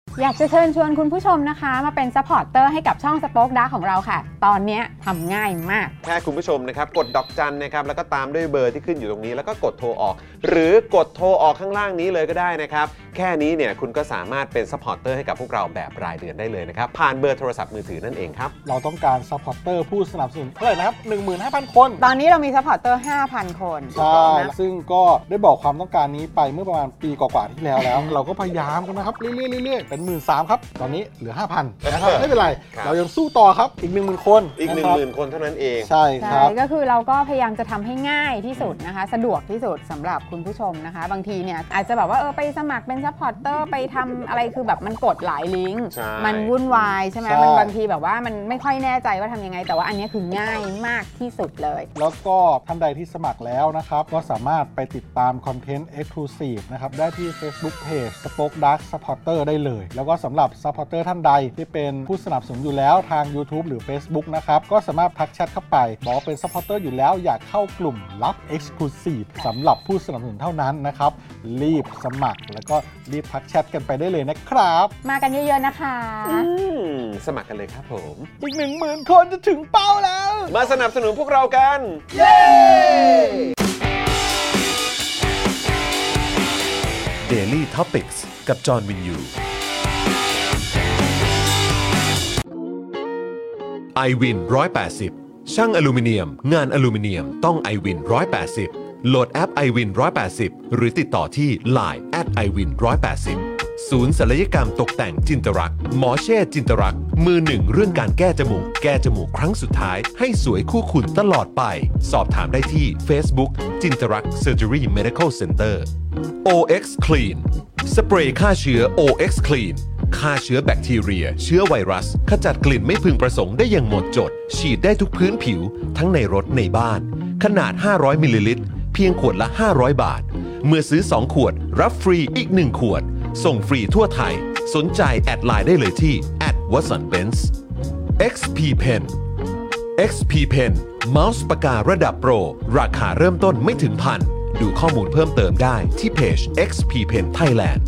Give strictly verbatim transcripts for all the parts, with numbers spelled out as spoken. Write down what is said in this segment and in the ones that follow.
อยากจะเชิญชวนคุณผู้ชมนะคะมาเป็นซัพพอร์ตเตอร์ให้กับช่อง Spoke Dark ของเราค่ะตอนนี้ทำง่ายมากแค่คุณผู้ชมนะครับกดดอกจันนะครับแล้วก็ตามด้วยเบอร์ที่ขึ้นอยู่ตรงนี้แล้วก็กดโทรออกหรือกดโทรออกข้างล่างนี้เลยก็ได้นะครับแค่นี้เนี่ยคุณก็สามารถเป็นซัพพอร์ตเตอร์ให้กับพวกเราแบบรายเดือนได้เลยนะครับผ่านเบอร์โทรศัพท์มือถือนั่นเองครับเราต้องการซัพพอร์ตเตอร์ผู้สนับสนุนเท่าไหร่นะครับ หนึ่งหมื่นห้าพัน คนตอนนี้เรามีซัพพอร์ตเตอร์ ห้าพัน คนใช่ซึ่งก็ได้บอกความต้องการนี้ไปเมื่อประมาณปีกว่าๆที่แล้วแล้ว เราก็พยายามกันนะครับเรื่อยๆๆเป็นหมื่นสามพันครับตอนนี้เหลือ ห้าพัน นะครับไม่เป็นไรเรายังสู้ต่อครับอีก หนึ่งหมื่น คนอีก หนึ่งหมื่น คนเท่านั้นเองใช่ครับก็คือเราก็พยายามจะทำให้ง่ายที่สุดนะคะสะดวกที่สุดสำหรับคุณผู้ชมนะคะบางทีเนี่ยอาจจะแบบว่าเออไปสมัครเป็นซัพพอร์ตเตอร์ไปทำอะไรคือแบบมันกดหลายลิงก์มันวุ่นวายใช่ไหมมันบางทีแบบว่ามันไม่ค่อยแน่ใจว่าทำยังไงแต่ว่าอันนี้คือง่ายมากที่สุดเลยแล้วก็ท่านใดที่สมัครแล้วนะครับก็สามารถไปติดตามคอนเทนต์ Exclusive นะครับได้ที่ Facebook Page Spoke Dark Supporter ได้เลยแล้วก็สำหรับ Supporter ท่านใดที่เป็นผู้สนับสนุนอยู่แล้วทาง YouTube หรือ Facebook นะครับก็สามารถทักแชทเข้าไปบอกว่าเป็น Supporter อยู่แล้วอยากเข้ากลุ่มลับ Exclusive สำหรับผู้สนับสนุนเท่านั้นนะครับรีบสมัครแล้วก็รีบทักแชทกันไปได้เลยนะครับมากันเยอะๆนะคะสมัครกันเลยครับผมอีก หนึ่งหมื่น คนจะถึงเป้าแล้วมาสนับสนุนพวกเรากันเย้ Daily Topics กับจอห์นวินยู ไอ วิน หนึ่งร้อยแปดสิบ ช่างอลูมิเนียมงานอลูมิเนียมต้อง ไอ วิน หนึ่งร้อยแปดสิบ โหลดแอป ไอ วิน หนึ่งร้อยแปดสิบ หรือติดต่อที่ ไลน์ แอท ไอ วิน หนึ่งร้อยแปดสิบ ศูนย์ศัลยกรรมตกแต่งจินตรักษ์หมอเช่จินตรักษ์มือหนึ่งเรื่องการแก้จมูกแก้จมูกครั้งสุดท้ายให้สวยคู่คุณตลอดไปสอบถามได้ที่ Facebook จินตรักษ์ Surgery Medical Center โอ เอ็กซ์ Clean สเปรย์ฆ่าเชื้อ โอ เอ็กซ์ Clean ฆ่าเชื้อแบคทีเรียเชื้อไวรัสขจัดกลิ่นไม่พึงประสงค์ได้อย่างหมดจดฉีดได้ทุกพื้นผิวทั้งในรถในบ้านขนาดห้าร้อยมิลลิลิตรเพียงขวดละห้าร้อยบาทเมื่อซื้อสองขวดรับฟรีอีกหนึ่งขวดส่งฟรีทั่วไทยสนใจแอดไลน์ได้เลยที่ แอท วัตสันเบนซ์ เอ็กซ์ พี Pen เอ็กซ์ พี Pen เมาส์ปากการะดับโปรราคาเริ่มต้นไม่ถึงพันดูข้อมูลเพิ่มเติมได้ที่เพจ เอ็กซ์ พี Pen Thailand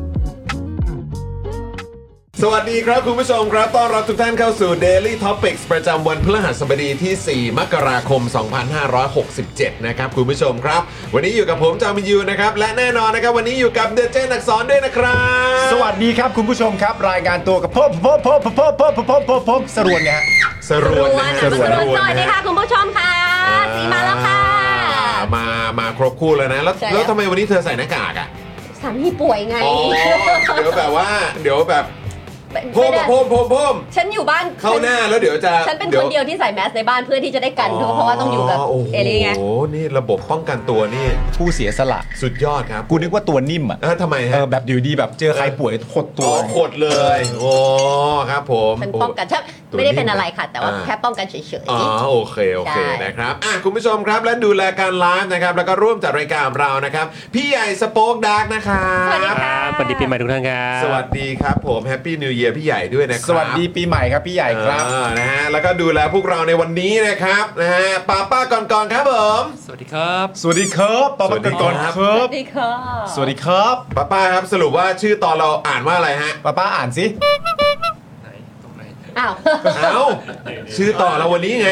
สวัสดีครับคุณผู้ชมครับต้อนรับทุกท่านเข้าสู่ Daily Topics ประจำวันพฤหัสบดีที่สี่มกราคมสองพันห้าร้อยหกสิบเจ็ดนะครับคุณผู้ชมครับวันนี้อยู่กับผมจามินยูนะครับและแน่นอนนะครับวันนี้อยู่กับเดเจนอักษรด้วยนะครับสวัสดีครับคุณผู้ชมครับรายงานตัวกับผมผมผมผมผมผมผมผมผมสรวนไงสรวนสรวนสวัสดีค่ะคุณผู้ชมค่ะสีมาแล้วค่ะมามาครบคู่แล้วนะแล้วแล้วทำไมวันนี้เธอใส่หน้ากากอ่ะสามีป่วยไงอ๋อเดี๋ยวแบบว่าเดี๋ยวแบบพมพมพมพมฉันอยู่บ้านเข้าหน้าแล้วเดี๋ยวจะฉันเป็นคนเดียวที่ใส่แมสในบ้านเพื่อที่จะได้กันเพราะว่าต้องอยู่กับเอลี่ไงโอ้โหนี่ระบบป้องกันตัวนี่ผู้เสียสละสุดยอดครับกูนึกว่าตัวนิ่มอ่ะเออทำไมฮะแบบอยู่ดีแบบเจอใครป่วยขดตัวขดเลยโอ้ครับผมเป็นป้องกันไม่ได้เป็นอะไรค่ะแต่ว่าแค่ป้องกันเฉยๆอ๋อโอเคโอเคนะครับอ่ะคุณผู้ชมครับและดูแลการไลฟ์นะครับแล้วก็ร่วมจัดรายการเรานะครับพี่ใหญ่สโป๊กดาร์กนะครับสวัสดีครับสวัสดีปีใหม่ทุกท่านครับสวัสดีครับผมแฮปปี้นิวเยียร์พี่ใหญ่ด้วยนะครับสวัสดีปีใหม่ครับพี่ใหญ่ครับนะฮะแล้วก็ดูแลพวกเราในวันนี้นะครับนะฮะป้าป้าก่อนก่อนครับผมสวัสดีครับสวัสดีครับป้าป้าก่อนก่อนครับสวัสดีครับสวัสดีครับป้าป้าครับสรุปว่าชื่อตอนเราอ่านว่าอะไรฮะป้าป้าอ่านสิไหนตรงไหนอ้าวอ้าวชื่อต่อเราวันนี้ไง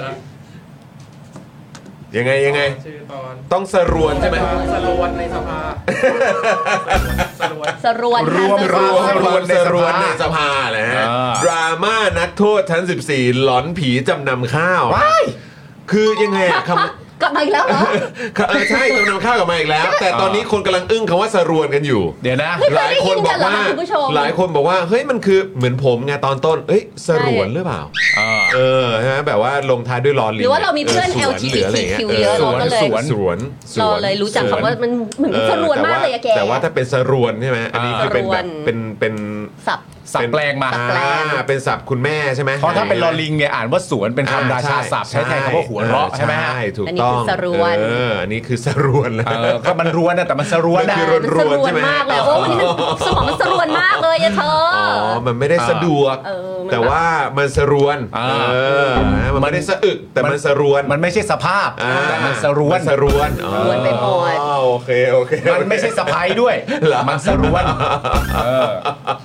ยังไงยังไงต้องสรวนใช่ไหมสรวนในสภาสรวนสรวนรวมรวมรวมสรวนในสภาแหละฮะดราม่านักโทษชั้นสิบสี่หลอนผีจำนำข้าวคือยังไงอะคำกลับมาอีกแล้วเหรอเออใช่จำนำข้าวกลับมาอีกแล้วแต่ตอนนี้คนกำลังอึ้งคำว่าสรวนกันอยู่เดี๋ยวนะหลายคนบอกว่าหลายคนบอกว่าเฮ้ยมันคือเหมือนผมไงตอนต้นเอ้ยสรวนหรือเปล่าเออฮะแบบว่าลงท้ายด้วยลอลิงหรือว่าเรามีเพื่อน แอล จี บี ที คิว เยอะเราก็เลยสวนสวนเราเลยรู้จักคำว่ามันเหมือนสรวนมากเลยอะแกแต่ว่าถ้าเป็นสรวนใช่ไหมอันนี้คือเป็นแบบเป็นเป็นศัพท์สับแปลงมาเป็นศัพท์คุณแม่ใช่ไหมเพราะถ้าเป็นลอลิงเนี่ยอ่านว่าสวนเป็นคำราชาศัพท์ใช้แทนคำว่าหัวเราะใช่ไหมใช่ถูกต้องสรวนเอออันนี้คือสรวนแล้วก็มันรวนนะแต่มันสรวนคือรวนรวนใช่ไหมมากเลยโอ้วันนี้สมองมันสรวนมากเลยอะเธออ๋อมันไม่ได้สะดวกแต่ว่ามันสรวนเออมันไม่ได้สะอึกแต่มันสรวนมันไม่ใช่สภาพแต่มันสรวนสรวนสรวนไปหมดโอเคโอเคมันไม่ใช่สะพายด้วยมันสรวน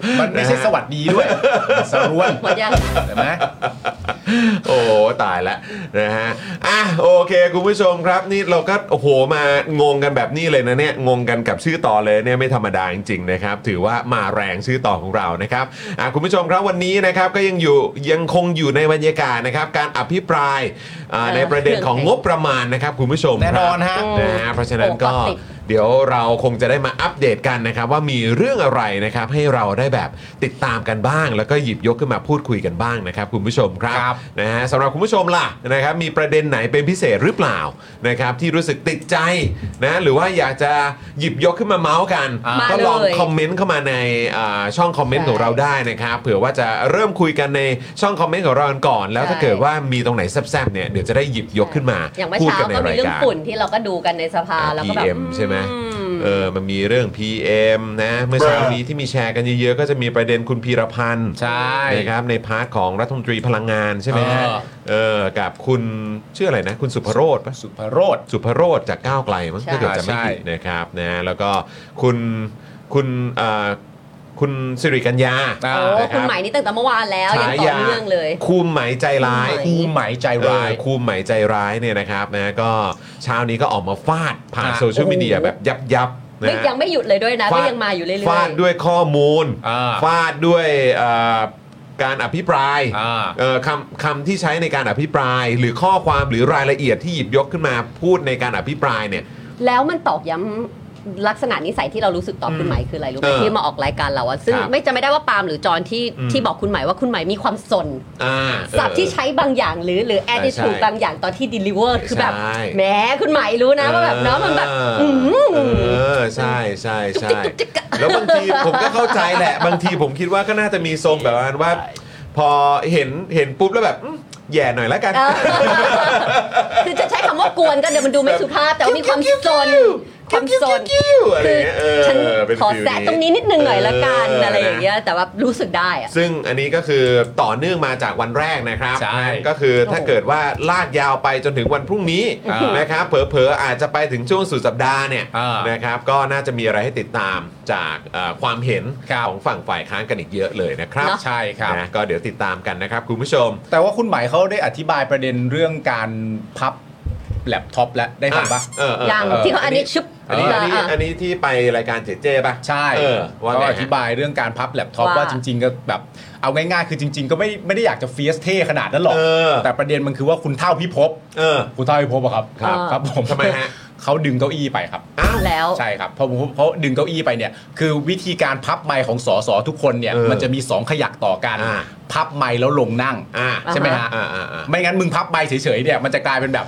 มันไม่ใช่สวัสดีด้วยสรวนหมดยังเห็นไหมโอ้ตายแล้วนะฮะอ่ะโอเคคุณผู้ชมครับนี่เราก็โอ้โหมางงกันแบบนี้เลยนะเนี่ยงงกันกับชื่อต่อเลยเนี่ยไม่ธรรมดาจริงๆนะครับถือว่ามาแรงชื่อต่อของเรานะครับอ่ะคุณผู้ชมครับวันนี้นะครับก็ยังอยู่ยังคงอยู่ในบรรยากาศนะครับการอภิปรายอ่าในประเด็นของงบประมาณนะครับคุณผู้ชมแน่นอนฮะนะฮะเพราะฉะนั้นก็โอ้กอดติดเดี๋ยวเราคงจะได้มาอัปเดตกันนะครับว่ามีเรื่องอะไรนะครับให้เราได้แบบติดตามกันบ้าง แล้วก็หยิบยกขึ้นมาพูดคุยกันบ้างนะครับคุณผู้ชมครับครับนะฮะสำหรับคุณผู้ชมล่ะนะครับมีประเด็นไหนเป็นพิเศษหรือเปล่านะครับที่รู้สึกติดใจนะหรือว่าอยากจะหยิบยกขึ้นมาเมาส์กันอ่าก็ลองมาเลยคอมเมนต์เข้ามาในอ่าช่องคอมเมนต์ของเราได้นะครับเผื่อว่าจะเริ่มคุยกันในช่องคอมเมนต์ของเรากันก่อน แล้วถ้าเกิดว่ามีตรงไหนแซ่บๆเนี่ยเดี๋ยวจะได้หยิบยกขึ้นมาอย่างเมื่อพูดเช้ากันในก็มีรายเรื่องการฝุ่นที่เราก็ดูกันในสภาแล้วก็แบบพี เอ็ม ใช่ไหมอืมเออมันมีเรื่อง พี เอ็ม นะเมื่อเช้านี้ที่มีแชร์กันเยอะๆก็จะมีประเด็นคุณพีรพันธ์ใช่นะครับในพาร์ทของรัฐมนตรีพลังงานใช่ไหมฮะเออเออกับคุณชื่ออะไรนะคุณสุภโรจน์ปะสุภโรธสุภโรจน์จากก้าวไกลมั้งใช่ถ้าเกิดจะไม่ใช่ผิดนะครับนะแล้วก็คุณคุณเอ่อคุณสิริกัญญาอ่าโอ้นะรับคุณใหม่นี่ตั้งแต่เมื่อวานแล้วยังต่อเนื่องเลยคูมไหมใจร้ายคูคู่ไหมใจร้ายเออคูมไหมใจร้ายเนี่ยนะครับนะก็เช้านี้ก็ออกมาฟาดผ่านอ่ะโซเชียลมีเดียแบบยับยับๆไม่นะยังไม่หยุดเลยด้วยนะฟาดก็ยังมาอยู่เรื่อยๆฟาดด้วยข้อมูลอ่าฟาดด้วยเอ่อการอภิปรายอ่าเอ่อคำคำที่ใช้ในการอภิปราย หรือข้อความหรือรายละเอียดที่หยิบยกขึ้นมาพูดในการอภิปรายเนี่ยแล้วมันตอกย้ำลักษณะนิสัยที่เรารู้สึกต่อคุณไหมคืออะไรรู้ไหมเออที่มาออกรายการเราอะซึ่งครับไม่จะไม่ได้ว่าปาล์มหรือจอนที่อืมที่บอกคุณไหมว่าคุณไหมมีความสนอ่าศัพท์ที่ใช้บางอย่างหรือหรือ attitude ใช่บางอย่างตอนที่ deliver คือแบบใช่แหมคุณไหมรู้นะว่าแบบเนาะมันแบบเออือมเออใช่ใช่ใช่จุกจิกจุกจิกอะแล้วบางทีผมก็เข้าใจแหละ บางทีผมคิดว่าก็น่าจะมีทรงแบบว่า พอเห็นเห็นปุ๊บแล้วแบบอืมแย่หน่อยแล้วกันเออคือจะใช้คำว่ากวนก็เดี๋ยวมันดูไม่สุภาพ แต่ว่ามีความสนความสนอะไรคือเงี้ยเออฉันเป็นขอฟิลแซะตรงนี้นิดนึงหน่อยละกันอะไรอย่างเงี้ยแต่ว่ารู้สึกได้อะซึ่งอันนี้ก็คือต่อเนื่องมาจากวันแรกนะครับใช่ก็คือถ้าเกิดว่าลากยาวไปจนถึงวันพรุ่งนี้อ่านนะครับเผลอๆอาจจะไปถึงช่วงสุดสัปดาห์เนี่ยอ่านนะครับก็น่าจะมีอะไรให้ติดตามจากเอ่อความเห็นครับของฝั่งฝ่ายค้านกันอีกเยอะเลยนะครับเนอะใช่ครับนะก็เดี๋ยวติดตามกันนะครับคุณผู้ชมแต่ว่าคุณไหมายเขาได้อธิบายประเด็นเรื่องการพับแล็ปท็อปแล้วได้ฟังปะเออเอออย่างเออที่เขาอันนี้ชุบอันนี้อันนี้อ่ะอันนี้ที่ไปรายการเจเจป่ะใช่เออว่าก็ไงอฮะธิบายเรื่องการพับแล็ปท็อปว่าว่าจริง ๆ ก็แบบเอาง่ายๆ คือจริง ๆ ก็ไม่ไม่ได้อยากจะเฟียสเท่ขนาดนั้นหรอกเออแต่ประเด็นมันคือว่าคุณเท่าพิภพเออคุณเท่าพิภพอะครับครับครับผมทำไมฮะเขาดึงเก้าอี้ไปครับอ้าวแล้วใช่ครับเพราะผมเขาดึงเก้าอี้ไปเนี่ยคือวิธีการพับไมค์ของสสทุกคนเนี่ยเออมันจะมีสองขยักต่อกันอ่าพับไมค์แล้วลงนั่งอ่าใช่ไหมฮะอ่าอ่าอ่าไม่งั้นมึงพับไมค์เฉยๆเนี่ยมันจะกลายเป็นแบบ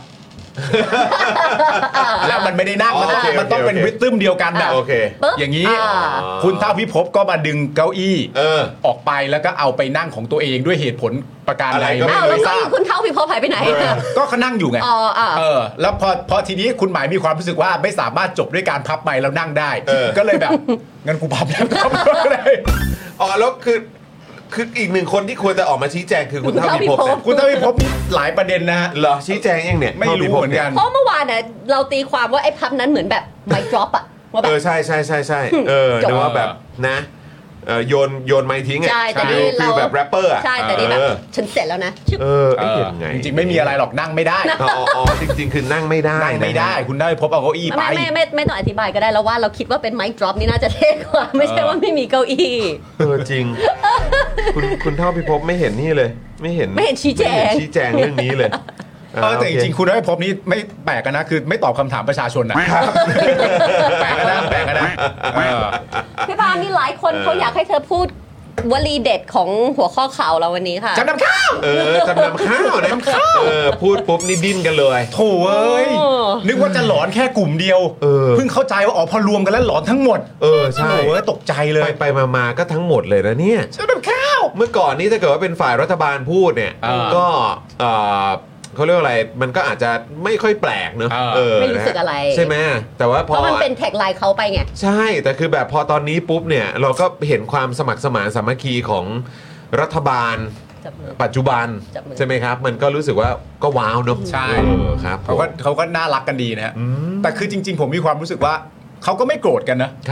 แล้วมันไม่ได้นั่งมันต้องโอเคมันต้องเป็นโอเคริทึมเดียวกันแบบโอเคปึ๊บอย่างนี้อ่าคุณเท่าพิภพก็มาดึงเก้าอี้เออออกไปแล้วก็เอาไปนั่งของตัวเองด้วยเหตุผลประการอะไรใดก็ไม่ไม่อ้าวแล้วไม่ทก็ราอีบกคุณเท่าพี่พบหายไปไหนเออก็เขานั่งอยู่ไงอ๋ออ่ะเออแล้วพอพอทีนี้คุณหมายมีความรู้สึกว่าไม่สามารถจบด้วยการพับไมค์แล้วนั่งได้เออก็เลยแบบงั้นกูพับแล้วก็ได้อ๋อแล้วคือคืออีกหนึ่งคนที่ควรจะออกมาชี้แจงคือคุณเท่าพิภพเนี่ยคุณเท่าพิภพนี่หลายประเด็นนะฮะเหรอชี้แจงยังเนี่ยไม่รู้เหมือนกันเพราะเมื่อวานน่ะเราตีความว่าไอ้พับนั้นเหมือนแบบไมค์ดรอปอะว่าแบเอบ อใช่ใช่ใช่ใช่เออจบนึกว่าแบบนะเออโยนโยนไม้ทิ้งอ่ะใช่แต่ฟินี่ลฟิเราลแบบแรปเปอร์อ่ะใช่แต่นี่แบบเออฉันเสร็จแล้วนะชึบเออเอเอ้ยอยังไงจริงๆไม่มีอะไรหรอกนั่งไม่ได้อ๋ออ๋ออ๋อจริง ๆ คือนั่งไม่ได้นั่งไม่ได้นะฮะคุณได้พบเอาเก้าอี้ไปไม่ไม่ไม่ไม่ต้องอธิบายก็ได้แล้วว่าเราคิดว่าเป็นไมค์ดรอปนี่น่าจะเท่กว่า ไม่ใช่ว่าไม่มีเก้าอี้เออจริง คุณคุณเท่าพิภพไม่เห็นนี่เลย ไม่เห็นไม่เห็นชี้แจงไม่เห็นชี้แจงเรื่องนี้เลยเออแต่จริงๆคุณได้พบนี้ไม่แปลกกันนะคือไม่ตอบคำถามประชาชนนะแปลกกันนะแปลกกันนะเออพี่ปามีหลายคนเขาอยากให้เธอพูดวลีเด็ดของหัวข้อข่าวเราวันนี้ค่ะจำนำข้าวเออจำนำข้าวนะเออพูดปุ๊บนี่ดิ้นกันเลยโถ่เอ้ยโอ้นึกว่าจะหลอนแค่กลุ่มเดียวเออเพิ่งเข้าใจว่าอ๋อพอรวมกันแล้วหลอนทั้งหมดเออใช่โถ่เอ้ยตกใจเลไปยไปมามาก็ทั้งหมดเลยนะเนี่ยจำนำข้าวเมื่อก่อนนี้ถ้าเกิดว่าเป็นฝ่ายรัฐบาลพูดเนี่ยเออก็เอ่อเขาเรียกว่าอะไรมันก็อาจจะไม่ค่อยแปลกเนอะเออไม่รู้สึกอะไรใช่ไหมแต่ว่าพเพอราะมันเป็นแท็กไลน์เขาไปไงใช่แต่คือแบบพอตอนนี้ปุ๊บเนี่ยเราก็เห็นความสมัครสมานสามัคคีของรัฐบาลจับมือปัจจุบันจับมือใช่ไหมครับ มันก็รู้สึกว่าก็ว้าวเนอะใช่เออครับเขาก็เขาก็น่ารักกันดีนะฮะแต่คือจริง ๆ ผมมีความรู้สึกว่าเขาก็ไม่โกรธกันนะครับ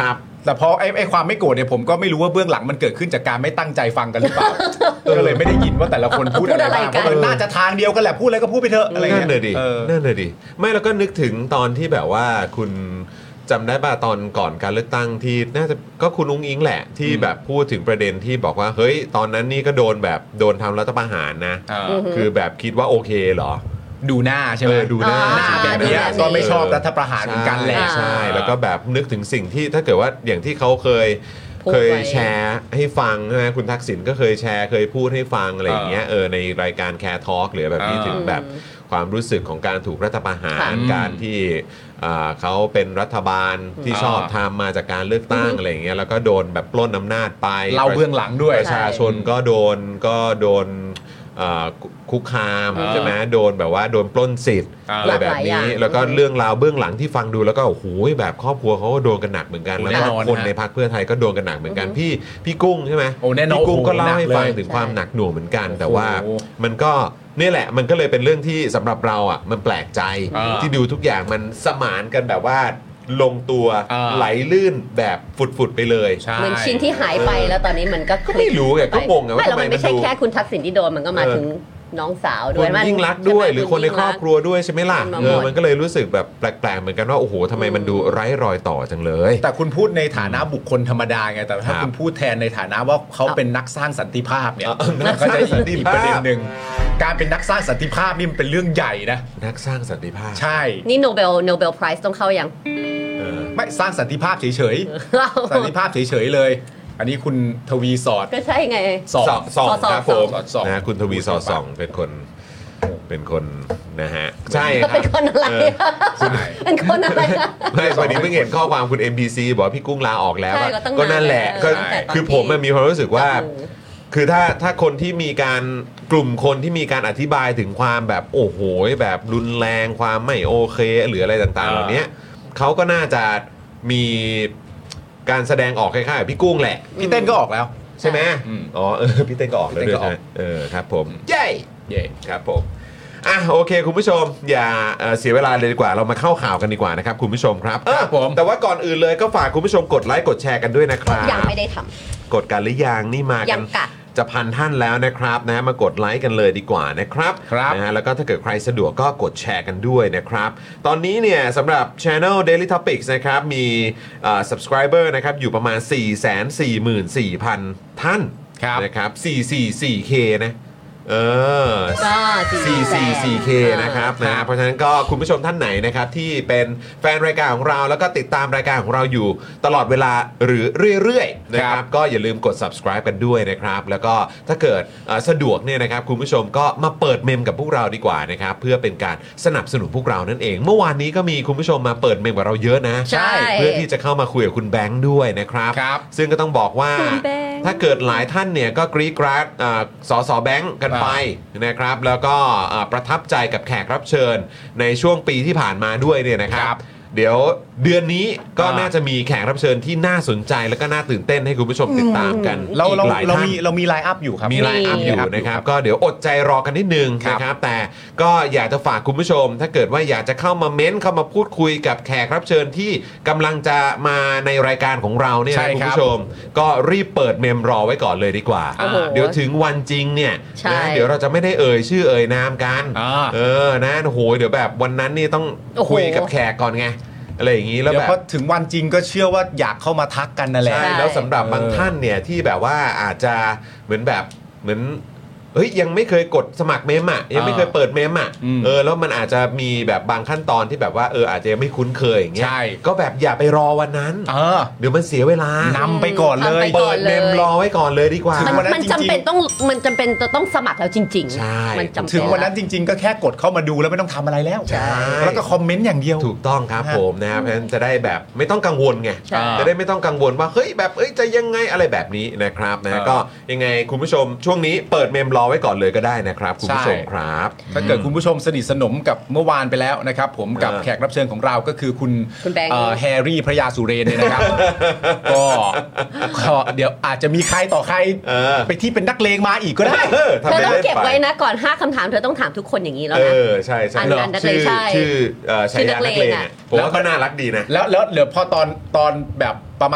แต่พอไอ้ไอ้ความไม่โกรธเนี่ยผมก็ไม่รู้ว่าเบื้องหลังมันเกิดขึ้นจากการไม่ตั้งใจฟังกันหรือเปล่าก็เลยไม่ได้ยินว่าแต่ละคนพูดอะไรบ้างเพราะมันน่าจะทางเดียวกันแหละพูดอะไรก็พูดไปเถอะอะไรเงี้ยนั่นเลยดิเออนั่นเลยดิไม่แล้วก็นึกถึงตอนที่แบบว่าคุณจำได้ป่ะตอนก่อนการเลือกตั้งที่น่าจะก็คุณอุ้งอิงแหละที่แบบพูดถึงประเด็นที่บอกว่าเฮ้ยตอนนั้นนี่ก็โดนแบบโดนทำรัฐประหารนะอ่าคือแบบคิดว่าโอเคเหรอดูหน้าใช่ไหมเออดูหน้าหน้าแบบเนี้ยก็ไม่ชอบรัฐประหารเหมือนกันแหละใช่แล้วก็แบบนึกถึงสิ่งที่ถ้าเกิดว่าอย่างที่เขาเคยพูดเคยไว้แชร์ให้ฟังใช่ไหมคุณทักษิณก็เคยแชร์เคยพูดให้ฟังอะไรอย่างเงี้ยเออในรายการแคร์ทอล์กหรือแบบนี้อ่าถึงแบบความรู้สึกของการถูกรัฐประหารค่ะการที่อ่าเขาเป็นรัฐบาลที่อ่าชอบทำมาจากการเลือกตั้งอะไรอย่างเงี้ยแล้วก็โดนแบบปล้นอำนาจไปเล่าเบื้องหลังด้วยประชาชนก็โดนก็โดนเอ่อคุกคามอ่าใช่ไหมโดนแบบว่าโดนปล้นสิทธิ์อ่าอะไรแบบนี้หลากหลายอย่างแล้วก็เรื่องราวเบื้องหลังที่ฟังดูแล้วก็โอ้โหแบบครอบครัวเขาก็โดนกันหนักเหมือนกันโอ้แล้วก็แน่นอนคนฮะในพรรคเพื่อไทยก็โดนกันหนักเหมือนกันพี่พี่กุ้งใช่ไหมโอ้แน่นอนพี่กุ้งก็เล่าโอ้โหให้ฟังหนักเลยถึงความหนักหน่วงเหมือนกันโอ้โหแต่ว่ามันก็เนี่ยแหละมันก็เลยเป็นเรื่องที่สำหรับเราอ่ะมันแปลกใจอ่าที่ดูทุกอย่างมันสมานกันแบบว่าลงตัวอ่าไหลลื่นแบบฝุดๆไปเลยใช่เหมือนชิ้นที่หายไปแล้วตอนนี้มันก็ก็ไม่รู้ไงก็งงไงว่าไม่แล้วทำไมมันไม่ใช่มันดูแค่คุณทักษิณที่โดนมันก็มาเออถึงน้องสาวคด้วยนมันยิ่งรักด้วยใช่ไหมหรือคนในครอบครัวด้วยใช่ไหมล่ะมันมาเออหมดมันก็เลยรู้สึกแบบแปลกๆเหมือนกันว่าโอ้โหทำไมมันดูไร้รอยต่อจังเลยแต่คุณพูดในฐานะบุคคลธรรมดาไงแต่ถ้าครับคุณพูดแทนในฐานะว่าเขาเป็นนักสร้างสันติภาพเนี่ยเออนัมักนสก็ร้างจะสันติอีกภาพประเด็นหนึ่งการเป็นนักสร้างสันติภาพนี่มันเป็นเรื่องใหญ่นะนักสร้างสันติภาพใช่นี่โนเบลโนเบลไพรส์ต้องเข้ายังเออไม่สร้างสันติภาพเฉยๆสันติภาพเฉยๆเลย อันนี้คุณทวีสอดก็ใช่ไงสอสดองสองสองครับผมสองสองนะคุณทวีสอดสองเป็นคนเป็นคนนะฮะใช่ครัเป็บนคนอะไรเออใช่เป็นคนอะไรอะไม่วันนี้เพิ่งเห็นข้อความคุณ เอ็ม บี ซี บอกว่าพี่กุ้งลาออกแล้วใช่อะก็ตั้งก็นั่นแหละนานแล้วก็ตั้งแต่ตอนคือผมมันมีความรู้สึกว่าจับมือคือถ้าถ้าคนที่มีการกลุ่มคนที่มีการอธิบายถึงความแบบโอ้โหแบบรุนแรงความไม่โอเค หรืออะไรต่างๆอ่าเหล่านี้เขาก็น่าจะมีการแสดงออกคล้ายๆกับพี่กุ้งแหละพี่เต้นก็ออกแล้วใช่ไหมอืมอ๋อเออพี่เต้นก็ออกแล้วพี่ด้เต้วยนก็อใช่อกไหมเออครับผมเย้เย่ครับผมอ่ะโอเคคุณผู้ชมอย่าเอ่อเสียเวลาเลยดีกว่าเรามาเข้าข่าวกันดีกว่านะครับคุณผู้ชมครับครับผมเออแต่ว่าก่อนอื่นเลยก็ฝากคุณผู้ชมกดไลค์กดแชร์กันด้วยนะครับยังไม่ได้ทกดกันหรือยังนี่มายักันงกะจะพันท่านแล้วนะครับนะมากดไลค์กันเลยดีกว่านะครับครับนะฮะแล้วก็ถ้าเกิดใครสะดวกก็กดแชร์กันด้วยนะครับ ตอนนี้เนี่ยสำหรับ Channel Daily Topics นะครับมีเอ่อ subscriber นะครับอยู่ประมาณ สี่แสนสี่หมื่นสี่พัน ท่านครับนะครับ สี่ร้อยสี่สิบสี่เค นะเออก็สี่ร้อยสี่สิบสี่เค นะครับนะเพราะฉะนั้นก็คุณผู้ชมท่านไหนนะครับที่เป็นแฟนรายการของเราแล้วก็ติดตามรายการของเราอยู่ตลอดเวลาหรือเรื่อยๆนะคครัรับบ ก็อย่าลืมกด subscribe กันด้วยนะครับแล้วก็ถ้าเกิดเอ่อสะดวกเนี่ยนะครับคุณผู้ชมก็มาเปิดเมมกับพวกเราดีกว่านะครับเพื่อเป็นการสนับสนุนพวกเรานั่นเอง เมื่อวานนี้ก็มีคุณผู้ชมมาเปิดเมมกับเราเยอะนะใช่เพื่อที่จะเข้ามาคุยกับคุณแบงค์ด้วยนะครับครับซึ่งก็ต้องบอกว่าคุณแบงค์ถ้าเกิดหลายท่านเนี่ยก็กรี๊ดกราดอ่าสสแบงค์กันไปนะครับแล้วก็อ่าประทับใจกับแขกรับเชิญในช่วงปีที่ผ่านมาด้วยเนี่ยนะครัครับ บเดี๋ยวเดือนนี้ก็อ่าน่าจะมีแขกรับเชิญที่น่าสนใจแล้วก็น่าตื่นเต้นให้คุณผู้ชมติดตามกันเราอีกเราหลายเราท่านมีเรามีไลน์อัพอยู่ครับมีไลน์อัพอยู่นะครับก็เดี๋ยวอดใจรอกันนิดนึงครับนะครับแต่ก็อยากจะฝากคุณผู้ชม ถ้าเกิดว่าอยากจะเข้ามาเม้นเข้ามาพูดคุยกับแขกรับเชิญที่กำลังจะมาในรายการของเราเนี่ยใช่นะคุณครับผู้ชม ก็รีบเปิดเมมรอไว้ก่อนเลยดีกว่าโอ้โหเดี๋ยวถึงวันจริงเนี่ยใช่นะเดี๋ยวเราจะไม่ได้เอ่ยชื่อเอ่ยนามกันอ่าเออนะโอ้โหเดี๋ยวแบบวันนั้นนี่ต้องโอ้โหคุยกับแขกก่อนไงอะไรอย่างนี้แล้วเดี๋ยวแบบพอถึงวันจริงก็เชื่อว่าอยากเข้ามาทักกันนั่นแหละใช่แล้วสำหรับบางท่านเนี่ยที่แบบว่าอาจจะเหมือนแบบเหมือนเฮ้ยยังไม่เคยกดสมัครเมมอ่ะยังไม่เคยเปิดเมมอ่ะอืมเออแล้วมันอาจจะมีแบบบางขั้นตอนที่แบบว่าเอออาจจะยังไม่คุ้นเคยอย่างเงี้ยใช่ก็แบบอย่าไปรอวันนั้นเออเดี๋ยวมันเสียเวลานำไปก่อนเลยทำไปเปิดเมมรอไว้ก่อนเลยดีกว่าถึงมันวันนั้นมันจริงๆจำเป็นต้องมันจำเป็นจะต้องสมัครแล้วจริงใช่มันจำเป็นถึงวันนั้นจริง ๆ ก็แค่กดเข้ามาดูแล้วไม่ต้องทำอะไรแล้วใช่แล้วก็คอมเมนต์อย่างเดียวถูกต้องครับฮะผมนะครับเพราะฉะนั้นจะได้แบบไม่ต้องกังวลไงใช่จะได้ไม่ต้องกังวลว่าเฮ้ยแบบเอ้ยจะยังไงอะไรแบบนี้นะครับนะเออก็ยังไงคุณผู้ชมช่วงนี้เปิดเมมรอไว้ก่อนเลยก็ได้นะครับคุณผู้ชมใช่ครับถ้าเกิดคุณผู้ชมสนิทสนมกับเมื่อวานไปแล้วนะครับผมกับเออแขกรับเชิญของเราก็คือคุณคุณแบงค์เอ่อแฮร์รี่พระยาสุเรนเนี่ยนะครับ ก็ก็เดี๋ยวอาจจะมีใครต่อใครเออไปที่เป็นนักเลงมาอีกก็ได้เออเธทำอไปต้องล่นเก็บปไว้นะก่อนห้าคำถามเธอต้องถามทุกคนอย่างนี้แล้วเอนะอใช่ใช่อันนั้นนักเลชื่งอใช่ชื่อเอ่อชื่ชาอนัยากเลนักงเลงอะอะผมว่าก็น่ารักดีนะแล้วแล้วเดี๋ยวพอตอนตอนแบบประมาณสัก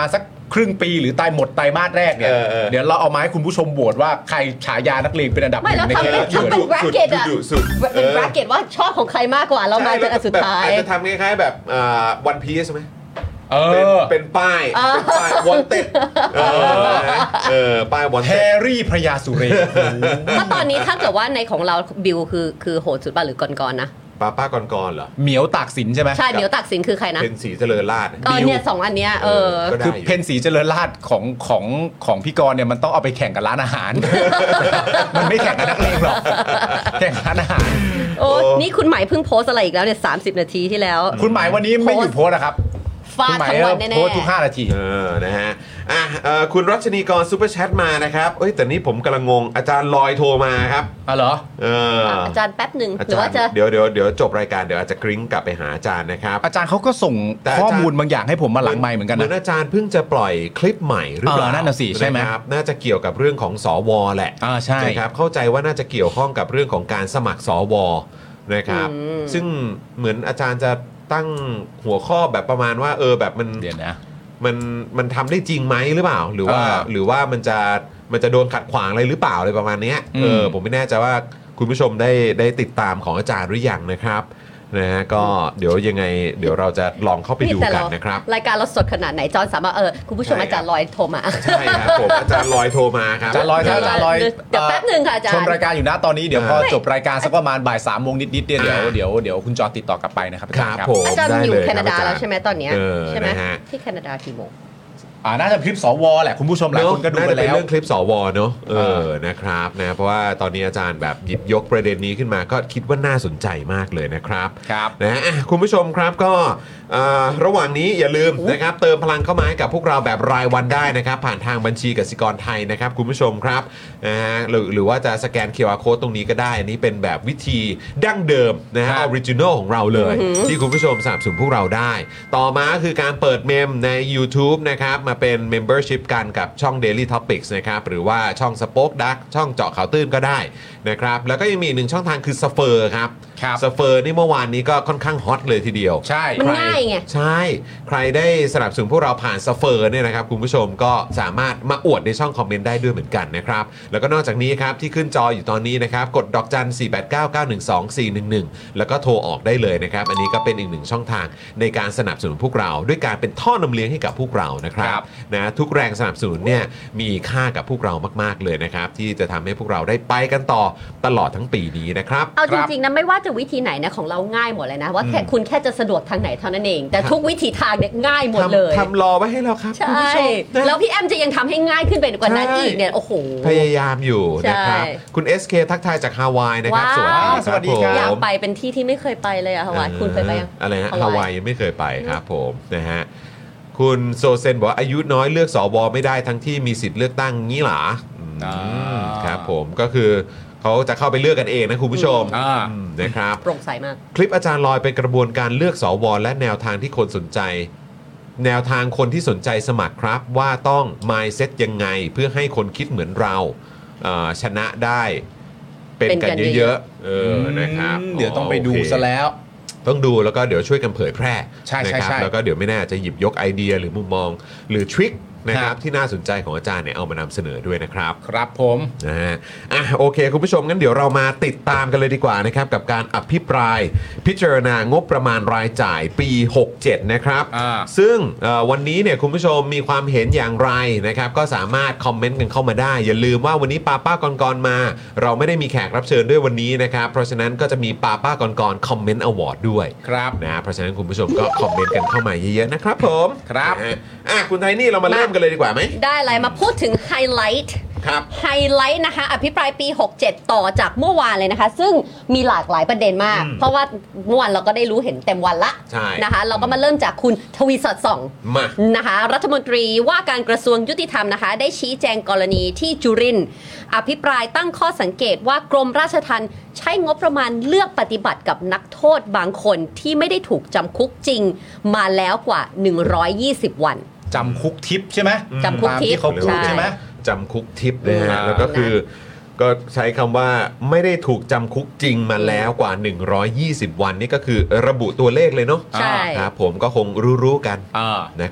ครึ่งปีหรือไตรหมดไตรมาสแรกเนี่ยเออเออเดี๋ยวเราเอามาให้คุณผู้ชมโหวตว่าใครฉายานักเลงเป็นอันดับหไม่นึ่แล้วงในทำเกเป็นมทำเป็น bracket อะดุสุดเป็น bracket ว่าชอบของใครมากกว่าเรามาจากอันสุดท้ายอาจจะทำคล้ายๆแบบวันพีซไหมเอเป็นอเป็นป้ายเป็นป้ายวอนเต็ดเออเออป้ายวอนแฮเต็ดร์รี่พระยาสุเรนเพราะตอนนี้ถ้าเกิดว่าในของเราบิวคือคือโหดสุดป่ะหรือก่อนๆนะป้าป้ากรกรเหรอเหมียวตากสินใช่ไหมใช่เหมียวตักสินคือใครนะเป็นสีเจริญราษฎร์ก็เนี่ยสองอันเนี้ยเออก็ได้คืออยู่เพนสีเจริญราษฎร์ของของของพี่กรณ์เนี่ยมันต้องเอาไปแข่งกับร้านอาหาร มันไม่แข่งกับนักเลงหรอกแข่งร้านอาหารโอ้นี่คุณหมายเพิ่งโพสต์อะไรอีกแล้วเนี่ยสามสิบนาทีที่แล้วคุณหมายวันนี้ไม่หยุดโพสต์นะครับฟาดทั้งวันแน่ๆโพสต์ทุกห้านาทีเออ นะฮะ อ่ะเอ่อคุณรัชนีกรซูเปอร์แชทมานะครับเอ้ย แต่นี่ผมกำลังงง อาจารย์ลอยโทรมาครับอ๋อเหรอเอออาจารย์แป๊บหนึ่งอาหรือจารว่าย์จะเดี๋ยวเดี๋ยวเดี๋ยวจบรายการเดี๋ยวอาจจะกริ้งกลับไปหาอาจารย์นะครับอาจารย์เขาก็ส่งแต่อาจารย์ข้อมูลบางอย่างให้ผมมาหลังไมค์เหมือนกันเหมือนนะอาจารย์เพิ่งจะปล่อยคลิปใหม่หรือเปล่าเออนั่นน่ะสิใช่ไหมนะครับน่าจะเกี่ยวกับเรื่องของสวแหละอ่าใช่นะครับเข้าใจว่าน่าจะเกี่ยวข้องกับเรื่องของการสมัครสวนะครับอืมซึ่งเหมือนอาจารย์จะตั้งหัวข้อแบบประมาณว่าเออแบบมันเดี๋ยวนะมันมันทำได้จริงไหมหรือเปล่า หรือว่าอ่าหรือว่ามันจะมันจะโดนขัดขวางอะไรหรือเปล่าอะไรประมาณเนี้ยอืมเออผมไม่แน่ใจว่าคุณผู้ชมได้ได้ติดตามของอาจารย์หรือยังนะครับนะฮะก็เดี๋ยวยังไงเดี๋ยวเราจะลองเข้าไปดูแต่กันเรานะครับรายการเราสดขนาดไหนจอนสามารถเออคุณผู้ชมใช่ครับอาจารย์ลอยโทรมาใช่ครับผมอาจารย์ลอยโทรมาครับอาจารย์ลอยครับอาจารย์ลอยเดี๋ยวแป๊บหนึ่งค่ะอาจารย์ชมรายการอยู่นะตอนนี้เดี๋ยวพอไม่จบรายการสักประมาณบ่ายสามโมงนิดๆเนี่ยเดี๋ยวอ่าเดี๋ยวเดี๋ยวคุณจอติดต่อกลับไปนะครับอาคจารรับย์ครับผมอาจารย์ได้อยู่เลยแคนาดารับอจรแล้วย์ใช่ไหมตอนเนี้ยเออใช่ไหมนะฮะที่แคนาดากี่โมงอ่าน่าจะคลิปสวแหละคุณผู้ชมหลายคนก็ดูน่าไปจะเป็นแล้วเรื่องคลิปสวเนอะเอเอออนะครับนะเพราะว่าตอนนี้อาจารย์แบบหยิบยกประเด็นนี้ขึ้นมาก็คิดว่าน่าสนใจมากเลยนะครับครับนะฮะอ่ะคุณผู้ชมครับก็เอ่อระหว่างนี้อย่าลืมนะครับเติมพลังเข้ามาให้กับพวกเราแบบรายวันได้นะครับผ่านทางบัญชีกสิกรไทยนะครับคุณผู้ชมครับนะฮะหรือหรือว่าจะสแกน คิว อาร์ Code ตรงนี้ก็ได้อันนี้เป็นแบบวิธีดั้งเดิมนะฮะคอรับอริจินอลของเราเลย ที่คุณผู้ชมสนับสนุนพวกเราได้ ต่อมาคือการเปิดเมมใน YouTube นะครับมาเป็น Membership กันกับช่อง Daily Topics นะครับหรือว่าช่อง Spoke Dark ช่องเจาะข่าวตื้นก็ได้นะครับแล้วก็ยังมีอีกหนึ่งช่องทางคือ Sphere ครับครับ Sphere นี่เมื่อวานนี้ก็ค่อนข้างฮอตเลยทีเดียวใช่มันใครง่ายไงใช่ ใครได้สนับสนุนพวกเราผ่านสเฟอร์เนี่ยนะครับคุณผู้ชมก็สามารถมาอวดในช่องคอมเมนต์ได้ด้วยเหมือนกันนะครับแล้วก็นอกจากนี้ครับที่ขึ้นจออยู่ตอนนี้นะครับกดดอกจัน สี่ แปด เก้า เก้า หนึ่ง สอง สี่ หนึ่ง หนึ่ง แล้วก็โทรออกได้เลยนะครับอันนี้ก็เป็นอีกหนึ่งช่องทางในการสนับสนุนพวกเรา ด้วยการเป็นท่อนำเลี้ยงให้กับพวกเรานะครัครับ บนะทุกแรงสนับสนุนเนี่ยมีค่ากับพวกเรามากๆเลยนะครับที่จะทำให้พวกเราได้ไปกันต่อตลอดทั้งปีนี้นะครับเอาจริงๆนะไม่ว่าจะวิธีไหนนะของเราง่ายหมดเลยนะว่าแค่คุณแค่จะสะดวกทางไหนเท่านั้นเอง แต่ทุกวิถีทางเนี่ยง่ายหมดเลยทำทำรอไว้ให้เราครับคุณใช่ผู้ชมนะแล้วพี่แอมจะยังทำให้ง่ายขึ้นไปกว่านั้นใช่อีกเนี่ยโอ้โหพยายามอยู่นะครับใช่คุณ เอส เค ทักทายจากฮาวายนะครับว้าวสวัสดีครับอยากผมไปเป็นที่ที่ไม่เคยไปเลยอะฮาวายคุณเคยไปยังอะไรฮะฮาวายฮาวายยังไม่เคยไปครับผมนะฮะคุณโซเซนบอกว่าอายุน้อยเลือกสวไม่ได้ทั้งที่มีสิทธิ์เลือกตั้งงี้หรออืมอ่าครับผมก็คือเขาจะเข้าไปเลือกกันเองนะคุณผู้ชมอ่าอืมนะครับโปร่งใสมากคลิปอาจารย์ลอยเป็นกระบวนการเลือกสวและแนวทางที่คนสนใจ แนวทางคนที่สนใจสมัครครับว่าต้อง mindset ยังไงเพื่อให้คนคิดเหมือนเราเอ่อชนะได้เป็นกันเยอะๆเออนะครับเดี๋ยวต้องไปดูโเคซะแล้วต้องดูแล้วก็เดี๋ยวช่วยกันเผยแพร่ใช่ใช่นะครับใช่แล้วก็เดี๋ยวไม่แน่จะหยิบยกไอเดียหรือมุมมอง หรือทริคนะครับครับที่น่าสนใจของอาจารย์เนี่ยเอามานำเสนอด้วยนะครับครับผมนะฮะอ่ะโอเค คุณผู้ชมงั้นเดี๋ยวเรามาติดตามกันเลยดีกว่านะครับกับการอภิปรายพิจารณางบประมาณรายจ่ายปี หกเจ็ด นะครับอ่าซึ่งเอ่อวันนี้เนี่ยคุณผู้ชมมีความเห็นอย่างไรนะครับก็สามารถคอมเมนต์กันเข้ามาได้ อย่าลืมว่าวันนี้ป้าป้ากรกรมา เราไม่ได้มีแขกรับเชิญด้วยวันนี้นะครับเพราะฉะนั้นก็จะมีป้าป้ากรกรคอมเมนต์อวอร์ดด้วยครับนะเพราะฉะนั้นคุณผู้ชมก็คอมเมนต์กันเข้ามาเยอะๆนะครับผมครับนะฮะอ่ะคุณไทนี่เรามาเริ่มกันเลยดีกว่าไหมได้อะไรมาพูดถึงไฮไลท์ครับไฮไลท์นะคะอภิปรายปี หกเจ็ด ต่อจากเมื่อวานเลยนะคะ ซึ่งมีหลากหลายประเด็นมากอืมเพราะว่าเมื่อวานเราก็ได้รู้เห็นเต็มวันละใช่นะคะ เราก็มาเริ่มจากคุณทวีสอดส่องมานะคะรัฐมนตรีว่าการกระทรวงยุติธรรมนะคะ ได้ชี้แจงกรณีที่จุรินทร์อภิปรายตั้งข้อสังเกตว่ากรมราชทัณฑ์ใช้งบประมาณเลือกปฏิบัติกับนักโทษบางคนที่ไม่ได้ถูกจำคุกจริงมาแล้วกว่าหนึ่งร้อยยี่สิบวันจำคุกทิพย์ใช่ไหมจำคุกทิพย์ตามที่เขาพูดใช่ใช่ไหมจำคุกทิพย์นะฮะอ่าแล้วก็คือก็ใช้คำว่าไม่ได้ถูกจำคุกจริงมาแล้วกว่า หนึ่งร้อยยี่สิบ วันนี่ก็คือระบุตัวเลขเลยเนาะใช่ครับผมก็คงรู้ๆกันอ่านะครับ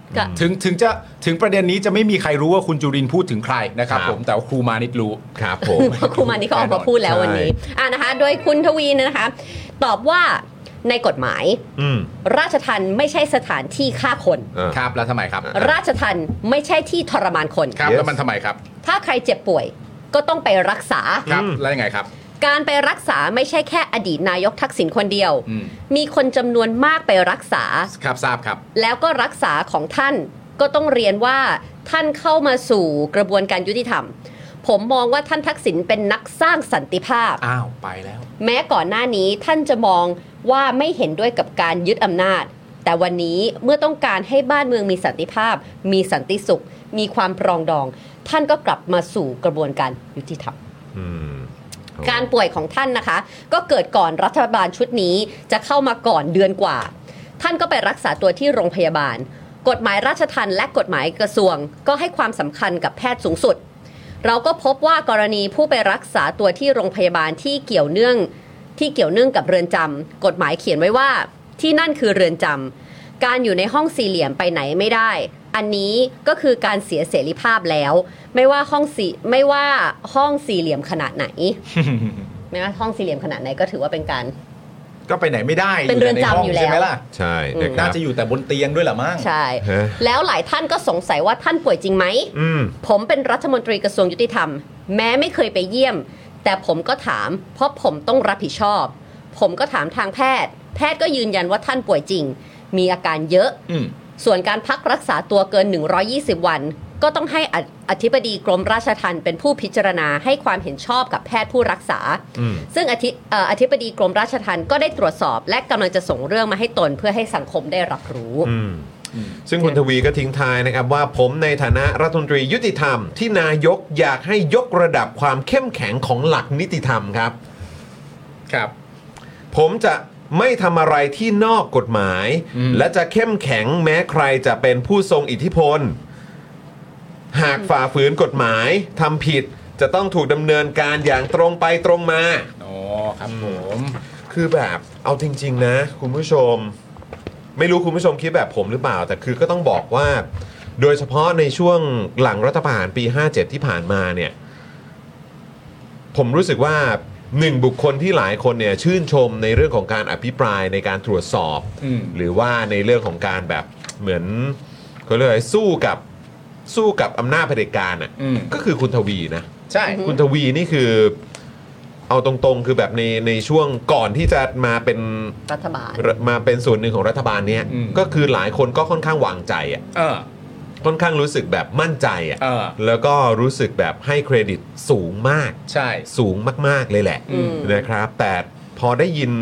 ก็ถึงถึงจะถึงประเด็นนี้จะไม่มีใครรู้ว่าคุณจุรินทร์พูดถึงใครนะครับผมแต่ว่าครูมานิตรู้ครับผมเพราะครูมานิตเขาออกมาพูดแล้ววันนี้อ่านะคะโดยคุณทวีนะคะตอบว่าในกฎหมายอืมราชทัณฑ์ไม่ใช่สถานที่ฆ่าคนเออครับแล้วทำไมครับราชทัณฑ์ไม่ใช่ที่ทรมานคนครับ Yes แล้วมันทำไมครับถ้าใครเจ็บป่วยก็ต้องไปรักษาครับอืมแล้วยังไงครับการไปรักษาไม่ใช่แค่อดีตนายกทักษิณคนเดียวอืมมีคนจำนวนมากไปรักษาครับทราบครับแล้วก็รักษาของท่านก็ต้องเรียนว่าท่านเข้ามาสู่กระบวนการยุติธรรม ผมมองว่าท่านทักษิณเป็นนักสร้างสันติภาพอ้าวไปแล้วแม้ก่อนหน้านี้ท่านจะมองว่าไม่เห็นด้วยกับการยึดอำนาจ แต่วันนี้เมื่อต้องการให้บ้านเมืองมีสันติภาพ มีสันติสุข มีความปรองดอง ท่านก็กลับมาสู่กระบวนการยุติธรรมอืมการป่วยของท่านนะคะ ก็เกิดก่อนรัฐบาลชุดนี้จะเข้ามาก่อนเดือนกว่า ท่านก็ไปรักษาตัวที่โรงพยาบาล กฎหมายราชทัณฑ์และกฎหมายกระทรวง ก็ให้ความสำคัญกับแพทย์สูงสุด เราก็พบว่ากรณีผู้ไปรักษาตัวที่โรงพยาบาลที่เกี่ยวเนื่องที่เกี่ยวเนื่องกับเรือนจำกฎหมายเขียนไว้ว่าที่นั่นคือเรือนจำการอยู่ในห้องสี่เหลี่ยมไปไหนไม่ได้ อันนี้ก็คือการเสียเสรีภาพแล้ว ไม่ว่าห้องสี่ไม่ว่าห้องสี่เหลี่ยมขนาดไหน ไม่ว่าห้องสี่เหลี่ยมขนาดไหนก็ถือว่าเป็นการก็ไปไหนไม่ได้เป็นเรือนจำอยู่แล้วใช่ไหมล่ะใช่นะครัน่าบจะอยู่แต่บนเตียงด้วยแหละมั้งใช่ฮะแล้วหลายท่านก็สงสัยว่าท่านป่วยจริงไหมอืมผมเป็นรัฐมนตรีกระทรวงยุติธรรม แม้ไม่เคยไปเยี่ยม แต่ผมก็ถาม เพราะผมต้องรับผิดชอบ ผมก็ถามทางแพทย์ แพทย์ก็ยืนยันว่าท่านป่วยจริง มีอาการเยอะอืมส่วนการพักรักษาตัวเกินหนึ่งร้อยยี่สิบวัน ก็ต้องให้ออธิบดีกรมราชทัณฑ์เป็นผู้พิจารณาให้ความเห็นชอบกับแพทย์ผู้รักษาอืมซึ่งอธิเอ่ออธิบดีกรมราชทัณฑ์ก็ได้ตรวจสอบ และกำลังจะส่งเรื่องมาให้ตนเพื่อให้สังคมได้รับรู้อืม ซึ่งคุณทวีก็ทิ้งท้ายนะครับว่าผมในฐานะรัฐมนตรียุติธรรมที่นายกอยากให้ยกระดับความเข้มแข็งของหลักนิติธรรมครับครับผมจะไม่ทำอะไรที่นอกกฎหมายอืมและจะเข้มแข็งแม้ใครจะเป็นผู้ทรงอิทธิพล หากฝ่าฝืนกฎหมายทำผิดจะต้องถูกดำเนินการอย่างตรงไปตรงมาอ๋อครับผมคือแบบเอาจริง ๆ นะ คุณผู้ชม ไม่รู้คุณผู้ชมคิดแบบผมหรือเปล่า แต่คือก็ต้องบอกว่า โดยเฉพาะในช่วงหลังรัฐประหารปีห้าเจ็ดที่ผ่านมาเนี่ย ผมรู้สึกว่าหนึ่งบุคคลที่หลายคนเนี่ยชื่นชมในเรื่องของการอภิปรายในการตรวจสอบอืมหรือว่าในเรื่องของการแบบเหมือนเขาเรียกอะไรสู้กับสู้กับอำนาจเผด็จการอ่ะอืมก็คือคุณทวีนะใช่คุณทวีนี่คือเอาตรงๆ คือแบบในในช่วงก่อนที่จะมาเป็นรัฐบาลมาเป็นส่วนหนึ่งของรัฐบาลเนี้ยอืมก็คือหลายคนก็ค่อนข้างวางใจอ่ะเออค่อนข้างรู้สึกแบบมั่นใจอ่ะเออแล้วก็รู้สึกแบบให้เครดิตสูงมากใช่สูงมากๆเลยแหละอืมนะครับ แต่พอได้ยิน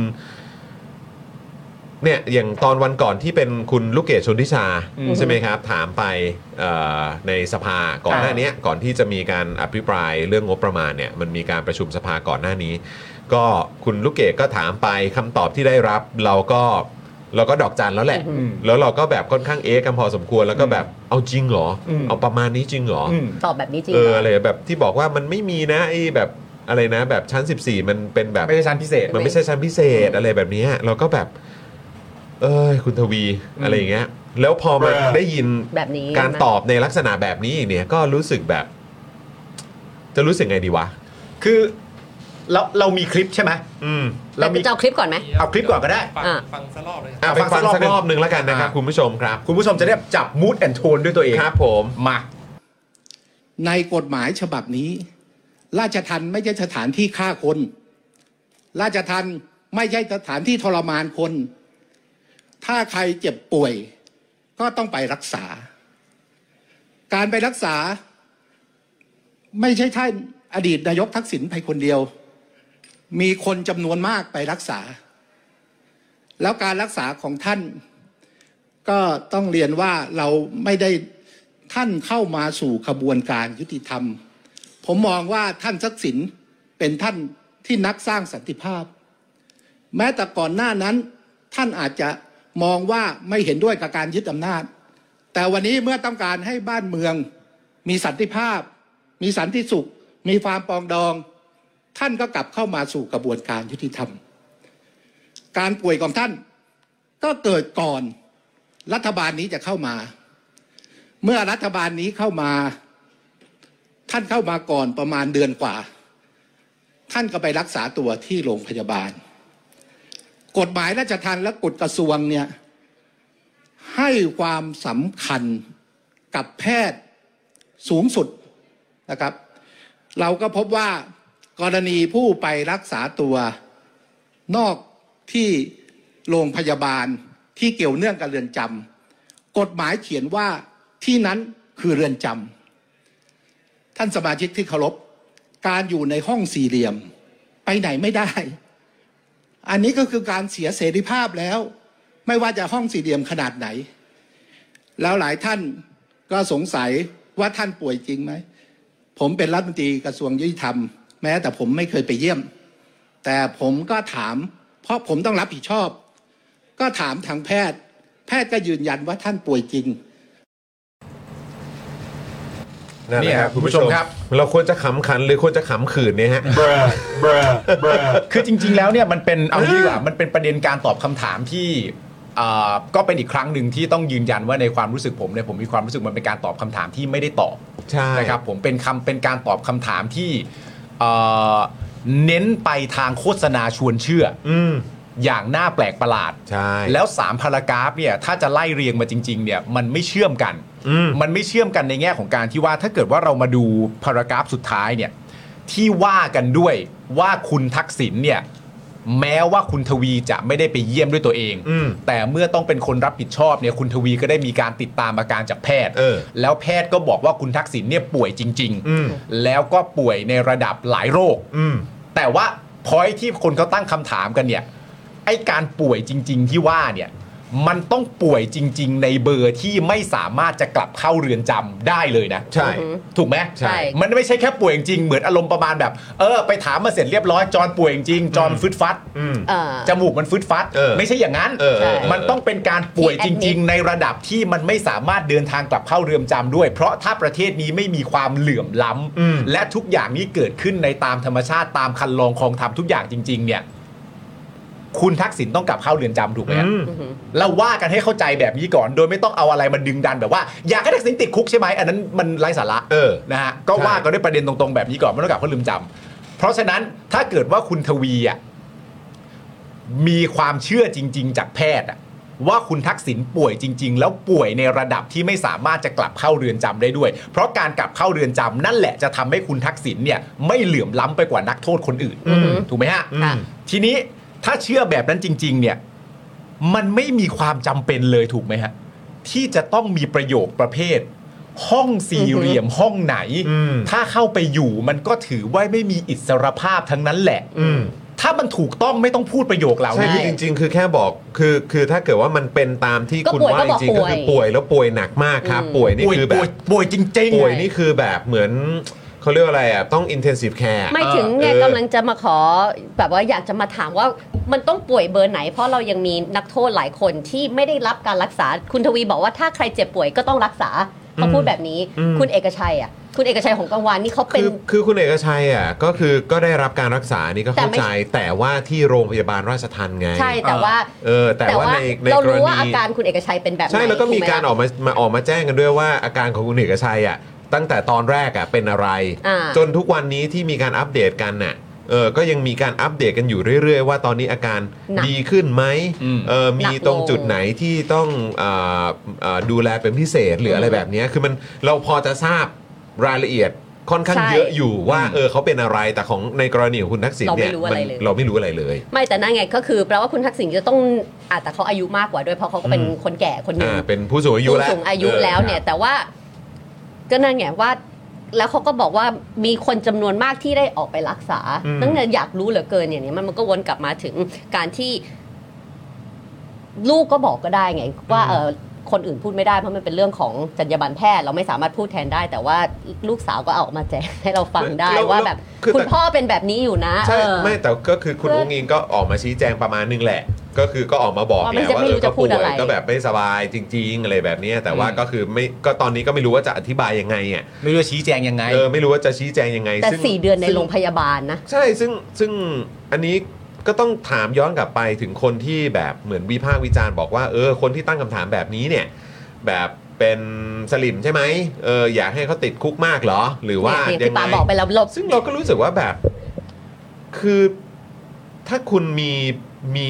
เนี่ยอย่างตอนวันก่อนที่เป็นคุณลูกเกดชนทิชาอืมใช่ไหมครับ ถามไปเอ่อในสภาก่อนหน้านี้ก่อนที่จะมีการอภิปรายเรื่องงบประมาณเนี่ยมันมีการประชุมสภาก่อนหน้านี้ ก็คุณลูกเกดก็ถามไปคำตอบที่ได้รับเราก็เราก็ดอกจันแล้วแหละอืมแล้วเราก็แบบค่อนข้างเอ๊ะกันพอสมควรแล้วก็แบบเอาจริงเหรออืมเอาประมาณนี้จริงเหรออืมตอบแบบนี้จริงเอเหรอออะไรแบบที่บอกว่ามันไม่มีนะไอ้แบบอะไรนะ แบบชั้น สิบสี่ มันเป็นแบบไม่ใช่ชั้นพิเศษมันไม่ใช่ชั้นพิเศษอะไรแบบเนี้ยเราก็แบบ เอ้ยคุณทวีอืมอะไรอย่างเงี้ย แล้วพอมาได้ยินแบบนี้การนะตอบในลักษณะแบบนี้อีกเนี่ยก็รู้สึกแบบ จะรู้สึกไงดีวะคือเราเรามีคลิปใช่ไหมอืมเราเรามีจะเอาคลิปก่อนไหมเอาคลิปก่อนก็ได้ฟังอ่ะฟังสักรอบเลยอ่ะฟัฟังงสัสักกรอบหนึ่งรอบหนึ่งแล้วกันนะครับอ่ะคุณผู้ชมครับคุณผู้ชมจะได้จับมูดแอนโทนด้วยตัวเองครับผมมาในกฎหมายฉบับนี้ ราชทัณฑ์ไม่ใช่สถานที่ฆ่าคน ราชทัณฑ์ไม่ใช่สถานที่ทรมานคน ถ้าใครเจ็บป่วย ก็ต้องไปรักษา การไปรักษา ไม่ใช่ท่านอดีตนายกทักษิณไปคนเดียว มีคนจำนวนมากไปรักษา แล้วการรักษาของท่าน ก็ต้องเรียนว่าเราไม่ได้ท่านเข้ามาสู่ขบวนการยุติธรรม ผมมองว่าท่านทักษิณเป็นท่านที่นักสร้างสันติภาพ แม้แต่ก่อนหน้านั้น ท่านอาจจะมองว่าไม่เห็นด้วยกับการยึดอำนาจ แต่วันนี้เมื่อต้องการให้บ้านเมือง มีสันติภาพ มีสันติสุข มีความปรองดอง ท่านก็กลับเข้ามาสู่กระบวนการยุติธรรม การป่วยของท่านก็เกิดก่อนรัฐบาลนี้จะเข้ามาเมื่อรัฐบาลนี้เข้ามาท่านเข้ามาก่อนประมาณเดือนกว่าท่านก็ไปรักษาตัวที่โรงพยาบาลกฎหมายราชทัณฑ์และกฎกระทรวงเนี่ยให้ความสำคัญกับแพทย์สูงสุดนะครับเราก็พบว่ากรณีผู้ไปรักษาตัวนอกที่โรงพยาบาลที่เกี่ยวเนื่องกับเรือนจำกฎหมายเขียนว่าที่นั้นคือเรือนจำท่านสมาชิกที่เคารพการอยู่ในห้องสี่เหลี่ยมไปไหนไม่ได้อันนี้ก็คือการเสียเสรีภาพแล้วไม่ว่าจะห้องสี่เหลี่ยมขนาดไหนแล้วหลายท่านก็สงสัยว่าท่านป่วยจริงไหมผมเป็นรัฐมนตรีกระทรวงยุติธรรมแม้แต่ผมไม่เคยไปเยี่ยมแต่ผมก็ถามเพราะผมต้องรับผิดชอบก็ถามทางแพทย์แพทย์ก็ยืนยันว่าท่านป่วยจริงนั่นแหละครับคุณผู้ชมครับเราควรจะขำขันหรือควรจะขำขืนเนี่ยฮะคือจริงๆแล้วเนี่ยมันเป็นเอางี้ดีกว่ามันเป็นประเด็นการตอบคำถามที่อ่าก็เป็นอีกครั้งหนึ่งที่ต้องยืนยันว่าในความรู้สึกผมเนี่ยผมมีความรู้สึกมันเป็นการตอบคำถามที่ไม่ได้ตอบใช่นะครับผมเป็นคำเป็นการตอบคำถามที่เอ่อเน้นไปทางโฆษณาชวนเชื่ออือย่างน่าแปลกประหลาดใช่แล้วสามพารากราฟเนี่ยถ้าจะไล่เรียงมาจริงๆเนี่ยมันไม่เชื่อมกันมันไม่เชื่อมกันในแง่ของการที่ว่าถ้าเกิดว่าเรามาดูพารากราฟสุดท้ายเนี่ยที่ว่ากันด้วยว่าคุณทักษิณเนี่ยแม้ว่าคุณทวีจะไม่ได้ไปเยี่ยมด้วยตัวเองแต่เมื่อต้องเป็นคนรับผิดชอบเนี่ยคุณทวีก็ได้มีการติดตามอาการจากแพทย์แล้วแพทย์ก็บอกว่าคุณทักษิณเนี่ยป่วยจริงๆแล้วก็ป่วยในระดับหลายโรคแต่ว่าพอยที่คนเขาตั้งคำถามกันเนี่ยไอ้การป่วยจริงๆที่ว่าเนี่ยมันต้องป่วยจริงๆในเบอร์ที่ไม่สามารถจะกลับเข้าเรือนจำได้เลยนะใช่ถูกไหมใช่มันไม่ใช่แค่ป่วยจริงเหมือนอารมณ์ประมาณแบบเออไปถามมาเสร็จเรียบร้อยจอนป่วยจริงจอนฟึดฟัดจมูกมันฟึดฟัดไม่ใช่อย่างนั้นมันต้องเป็นการป่วยจริงๆในระดับที่มันไม่สามารถเดินทางกลับเข้าเรือนจำด้วยเพราะถ้าประเทศนี้ไม่มีความเหลื่อมล้ำและทุกอย่างนี้เกิดขึ้นในตามธรรมชาติตามคันลองคลองธรรมทุกอย่างจริงๆเนี่ยคุณทักษิณต้องกลับเข้าเรือนจำถูกไหมเราว่ากันให้เข้าใจแบบนี้ก่อนโดยไม่ต้องเอาอะไรมาดึงดันแบบว่าอยากให้ทักษิณติดคุกใช่ไหมอันนั้นมันไร้สาระนะฮะก็ว่ากันด้วยประเด็นตรงๆแบบนี้ก่อนไม่ต้องกลับเข้าเรือนจำเพราะฉะนั้นถ้าเกิดว่าคุณทวีอ่ะมีความเชื่อจริงๆจากแพทย์อ่ะว่าคุณทักษิณป่วยจริงๆแล้วป่วยในระดับที่ไม่สามารถจะกลับเข้าเรือนจำได้ด้วยเพราะการกลับเข้าเรือนจำนั่นแหละจะทำให้คุณทักษิณเนี่ยไม่เหลื่อมล้ำไปกว่านักโทษคนอื่นถูกไหมฮะทีนี้ถ้าเชื่อแบบนั้นจริงๆเนี่ยมันไม่มีความจำเป็นเลยถูกไหมฮะที่จะต้องมีประโยคประเภทห้องสี่เหลี่ยมห้องไหนถ้าเข้าไปอยู่มันก็ถือว่าไม่มีอิสรภาพทั้งนั้นแหละถ้ามันถูกต้องไม่ต้องพูดประโยคเหล่านี้ใช่จริงๆคือแค่บอกคือคือถ้าเกิดว่ามันเป็นตามที่คุณว่าจริงๆก็คือป่วยแล้วป่วยหนักมากครับป่วยนี่คือแบบป่วยจริงๆป่วยนี่คือแบบเหมือนเขาเรียกอะไรอ่ะต้อง intensive care ไม่ถึงเนี่ยกำลังจะมาขอแบบว่าอยากจะมาถามว่ามันต้องป่วยเบอร์ไหนเพราะเรายังมีนักโทษหลายคนที่ไม่ได้รับการรักษาคุณทวีบอกว่าถ้าใครเจ็บป่วยก็ต้องรักษาเขาพูดแบบนี้คุณเอกชัยอ่ะคุณเอกชัยของกังวานนี่เขาเป็นคือคุณเอกชัยอ่ะก็คือก็ได้รับการรักษานี่ก็เข้าใจแต่ว่าที่โรงพยาบาลราชทัณฑ์ไงใช่แต่ว่าเออแต่ว่าในในเรารู้ว่าอาการคุณเอกชัยเป็นแบบไหนใช่แล้วก็มีการออกมามาออกมาแจ้งกันด้วยว่าอาการของคุณเอกชัยอ่ะตั้งแต่ตอนแรกอ่ะเป็นอะไรจนทุกวันนี้ที่มีการอัปเดตกันน่ะเออก็ยังมีการอัปเดตกันอยู่เรื่อยๆว่าตอนนี้อาการดีขึ้นไหมเออมีตรงจุดไหนที่ต้องอ่าอ่าดูแลเป็นพิเศษหรืออะไรแบบนี้คือมันเราพอจะทราบรายละเอียดค่อนข้างเยอะอยู่ว่าเออเขาเป็นอะไรแต่ของในกรณีของคุณทักษิณเนี่ยเราไม่รู้อะไรเลยไม่แต่นั่นไงก็คือแปลว่าคุณทักษิณจะต้องอาจแต่เขาอายุมากกว่าด้วยเพราะเขาก็เป็นคนแก่คนนึงเป็นผู้สูงอายุแล้วผู้สูงอายุแล้วเนี่ยแต่ว่าก็นั่นไงว่าแล้วเขาก็บอกว่ามีคนจำนวนมากที่ได้ออกไปรักษาตั้งแต่อยากรู้เหลือเกินอย่างนี้มันมันก็วนกลับมาถึงการที่ลูกก็บอกก็ได้ไงว่าเออคนอื่นพูดไม่ได้เพราะมันเป็นเรื่องของจรรยาบรรณแพทย์เราไม่สามารถพูดแทนได้แต่ว่าลูกสาวก็เอาออกมาแจ้งให้เราฟังได้ว่าแบบคุณพ่อเป็นแบบนี้อยู่นะใช่ไม่แต่ก็คือคุณอุ้งอิงก็ออกมาชี้แจงประมาณนึงแหละก็คือก็ออกมาบอกแหละว่าเออก็ป่วยก็แบบไม่สบายจริงๆอะไรแบบนี้แต่ว่าก็คือไม่ก็ตอนนี้ก็ไม่รู้ว่าจะอธิบายยังไงอ่ะไม่รู้จะชี้แจงยังไงเออไม่รู้ว่าจะชี้แจงยังไงแต่สี่เดือนในโรงพยาบาลนะใช่ซึ่งซึ่งอันนี้ก็ต้องถามย้อนกลับไปถึงคนที่แบบเหมือนวิพากษ์วิจารณ์บอกว่าเออคนที่ตั้งคำถามแบบนี้เนี่ยแบบเป็นสลิมใช่ไหมเอออยากให้เขาติดคุกมากเหรอหรือว่าเนี่ยยังพี่ไงปาบอกไปแล้วลบซึ่งเราก็รู้สึกว่าแบบคือถ้าคุณมีมี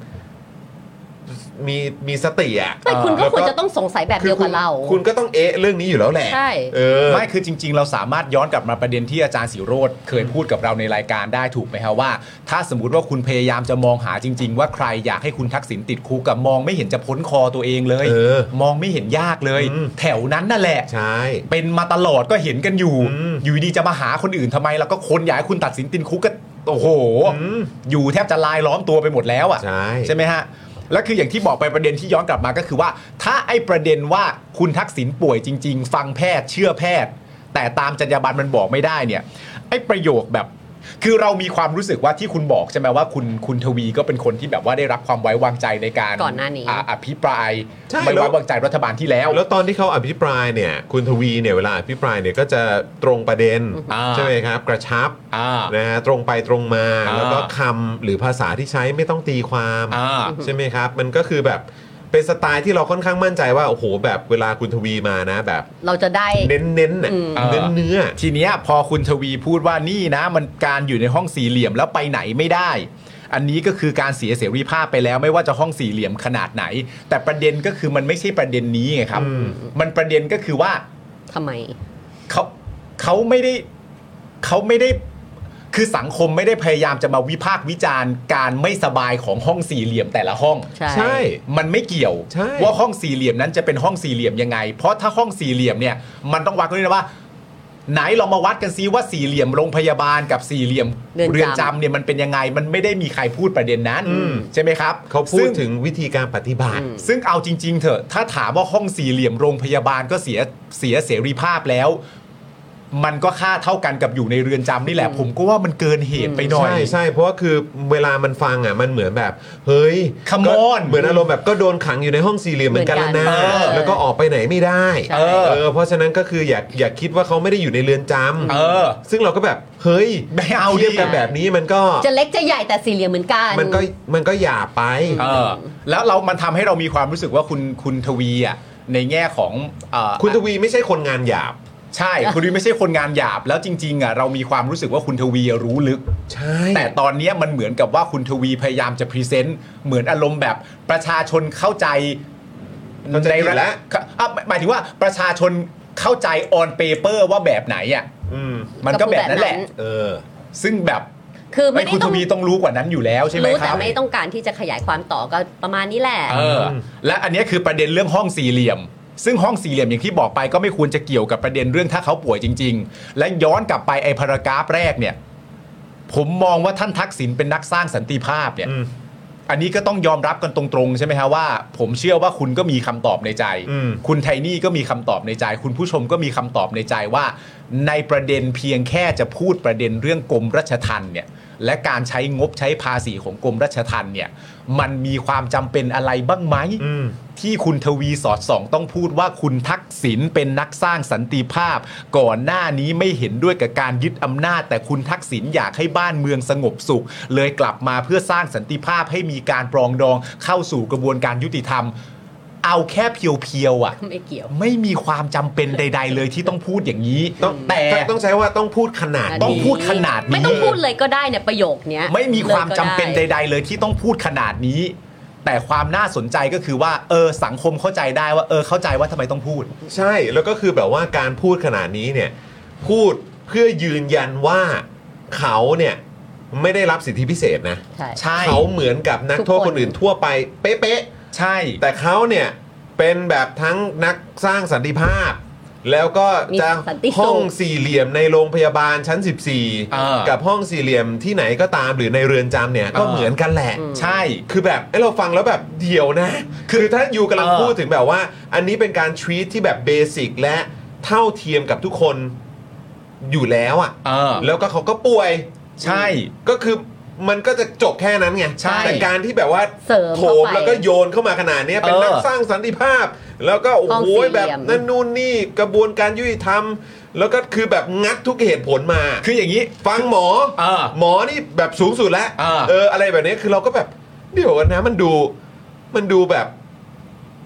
มีมีสติอ่ะไม่คุณก็แล้วควรจะต้องสงสัยแบบเดียวกับเราคุณคุณก็ต้องเอะเรื่องนี้อยู่แล้วแหละใช่เออไม่คือจริงๆเราสามารถย้อนกลับมาประเด็นที่อาจารย์ศิโรจน์เคยพูดกับเราในรายการได้ถูกไหมครับว่า ถ้าสมมติว่าคุณพยายามจะมองหาจริง ๆ ว่าใครอยากให้คุณทักษิณติดคุกกับมองไม่เห็นจะพ้นคอตัวเองเลยเออมองไม่เห็นยากเลยอืมแถวนั้นนั่นแหละใช่เป็นมาตลอดก็เห็นกันอยู่อืมอยู่ดีจะมาหาคนอื่นทำไมแล้วก็คนอยากให้คุณตัดสินติดคุกก็โอ้โหอืมอยู่แทบจะลายล้อมตัวไปหมดแล้วอ่ะใช่ใช่ไหมฮะแล้วคืออย่างที่บอกไปประเด็นที่ย้อนกลับมาก็คือว่า ถ้าไอ้ประเด็นว่าคุณทักษิณป่วยจริง ๆ ฟังแพทย์เชื่อแพทย์ แต่ตามจรรยาบรรณมันบอกไม่ได้เนี่ยไอ้ประโยคแบบ คือเรามีความรู้สึกว่าที่คุณบอกใช่ไหมว่าคุณคุณทวีก็เป็นคนที่แบบว่าได้รับความไว้วางใจในการก่อนหน้านี้อ่อภิปรายใช่ไม่แล้วไว้วางใจรัฐบาลที่แล้วแล้วตอนที่เขาอภิปรายเนี่ยคุณทวีเนี่ยเวลาอภิปรายเนี่ยก็จะตรงประเด็นอ่าใช่ไหมครับ กระชับอ่านะฮะตรงไปตรงมาอ่าแล้วก็คำหรือภาษาที่ใช้ไม่ต้องตีความอ่าใช่ไหมครับ มันก็คือแบบเป็นสไตล์ที่เราค่อนข้างมั่นใจว่าโอ้โหแบบเวลาคุณทวีมานะแบบเราจะได้เน้นๆเน้นน่ะอืมเนื้อเนื้อทีเนี้ยพอคุณทวีพูดว่านี่นะมันการอยู่ในห้องสี่เหลี่ยมแล้วไปไหนไม่ได้ อันนี้ก็คือการเสียเสรีภาพไปแล้วไม่ว่าจะห้องสี่เหลี่ยมขนาดไหน แต่ประเด็นก็คือมันไม่ใช่ประเด็นนี้ไงครับ มันประเด็นก็คือว่าทำไมเขาเขาไม่ได้เขาไม่ได้คือสังคมไม่ได้พยายามจะมาวิพากษ์วิจารณ์การไม่สบายของห้องสี่เหลี่ยมแต่ละห้องใช่ใช่มันไม่เกี่ยวใช่ว่าห้องสี่เหลี่ยมนั้นจะเป็นห้องสี่เหลี่ยมยังไง เพราะถ้าห้องสี่เหลี่ยมเนี่ยมันต้องวัดกันด้วยนะว่า ไหนลองมาวัดกันซิว่าสี่เหลี่ยมโรงพยาบาลกับสี่เหลี่ยมเรือนจำเรือนจำเนี่ยมันเป็นยังไงมันไม่ได้มีใครพูดประเด็นนั้นใช่ไหมครับเขาพูดซึ่งถึงวิธีการปฏิบัติซึ่งเอาจริง ๆเถอะถ้าถามว่าห้องสี่เหลี่ยมโรงพยาบาลก็เสียเสียเสรีภาพแล้ว มันก็ค่าเท่ากันกับอยู่ในเรือนจำนี่แหละ ผมก็ว่ามันเกินเหตุไปหน่อยใช่ใช่เพราะว่าคือเวลามันฟังอ่ะมันเหมือนแบบ เฮ้ย Come ก็ on เหมือนอารมณ์แบบก็โดนขังอยู่ในห้องสี่เหลี่ยมเหมือนกันแล้วนะเหมือนกันแล้วก็ออกไปไหนไม่ได้ใช่เออเพราะฉะนั้นก็คืออย่าอย่าคิดว่าเขาไม่ได้อยู่ในเรือนจำเออซึ่งเราก็แบบเฮ้ยไม่เอาดิเทียบกันแบบนี้มันก็จะเล็กจะใหญ่แต่สี่เหลี่ยมเหมือนกันมันก็มันก็หยาบไปเออแล้วเรามันทำให้เรามีความรู้สึกว่าคุณคุณทวีอ่ะในแง่ของเอ่อคุณทวีไม่ใช่คนงานหยาบใช่ คุณทวีไม่ใช่คนงานหยาบแล้วจริงๆอ่ะเรามีความรู้สึกว่าคุณทวีรู้ลึกใช่แต่ตอนเนี้ยมันเหมือนกับว่าคุณทวีพยายามจะพรีเซนต์เหมือนอารมณ์แบบประชาชนเข้าใจเข้าใจผิดแล้วอ่ะหมายถึงว่าประชาชนเข้าใจ on paper ว่าแบบไหนอ่ะอืมมันก็แบบนั้นแหละก็พูดแบบนั้นเออซึ่งแบบคือไม่ไม่ได้คุณต้ทองวีต้องรู้กว่านั้นอยู่แล้วใช่ไหมรู้คแต่รับไม่ต้องการที่จะขยายความต่อก็ประมาณนี้แหละเออและอันเนี้ยคือประเด็นเรื่องห้องสี่เหลี่ยม ซึ่งห้องสี่เหลี่ยมอย่างที่บอกไปก็ไม่ควรจะเกี่ยวกับประเด็นเรื่องถ้าเขาป่วยจริง ๆ และย้อนกลับไปไอ้พารากราฟแรกเนี่ยผมมองว่าท่านทักษิณเป็นนักสร้างสันติภาพเนี่ยอืมอันนี้ก็ต้องยอมรับกันตรงๆใช่ไหมฮะว่า ผมเชื่อว่าคุณก็มีคำตอบในใจอืมคุณไทนี่ก็มีคำตอบในใจ คุณผู้ชมก็มีคำตอบในใจว่า ในประเด็นเพียงแค่จะพูดประเด็นเรื่องกรมราชทัณฑ์เนี่ยและการใช้งบใช้ภาษีของกรมราชทัณฑ์เนี่ยมันมีความจำเป็นอะไรบ้างไหมอืมที่คุณทวีสอดส่องต้องพูดว่าคุณทักษิณเป็นนักสร้างสันติภาพ ก่อนหน้านี้ไม่เห็นด้วยกับการยึดอำนาจ แต่คุณทักษิณอยากให้บ้านเมืองสงบสุข เลยกลับมาเพื่อสร้างสันติภาพให้มีการปรองดองเข้าสู่กระบวนการยุติธรรม เอาแค่เพียวๆอ่ะไม่เกี่ยวไม่มีความจำเป็นใด ๆ เลยที่ต้องพูดอย่างนี้ต้องแต่ต้องใช้ว่าต้องพูดขนาดต้องนี้พูดขนาดนี้ไม่ต้องพูดเลยก็ได้เนี่ยประโยคเนี้ยไม่มีความจำเป็นใลยก็ได ๆ เลยที่ต้องพูดขนาดนี้ แต่ความน่าสนใจก็คือว่าเออสังคมเข้าใจได้ว่าเออเข้าใจว่าทำไมต้องพูดใช่แล้วก็คือแบบว่าการพูดขนาดนี้เนี่ยพูดเพื่อยืนยันว่าเขาเนี่ยไม่ได้รับสิทธิพิเศษนะใช่ใช่เขาเหมือนกับนักโทษทุกคนคนอื่นทั่วไปเป๊ะใช่ๆแต่เขาเนี่ยเป็นแบบทั้งนักสร้างสันติภาพ แล้วก็มีจะสันติสุขห้องสี่เหลี่ยมในโรงพยาบาลชั้น สิบสี่เออกับห้องสี่เหลี่ยมที่ไหนก็ตามหรือในเรือนจำเนี่ยก็เออเหมือนกันแหละใช่คือแบบไอ้เราฟังแล้วแบบเดี่ยวนะ คือถ้าอยู่กำลังเออพูดถึงแบบว่า อันนี้เป็นการทรีตที่แบบเบสิกและเท่าเทียมกับทุกคนอยู่แล้วอ่ะเออแล้วก็เขาก็ป่วยใช่ก็คือมันก็จะจบแค่นั้นไงใช่แต่การที่แบบว่าเสริมโถเข้าม ไปแล้วก็โยนเข้ามาขนาดเนี้ยเป็นเออนักสร้างสันติภาพ แล้วก็โอ้ห้องโหสี่เหลี่แบบยมนั่นนู่นนี่กระบวนการยุติธรรม แล้วก็คือแบบงัดทุกเหตุผลมาคืออย่างนี้ฟังหมอเออหมอนี่แบบสูงสุดแล้วเออเอออะไรแบบนี้คือเราก็แบบเดี๋ยวกันนะมันดูมันดูแบบ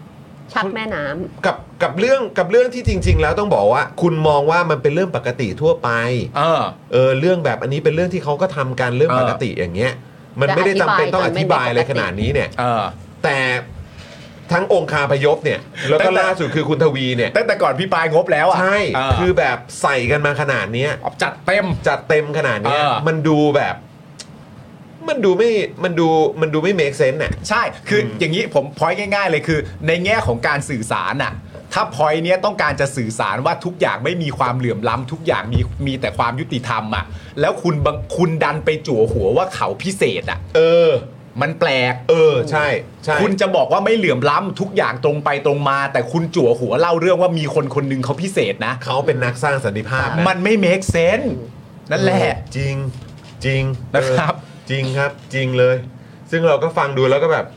ชักแม่น้ำกับกับเรื่องกับเรื่องที่จริง ๆ แล้วต้องบอกว่า คุณมองว่ามันเป็นเรื่องปกติทั่วไปเออเออเรื่องแบบอันนี้เป็นเรื่องที่เขาก็ทำกันเรื่องปกติอย่างเงี้ยมันไม่ได้จำเป็นต้องอธิบายอะไรขนาดนี้เนี่ยเออแต่ทั้งองคาพยพเนี่ยแล้วก็ล่าสุดคือคุณทวีเนี่ยตั้งแต่ก่อนพี่ปลายงบแล้วอ่ะใช่คือแบบใส่กันมาขนาดนี้จัดเต็มจัดเต็มขนาดนี้มันดูแบบมันดูไม่มันดูมันดูไม่เมคเซนส์น่ะใช่คืออย่างนี้ผมพอยต์ง่ายๆเลยคือในแง่ของการสื่อสารน่ะถ้าพอยต์เนี้ยต้องการจะสื่อสารว่าทุกอย่างไม่มีความเหลื่อมล้ำทุกอย่างมีมีแต่ความยุติธรรมอ่ะแล้วคุณบังคุณดันไปจั่วหัวว่าเขาพิเศษอ่ะเออมันแปลกเออใช่ใช่คุณจะบอกว่าไม่เหลื่อมล้ำทุกอย่างตรงไปตรงมาแต่คุณจั่วหัวเล่าเรื่องว่ามีคนคนนึงเขาพิเศษนะเขาเป็นนักสร้างสันติภาพมันไม่เมคเซนส์นั่นแหละจริงจริงนะครับจริงครับจริงเลยซึ่งเราก็ฟังดูแล้วก็แบบ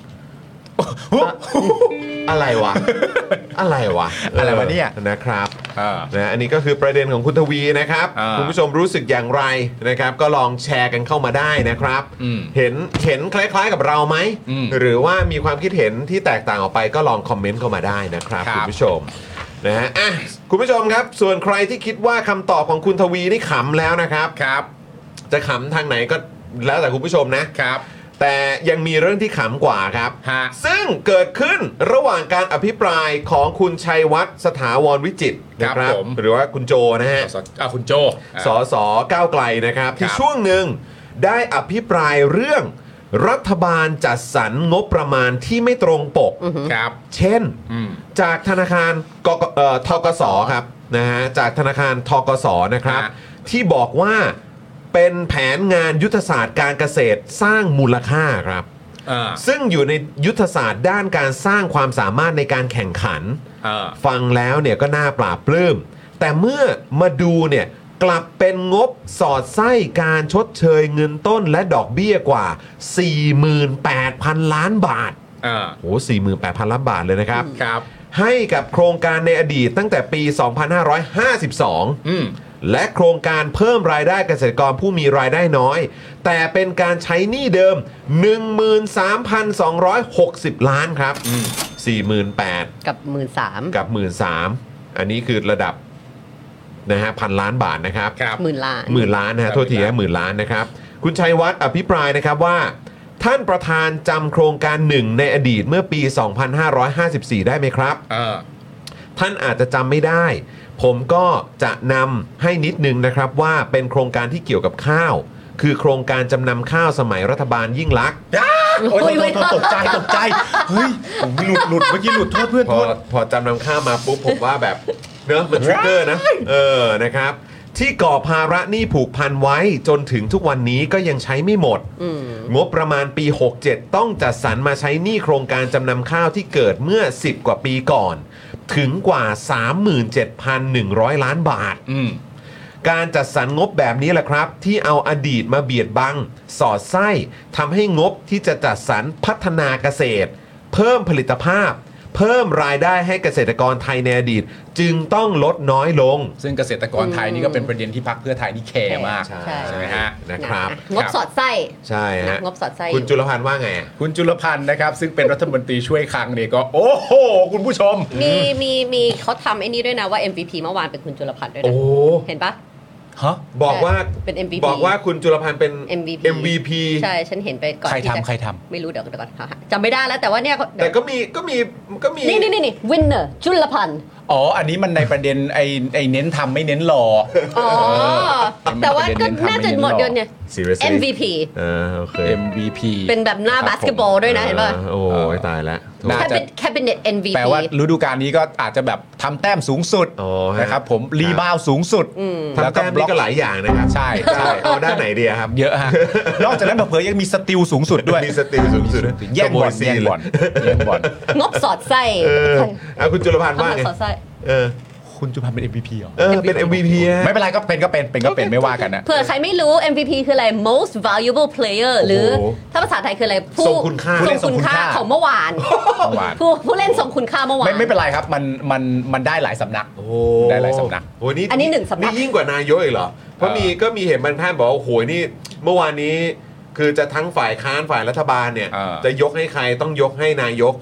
อะไรวะอะไรวะอะไรวะเนี่ยนะครับนะอันนี้ก็คือประเด็นของคุณทวีนะครับคุณผู้ชมรู้สึกอย่างไรนะครับก็ลองแชร์กันเข้ามาได้นะครับเห็นเห็นคล้ายๆกับเราไหมหรือว่ามีความคิดเห็นที่แตกต่างออกไปก็ลองคอมเมนต์เข้ามาได้นะครับคุณผู้ชมนะฮะอ่ะคุณผู้ชมครับส่วนใครที่คิดว่าคำตอบของคุณทวีนี่ขำแล้วนะครับครับจะขำทางไหนก็แล้วแต่คุณผู้ชมนะครับแต่ยังมีเรื่องที่ขำกว่าครับซึ่งเกิดขึ้นระหว่างการอภิปรายของคุณชัยวัฒน์สถาวรวิจิตรนะครับหรือว่าคุณโจนะฮะคุณโจสสก้าวไกลนะครับที่ช่วงหนึ่งได้อภิปรายเรื่องรัฐบาลจัดสรรงบประมาณที่ไม่ตรงปกครับเช่นจากธนาคารกทกสครับนะฮะจากธนาคารทกสนะครับที่บอกว่าเป็นแผนงานยุทธศาสตร์การเกษตรสร้างมูลค่าครับซึ่งอยู่ในยุทธศาสตร์ด้านการสร้างความสามารถในการแข่งขันฟังแล้วเนี่ยก็น่าปราบปลื้มแต่เมื่อมาดูเนี่ยกลับเป็นงบสอดไส้การชดเชยเงินต้นและดอกเบี้ยกว่า สี่หมื่นแปดพัน ล้านบาทโอ้โห สี่หมื่นแปดพัน ล้านบาทเลยนะครับครับให้กับโครงการในอดีตตั้งแต่ปี สองพันห้าร้อยห้าสิบสองและโครงการเพิ่มรายได้เกษตรกรผู้มีรายได้น้อยแต่เป็นการใช้หนี้เดิม หนึ่งหมื่นสามพันสองร้อยหกสิบ ล้านครับ สี่หมื่นแปดพันกับ หนึ่งหมื่นสามพันกับ หนึ่งหมื่นสามพัน อันนี้คือระดับนะฮะพันล้านบาทนะครับหมื่นล้านหมื่นล้านนะฮะโทษทีฮะหมื่นล้านนะครับคุณชัยวัฒน์อภิปรายนะครับว่าท่านประธานจำโครงการหนึ่งในอดีตเมื่อปี สองพันห้าร้อยห้าสิบสี่ ได้ไหมครับท่านอาจจะจำไม่ได้ผมก็จะนำให้นิดนึงนะครับว่าเป็นโครงการที่เกี่ยวกับข้าวคือโครงการจำนำข้าวสมัยรัฐบาลยิ่งลักษณ์โอ้ยตกใจตกใจเฮ้ยผมหลุดหลุดเมื่อกี้หลุดโทษเพื่อนพอพอจำนำข้าวมาปุ๊บผมว่าแบบเนอะมันทริกเกอร์นะเออนะครับที่ก่อภาระหนี้ผูกพันไว้จนถึงทุกวันนี้ก็ยังใช้ไม่หมดงบประมาณปีหกเจ็ดต้องจัดสรรมาใช้หนี้โครงการจำนำข้าวที่เกิดเมื่อสิบกว่าปีก่อนถึงกว่า สามหมื่นเจ็ดพันหนึ่งร้อย ล้านบาทการจัดสรรงบแบบนี้แหละครับที่เอาอดีตมาเบียดบังสอดไส้ทำให้งบที่จะจัดสรรพัฒนาเกษตรเพิ่มผลิตภาพเพิ่มรายได้ให้เกษตรกรไทยในอดีตจึงต้องลดน้อยลงซึ่งเกษตรกรไทยนี่ก็เป็นประเด็นที่พรรคเพื่อไทยนี่แคร์มากใช่ไหมฮะนะครับงบสอดไส้ใช่ฮะงบสอดไส้คุณจุลพันธ์ว่าไงคุณจุลพันธ์นะครับซึ่งเป็นรัฐมนตรีช่วยคลังเนี่ยก็โอ้โหคุณผู้ชมมีมีมีเขาทำไอ้นี้ด้วยนะว่า เอ็ม วี พี เมื่อวานเป็นคุณจุลพันธ์ด้วยนะเห็นปะฮะบอกว่าเป็น เอ็ม วี พีบอกว่าคุณจุลพันธ์เป็นเอ็ม วี พีเอ็ม วี พีใช่ฉันเห็นไปก่อนใครทำใครทำไม่รู้เดี๋ยวก่อนจำไม่ได้แล้วแต่ว่าเนี่ยแต่ก็มีก็มีก็มีนี่นี่นี่วินเนอร์จุลพันธ์อ๋ออันนี้มันในประเด็นไอ้ไอ้เน้นทำไม่เน้นหล่ออ๋อแต่ว่าก็น่าจะหมดเดือนเนี่ย เอ็ม วี พีเออโอเคเอ็ม วี พีเป็นแบบหน้าบาสเกตบอลด้วยนะเห็นป่ะโอ้ยตายแล้วน่าจะแค่เป็น เอ็ม วี พีแปลว่าฤดูกาลนี้ก็อาจจะแบบทำแต้มสูงสุดนะครับผมรีบาวสูงสุดทำแต้มนี่ก็หลายอย่างนะครับใช่ใช่เอาด้านไหนดีครับเยอะฮะนอกจากนั้นเผยยังมีสติลสูงสุดด้วยมีสติลสูงสุดแย่งบอลแย่งบอลแย่งบอลงบสอดไส้เอาคุณจุลพันธ์ว่าไงเออคุณจุลพันธ์เป็น เอ็ม วี พี เหรอเออเป็น เอ็ม วี พีไม่เป็นไรก็เป็นก็เป็นเป็นก็เป็นไม่ว่ากันนะเผื่อใครไม่รู้ เอ็ม วี พี คืออะไร most valuable player หรือถ้าภาษาไทยคืออะไรผู้ทรงคุณค่าทรงคุณค่าของเมื่อวานผู้ผู้เล่นทรงคุณค่าเมื่อวานไม่ไม่เป็นไรครับมันมันมันได้หลายสำนักได้หลายสำนักโอ้นี่อันนี้หนึ่งสำนักนี่ยิ่งกว่านายกอีกเหรอเพราะมีก็มีเห็นบางท่านบอกว่าโอ้โหนี่เมื่อวานนี้คือจะทั้งฝ่ายค้านฝ่ายรัฐบาลเนี่ยจะยกให้ใครต้องยกให้นายก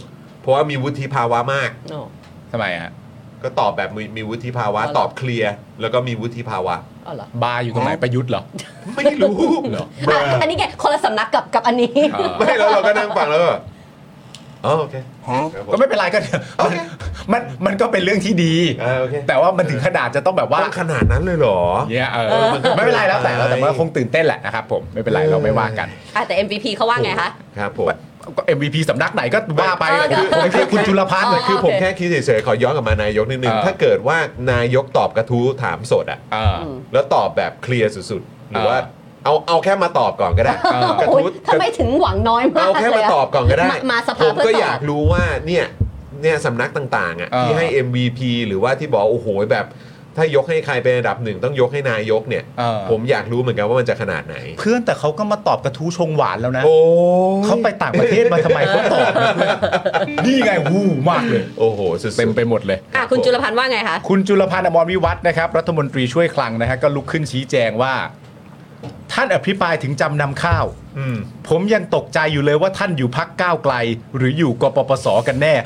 เพราะว่ามีวุฒิภาวะมากทำไมฮะก็ตอบแบบมีมีวุฒิภาวะตอบเคลียร์แล้วก็มีวุฒิภาวะอ๋อเหรอบาร์อยู่ตรงไหนประยุทธ์เหรอไม่รู้เหรออันนี้ไงคนละสำนักกับกับอันนี้ไม่แล้วเราก็นั่งฟังแล้วอ๋อโอเคก็ไม่เป็นไรก็มันมันก็เป็นเรื่องที่ดีแต่ว่ามันถึงขนาดจะต้องแบบว่าขนาดนั้นเลยเหรอเนี่ยเออไม่เป็นไรแล้วแต่แต่ว่าคงตื่นเต้นแหละนะครับผมไม่เป็นไรเราไม่ว่ากันแต่ เอ็ม วี พี เขาว่าไงคะครับผมก็ เอ็ม วี พี สำนักไหนก็ว่าไปคือคุณจุลพันธ์คือผมแค่คิดเฉยๆขอย้อนกลับมานายกนิดนึงถ้าเกิดว่านายกตอบกระทู้ถามสดอ่ะแล้วตอบแบบเคลียร์สุดๆหรือว่าเอาเอาแค่มาตอบก่อนก็ได้กระทู้ทำไมถึงหวังน้อยมากเอาแค่มาตอบก่อนก็ได้มาสภาผมก็อยากรู้ว่าเนี่ยเนี่ยสำนักต่างๆอ่ะที่ให้ เอ็ม วี พี หรือว่าที่บอกโอ้โหแบบถ้ายกให้ใครเป็นอันดับหนึ่งต้องยกให้นายกเนี่ยผมอยากรู้เหมือนกันว่ามันจะขนาดไหนเพื่อนแต่เขาก็มาตอบกระทู้ชงหวานแล้วนะเขาไปต่างประเทศมาทำไมเขาตอบนี่ไงวู้มากเลยโอ้โหเต็มไปหมดเลยอ่ะคุณจุลพันธ์ว่าไงคะคุณจุลพันธ์อมรวิวัฒน์นะครับรัฐมนตรีช่วยคลังนะฮะก็ลุกขึ้นชี้แจงว่าท่านอภิปรายถึงจำนำข้าวผมยังตกใจอยู่เลยว่าท่านอยู่พรรคก้าวไกลหรืออยู่กปปสกันแน่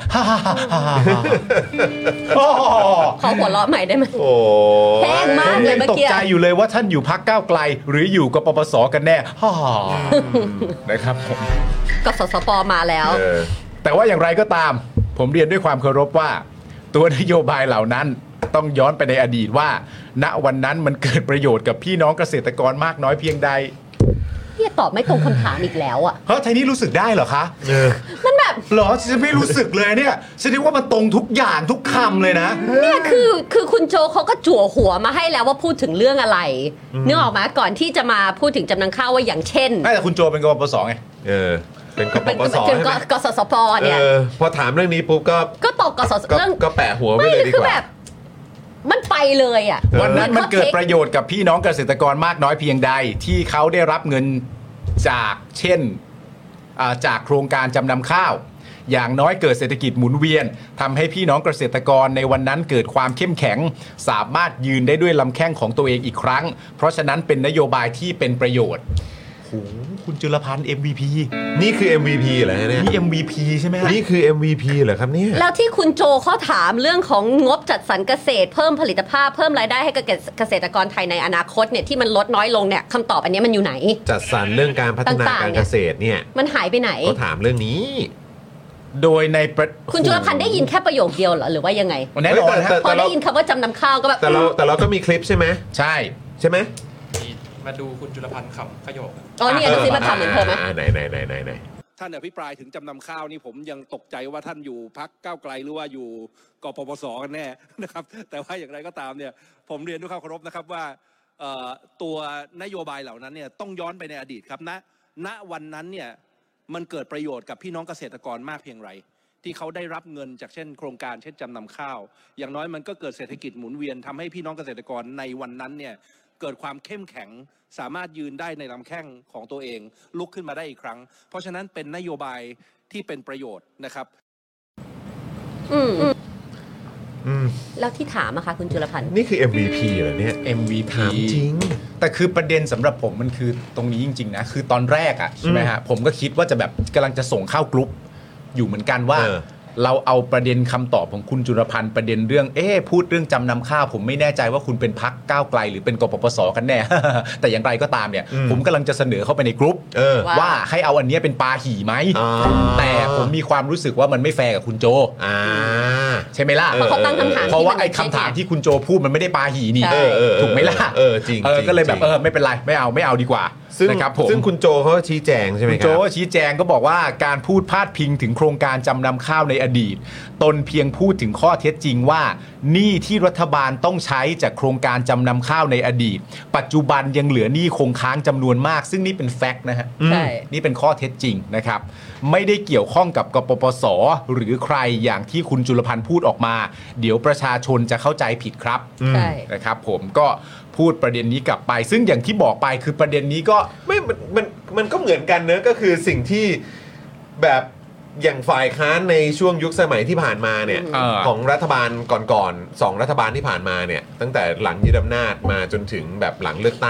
ขอหัวเราะใหม่ได้ไหมแพงมากเลยเมื่อกี้ตกใจอยู่เลยว่าท่านอยู่พรรคก้าวไกลหรืออยู่กปปสกันแน่นะครับผมกสสปมาแล้วแต่ว่าอย่างไรก็ตามผมเรียนด้วยความเคารพว่าตัวนโยบายเหล่านั้นต้องย้อนไปในอดีตว่าณวันนั้นมันเกิดประโยชน์กับพี่น้องเกษตรกรมากน้อยเพียงใดพี่ตอบไม่ตรงคำถามอีกแล้วอ่ะเพราะไทนี่รู้สึกได้เหรอคะมันแบบหรอฉันไม่รู้สึกเลยเนี่ยฉันคิดว่ามันตรงทุกอย่างทุกคำเลยนะเนี่ยคือคือคุณโจเขาก็จั่วหัวมาให้แล้วว่าพูดถึงเรื่องอะไรนึกออกไหมก่อนที่จะมาพูดถึงจำนำข้าวว่าอย่างเช่นแต่คุณโจเป็นกปปสไงเออเป็นกปปสเป็นกสสปเนี่ยพอถามเรื่องนี้ปุ๊บก็ก็ตอบกสสเรื่องก็แปะหัวไปเลยดีกว่ามันไปเลยอ่ะวันนั้นมันเกิดประโยชน์กับพี่น้องเกษตรกรมากน้อยเพียงใดที่เขาได้รับเงินจากเช่นจากโครงการจำนำข้าวอย่างน้อยเกิดเศรษฐกิจหมุนเวียนทำให้พี่น้องเกษตรกรในวันนั้นเกิดความเข้มแข็งสามารถยืนได้ด้วยลำแข้งของตัวเองอีกครั้งเพราะฉะนั้นเป็นนโยบายที่เป็นประโยชน์โอ้คุณจุลพันธ์ เอ็ม วี พีนี่คือ เอ็ม วี พี เหรอเนี่ยนี่ เอ็ม วี พี ใช่ไหมนี่คือ เอ็ม วี พี เหรอครับเนี่ยแล้วที่คุณโจเขาถามเรื่องของงบจัดสรรเกษตรเพิ่มผลิตภาพเพิ่มรายได้ให้กับเกษตรกรไทยในอนาคตเนี่ยที่มันลดน้อยลงเนี่ยคำตอบอันนี้มันอยู่ไหนจัดสรรเรื่องการพัฒนาการเกษตรเนี่ยมันหายไปไหนเขาถามเรื่องนี้โดยในคุณจุลพันธ์ได้ยินแค่ประโยคเดียวเหรอหรือว่ายังไงแน่นอนพอได้ยินคำว่าจำนำข้าวก็แบบแต่เราแต่เราก็มีคลิปใช่ไหมใช่ใช่ไหมมาดูคุณจุลพันธ์คำประโยคอ๋อนี่ดูสิมาทำเหมือนเธอไหมไหนไหนไหนไหนไหนท่านอภิปรายถึงจำนำข้าวนี่ผมยังตกใจว่าท่านอยู่พรรคก้าวไกลหรือว่าอยู่กปปสกันแน่นะครับแต่ว่าอย่างไรก็ตามเนี่ยผมเรียนด้วยความเคารพนะครับว่าตัวนโยบายเหล่านั้นเนี่ยต้องย้อนไปในอดีตครับณณวันนั้นเนี่ยมันเกิดประโยชน์กับพี่น้องเกษตรกรมากเพียงไรที่เขาได้รับเงินจากเช่นโครงการเช่นจำนำข้าวอย่างน้อยมันก็เกิดเศรษฐกิจหมุนเวียนทำให้พี่น้องเกษตรกรในวันนั้นเนี่ยเกิดความเข้มแข็งสามารถยืนได้ในลำแข้งของตัวเองลุกขึ้นมาได้อีกครั้งเพราะฉะนั้นเป็นนโยบายที่เป็นประโยชน์นะครับอืมอืมแล้วที่ถามอะคะคุณจุลพันธ์นี่คือ เอ็ม วี พี เหรอเนี่ยเอ็ม วี พีจริงแต่คือประเด็นสำหรับผมมันคือตรงนี้จริงๆนะคือตอนแรกอะใช่ไหมฮะผมก็คิดว่าจะแบบกำลังจะส่งเข้ากรุ๊ปอยู่เหมือนกันว่าเราเอาประเด็นคำตอบของคุณจุลพันธ์ประเด็นเรื่องเอ๊ะพูดเรื่องจำนำข้าวผมไม่แน่ใจว่าคุณเป็นพรรคก้าวไกลหรือเป็นกปปสกันแน่ แต่อย่างไรก็ตามเนี่ยผมกำลังจะเสนอเข้าไปในกรุ๊ปว่าให้เอาอันนี้เป็นปาหี่ไหมแต่ผมมีความรู้สึกว่ามันไม่แฟร์กับคุณโจใช่ไหมล่ะเพราะเขาตั้งคำถามเพราะว่าไอ้คำถามที่คุณโจพูดมันไม่ได้ปาหี่นี่ถูกไหมล่ะเออจริงก็เลยแบบเออไม่เป็นไรไม่เอาไม่เอาดีกว่านะครับผมซึ่งคุณโจเขาชี้แจงใช่ไหมครับคุณโจชี้แจงก็บอกว่าการพูดพาดพิงถึงโครงการจำนำข้าวในอดีตตนเพียงพูดถึงข้อเท็จจริงว่าหนี้ที่รัฐบาลต้องใช้จากโครงการจำนำข้าวในอดีตปัจจุบันยังเหลือหนี้คงค้างจำนวนมากซึ่งนี่เป็นแฟกต์นะฮะใช่นี่เป็นข้อเท็จจริงนะครับไม่ได้เกี่ยวข้องกับกปปสหรือใครอย่างที่คุณจุลพันธ์พูดออกมาเดี๋ยวประชาชนจะเข้าใจผิดครับใช่นะครับผมก็พูดประเด็นนี้กลับไปซึ่งอย่างที่บอกไปคือประเด็นนี้ก็ไม่มันมันมันก็เหมือนกันเนอะก็คือสิ่งที่แบบอย่างฝ่ายค้านในช่วงยุคสมัยที่ผ่านมาเนี่ยของรัฐบาลก่อนๆสองรัฐบาลที่ผ่านมาเนี่ยตั้งแต่หลังยึดอำนาจมาจนถึงแบบหลังเลือกตั้งเนี่ย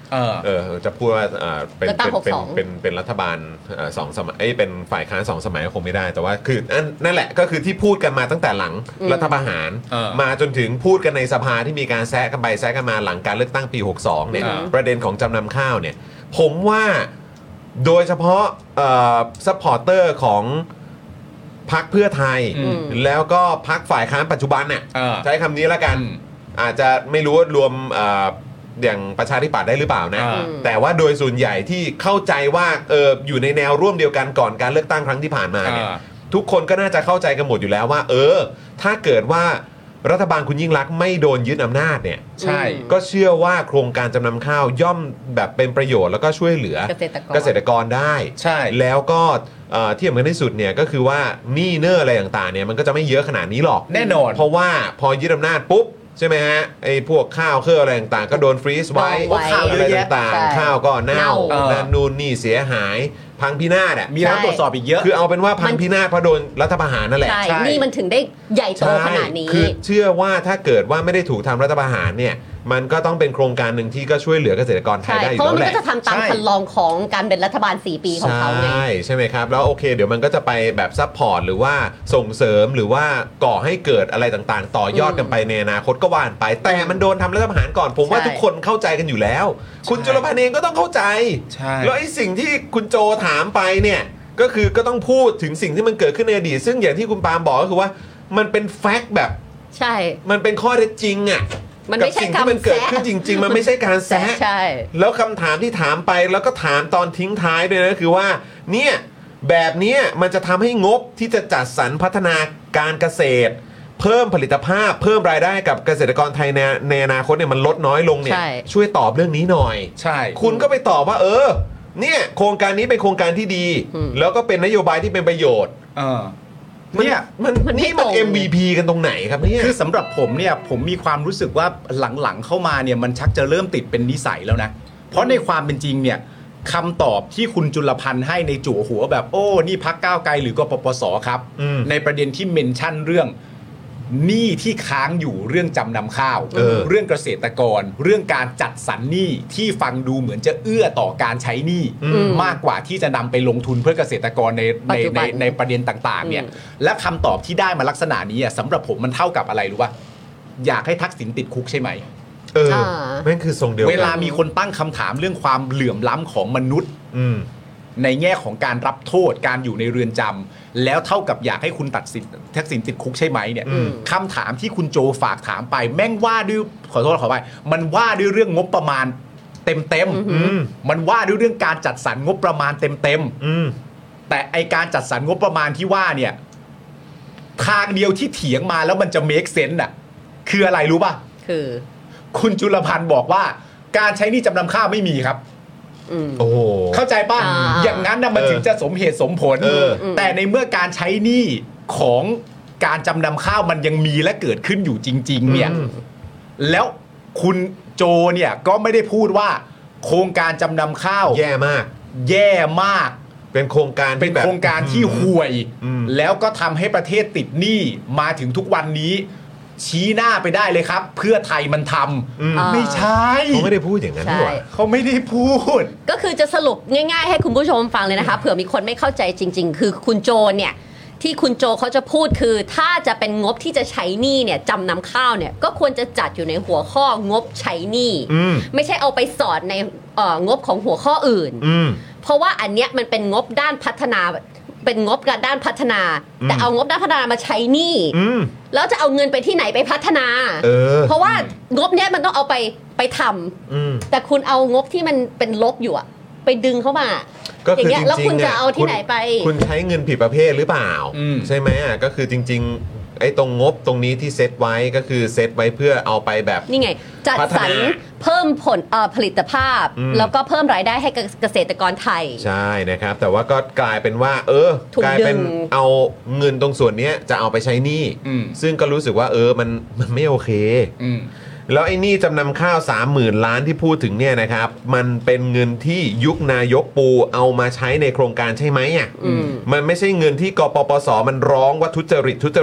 เออเออจะพูดว่าเอ่อเป็นเป็นเป็นเป็นเป็นรัฐบาลเอ่อสองสมัยเอ้ยเป็นฝ่ายค้านสองสมัยก็คงไม่ได้แต่ว่าคือนั่นนั่นแหละก็คือที่พูดกันมาตั้งแต่หลังรัฐประหารมาจนถึงพูดกันในสภาที่มีการแซะกันไปแซะกันมาหลังการเลือกตั้งปีหกสิบสองเนี่ยประเด็นของจำนำข้าวเนี่ยผมว่าโดยเฉพาะเอ่อซัพพอร์เตอร์ของพรรคเพื่อไทยแล้วก็พรรคฝ่ายค้านปัจจุบันเนี่ยใช้คำนี้แล้วกันอาจจะไม่รู้ว่ารวมอย่างประชาธิปัตย์ได้หรือเปล่านะแต่ว่าโดยส่วนใหญ่ที่เข้าใจว่าเอออยู่ในแนวร่วมเดียวกันก่อนการเลือกตั้งครั้งที่ผ่านมาเนี่ยทุกคนก็น่าจะเข้าใจกันหมดอยู่แล้วว่าเออถ้าเกิดว่ารัฐบาลคุณยิ่งลักษณ์ไม่โดนยึดอำนาจเนี่ยใช่ก็เชื่อว่าโครงการจำนำข้าวย่อมแบบเป็นประโยชน์แล้วก็ช่วยเหลือเกษตรกรได้ใช่แล้วก็ที่สำคัญที่สุดเนี่ยก็คือว่าหนี้เนอร์อะไรต่างๆเนี่ยมันก็จะไม่เยอะขนาดนี้หรอกแน่นอนเพราะว่าพอยึดอำนาจปุ๊บใช่ไหมฮะไอ้พวกข้าวเครื่องอะไรต่างๆก็โดนฟรีซไว้อะไรต่างๆข้าวก็เน่านั่นนู่นนี่เสียหายพังพินาศอ่ะมีการตรวจสอบอีกเยอะคือเอาเป็นว่าพังพินาศเพราะโดนรัฐประหารนั่นแหละใช่นี่มันถึงได้ใหญ่โตขนาดนี้คือเชื่อว่าถ้าเกิดว่าไม่ได้ถูกทำรัฐประหารเนี่ยมันก็ต้องเป็นโครงการหนึ่งที่ก็ช่วยเหลือเกษตรกรไทยได้อยู่แล้วแหละเพราะมันก็จะทำตามคันลองของการเป็นรัฐบาลสี่ปีของเขาไงใช่ใช่ไหมครับแล้วโอเคเดี๋ยวมันก็จะไปแบบซัพพอร์ตหรือว่าส่งเสริมหรือว่าก่อให้เกิดอะไรต่างๆต่อยอดกันไปในอนาคตก็ว่านไปแต่มันโดนทำรัฐประหารก่อนผมว่าทุกคนเข้าใจกันอยู่แล้วคุณจุลพันธ์เองก็ต้องเข้าใจแล้วไอ้สิ่งที่คุณโจถามไปเนี่ยก็คือก็ต้องพูดถึงสิ่งที่มันเกิดขึ้นในอดีตซึ่งอย่างที่คุณปาล์มบอกก็คือว่ามันเป็นแฟกต์แบบใช่มันเป็นข้อเท็จจริงอ่ะมันไม่ใช่การมันเกิดขึ้นจริงๆมันไม่ใช่การแซะใช่แล้วคำถามที่ถามไปแล้วก็ถามตอนทิ้งท้ายด้วยนะคือว่าเนี่ยแบบนี้มันจะทำให้งบที่จะจัดสรรพัฒนาการเกษตรเพิ่มผลิตภาพเพิ่มรายได้กับเกษตรกรไทยในในอนาคตเนี่ยมันลดน้อยลงเนี่ยช่วยตอบเรื่องนี้หน่อยใช่คุณก็ไปตอบว่าเออเนี่ยโครงการนี้เป็นโครงการที่ดีแล้วก็เป็นนโยบายที่เป็นประโยชน์เออเนี่ยมันนี่มัน เอ็ม วี พี กันตรงไหนครับเนี่ยคือสำหรับผมเนี่ยผมมีความรู้สึกว่าหลังๆเข้ามาเนี่ยมันชักจะเริ่มติดเป็นนิสัยแล้วนะเพราะในความเป็นจริงเนี่ยคำตอบที่คุณจุลพันธ์ให้ในจั่วหัวแบบโอ้นี่พรรคก้าวไกลหรือกปปสครับในประเด็นที่เมนชั่นเรื่องหนี้ที่ค้างอยู่เรื่องจำนำข้าว เออ เรื่องเกษตรกรเรื่องการจัดสรรหนี้ที่ฟังดูเหมือนจะเอื้อต่อการใช้หนี้มากกว่าที่จะนำไปลงทุนเพื่อเกษตรกรในในในในประเด็นต่างๆเนี่ยและคำตอบที่ได้มาลักษณะนี้สำหรับผมมันเท่ากับอะไรรู้ป่ะอยากให้ทักษิณติดคุกใช่ไหมเออนั่นคือทรงเดียวกันเวลามีคนตั้งคำถามเรื่องความเหลื่อมล้ำของมนุษย์ในแง่ของการรับโทษการอยู่ในเรือนจำแล้วเท่ากับอยากให้คุณตัดสินทักษิณติดคุกใช่ไหมเนี่ยคำถามที่คุณโจฝากถามไปแม่งว่าด้วยขอโทษขอไปมันว่าด้วยเรื่องงบประมาณเต็มเต็มมันว่าด้วยเรื่องการจัดสรรงบประมาณเต็มเต็มแต่ไอการจัดสรรงบประมาณที่ว่าเนี่ยทางเดียวที่เถียงมาแล้วมันจะ make sense อ่ะคืออะไรรู้ป่ะคือคุณจุลพันธ์บอกว่าการใช้หนี้จำนำข้าวไม่มีครับโอ้เข้าใจป่ะ อ, อย่างนั้นนะมันถึงจะสมเหตุสมผลแต่ในเมื่อการใช้หนี้ของการจำนำข้าวมันยังมีและเกิดขึ้นอยู่จริงๆเนี่ยแล้วคุณโจเนี่ยก็ไม่ได้พูดว่าโครงการจำนำข้าวแย่มากแย่มากเป็นโครงการเป็นโครงการที่ห่วยแล้วก็ทำให้ประเทศติดหนี้มาถึงทุกวันนี้ชี้หน้าไปได้เลยครับเพื่อไทยมันทำไม่ใช่เขาไม่ได้พูดอย่างนั้นหรอกเขาไม่ได้พูดก็คือจะสรุปง่ายๆให้คุณผู้ชมฟังเลยนะคะเผื่อมีคนไม่เข้าใจจริงๆคือคุณโจเนี่ยที่คุณโจเขาจะพูดคือถ้าจะเป็นงบที่จะใช้หนี้เนี่ยจำนำข้าวเนี่ยก็ควรจะจัดอยู่ในหัวข้องบใช้หนี้ไม่ใช่เอาไปสอดในงบของหัวข้ออื่นเพราะว่าอันเนี้ยมันเป็นงบด้านพัฒนาเป็นงบการด้านพัฒนาแต่เอางบด้านพัฒนามาใช้หนี้แล้วจะเอาเงินไปที่ไหนไปพัฒนา เออ เพราะว่างบเนี้ยมันต้องเอาไปไปทำแต่คุณเอางบที่มันเป็นลบอยู่อะไปดึงเข้ามาอย่างเงี้ยแล้วคุณจะเอาที่ไหนไปคุณใช้เงินผิดประเภทหรือเปล่าใช่ไหมอ่ะก็คือจริงๆไอ้ตรงงบตรงนี้ที่เซตไว้ก็คือเซตไว้เพื่อเอาไปแบบนี่ไงจัดสรรเพิ่มผลผลิตภาพแล้วก็เพิ่มรายได้ให้เกษตรกรไทยใช่นะครับแต่ว่าก็กลายเป็นว่าเออกลายเป็นเอาเงินตรงส่วนนี้จะเอาไปใช้หนี้ซึ่งก็รู้สึกว่าเออมันมันไม่โอเคแล้วไอ้หนี้จำนำข้าว สามหมื่น ล้านที่พูดถึงเนี่ยนะครับมันเป็นเงินที่ยุคนายกปูเอามาใช้ในโครงการใช่ไหมอ่ะมันไม่ใช่เงินที่กปปสมันร้องว่าทุจริตทุจริต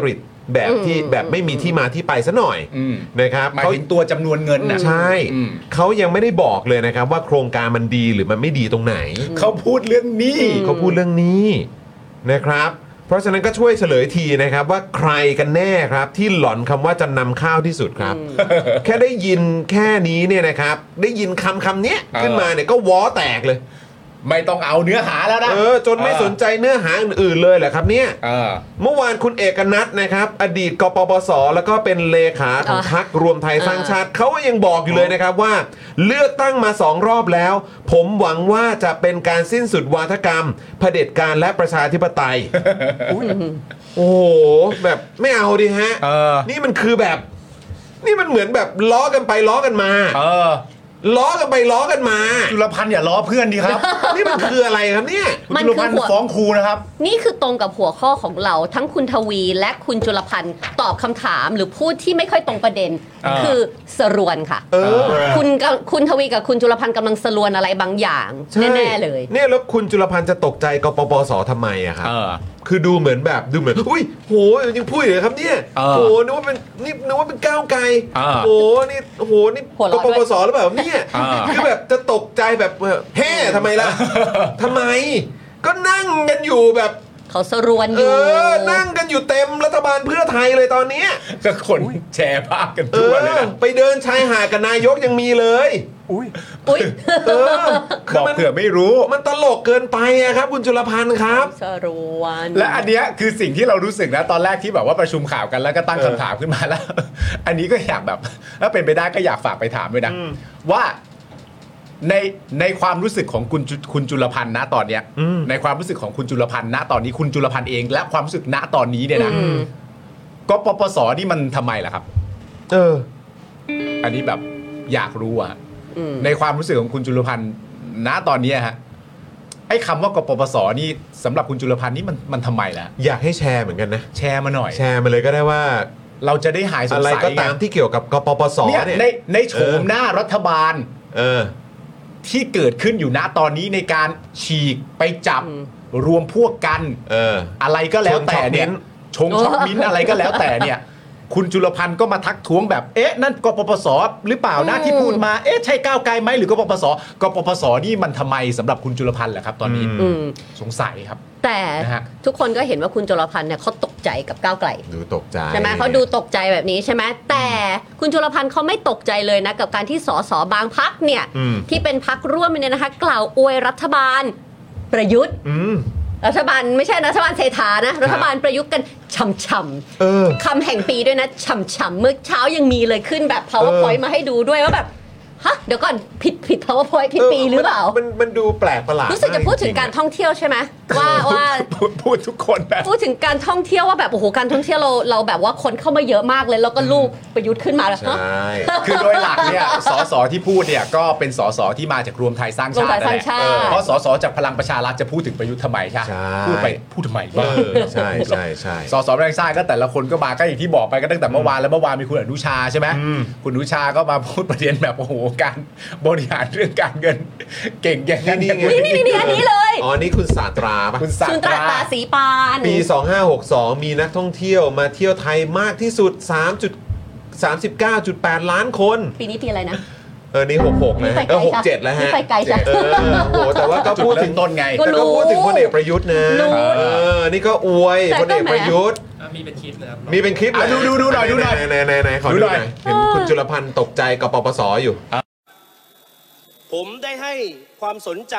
แบบที่แบบไม่มีที่มาที่ไปซะหน่อยนะครับหมายถึงตัวจำนวนเงินนะใช่เขายังไม่ได้บอกเลยนะครับว่าโครงการมันดีหรือมันไม่ดีตรงไหนเขาพูดเรื่องนี้เขาพูดเรื่องนี้นะครับเพราะฉะนั้นก็ช่วยเฉลยทีนะครับว่าใครกันแน่ครับที่หลอนคำว่าจำนำข้าวที่สุดครับแค่ได้ยินแค่นี้เนี่ยนะครับได้ยินคำคำนี้ขึ้นมาเนี่ยก็ว้อแตกเลยไม่ต้องเอาเนื้อหาแล้วนะเออจนไม่สนใจเนื้อหาอื่นๆเลยแหละครับเนี่ยเมื่อวานคุณเอกนัทนะครับอดีตกปปสแล้วก็เป็นเลขาของพรรครวมไทยสร้างชาติเขาก็ยังบอกอยู่เลยนะครับว่าเลือกตั้งมาสองรอบแล้วผมหวังว่าจะเป็นการสิ้นสุดวาทกรรมเผด็จการและประชาธิปไตยโอ้โหแบบไม่เอาดิฮะนี่มันคือแบบนี่มันเหมือนแบบล้อกันไปล้อกันมาเออล้อกันไปล้อกันมาจุลพันธ์อย่าล้อเพื่อนดีครับนี่มันคืออะไรครับเนี่ยมันจุลพันธ์ฟ้องครูนะครับนี่คือตรงกับหัวข้อของเราทั้งคุณทวีและคุณจุลพันธ์ตอบคำถามหรือพูดที่ไม่ค่อยตรงประเด็นคือสรวนค่ะคุณคุณทวีกับคุณจุลพันธ์กำลังสรวนอะไรบางอย่างแน่ๆเลยเนี่ยแล้วคุณจุลพันธ์จะตกใจกปปสทำไมอะครับคือดูเหมือนแบบดูเหมือนอุ้ยโหยังพูดอยู่ครับเนี่ยโหนึกว่าเป็นนี่นึกว่าเป็นก้าวไกลโหนี่โหนี่กปปสหรือเปล่าเนี่ยคือแบบจะตกใจแบบเฮ้ทำไมล่ะทำไมก็นั่งกันอยู่แบบเขาสรวนอยู่เออนั่งกันอยู่เต็มรัฐบาลเพื่อไทยเลยตอนนี้ก็คนแชร์ภาพกันทั่วเลยนะไปเดินชายหาดกับนายกยังมีเลยอุ้ยอุ้ยเออบอกเผื่อไม่รู้มันตลกเกินไปอะครับคุณจุลพันธ์ครับสรวนและอันเนี้ยคือสิ่งที่เรารู้สึกนะตอนแรกที่แบบว่าประชุมข่าวกันแล้วก็ตั้งคำถามขึ้นมาแล้วอันนี้ก็อยากแบบถ้าเป็นไปได้ก็อยากฝากไปถามด้วยนะว่าในในความรู้สึกของคุณคุณจุลพันธ์ณตอนเนี้ยในความรู้สึกของคุณจุลพันธ์ณตอนนี้คุณจุลพันธ์เองและความรู้สึกณตอนนี้เนี่ยนะก็ปปสนี่มันทำไมล่ะครับเอออันนี้แบบอยากรู้อะในความรู้สึกของคุณจุลพันธ์ณตอนนี้ฮะไอ้คำว่ากปปสนี่สำหรับคุณจุลพันธ์นี่มันมันทำไมล่ะอยากให้แชร์เหมือนกันนะแชร์มาหน่อยแชร์มาเลยก็ได้ว่าเราจะได้หายสงสัยอะไรก็ตามที่เกี่ยวกับกปปสเนี่ยในในโฉมหน้ารัฐบาลเออที่เกิดขึ้นอยู่ณตอนนี้ในการฉีกไปจับรวมพวกกันเอออะไรก็แล้วแต่เนี่ยชงช็อกมิ้นอะไรก็แล้วแต่เนี่ยคุณจุลพันธ์ก็มาทักท้วงแบบเอ๊ะนั่นกปปสหรือเปล่านะที่พูดมาเอ๊ะใช่ก้าวไกลไหมหรือกปปสกปปสนี่มันทำไมสำหรับคุณจุลพันธ์แหละครับตอนนี้สงสัยครับแต่ทุกคนก็เห็นว่าคุณจุลพันธ์เนี่ยเขาตกใจกับก้าวไกลดูตกใจใช่ไหมเขาดูตกใจแบบนี้ใช่ไหมแต่คุณจุลพันธ์เขาไม่ตกใจเลยนะกับการที่สสบางพรรคเนี่ยที่เป็นพรรคร่วมเนี่ยนะคะกล่าวอวยรัฐบาลประยุทธ์รัฐบาลไม่ใช่รัฐบาลเศรษฐานะรัฐบาลประยุทธ์กันช่ำๆคำแห่งปีด้วยนะช่ำๆเมื่อเช้ายังมีเลยขึ้นแบบ powerpoint มาให้ดูด้วยว่าแบบฮะเดี๋ยวก่อนผิดผิด powerpoint ผิดปีหรือเปล่ามันมันดูแปลกประหลาดรู้สึกจะพูดถึงการท่องเที่ยวใช่ไหมว่าว่าพูดทุกคนแบบพูดถึงการท่องเที่ยวว่าแบบโอ้โหการท่องเที่ยวเราเราแบบว่าคนเข้ามาเยอะมากเลยแล้วก็ลูกประยุทธ์ขึ้นมาแล้วใช่คือโดยหลักเนี่ยสสที่พูดเนี่ยก็เป็นสสที่มาจากรวมไทยสร้างชาตินั่นแหละเพราะสสจากพลังประชารัฐจะพูดถึงประยุทธ์ทำไมใช่พูดไปพูดทำไมบ้างใช่ใช่ใช่สสแรงชาติก็แต่ละคนก็มาก็อย่างที่บอกไปก็ตั้งแต่เมื่อวานแล้วเมื่อวานมีคุณอนุชาใช่ไหมคุณอนุชาก็มาพูดประเด็นแบบโอ้โหการบริหารเรื่องการเงินเก่งอย่างนี้นี่นี่นี่อันนี้เลยอ๋อนี่คุณศาสตราป่ะคุณศาสตราตาสีปานปีสองพันห้าร้อยหกสิบสองมีนักท่องเที่ยวมาเที่ยวไทยมากที่สุด สามจุดสามสิบเก้าจุดแปด ล้านคนปีนี้ปีอะไรนะเออนี่หกสิบหกนะเออหกสิบเจ็ดแล้วฮะไปไกลจังเออโหแต่ว่าก็พูดถึงต้นไงแต่ก็พูดถึงพลเอกประยุทธ์นะเออนี่ก็อวยพลเอกประยุทธ์มีเป็นคลิปเลยครับมีเป็นคลิปดูดูดูหน่อยดูหน่อยไหนๆๆขอดูหน่อยเห็นคุณจุลพันธ์ตกใจกับปปสอยู่ผมได้ให้ความสนใจ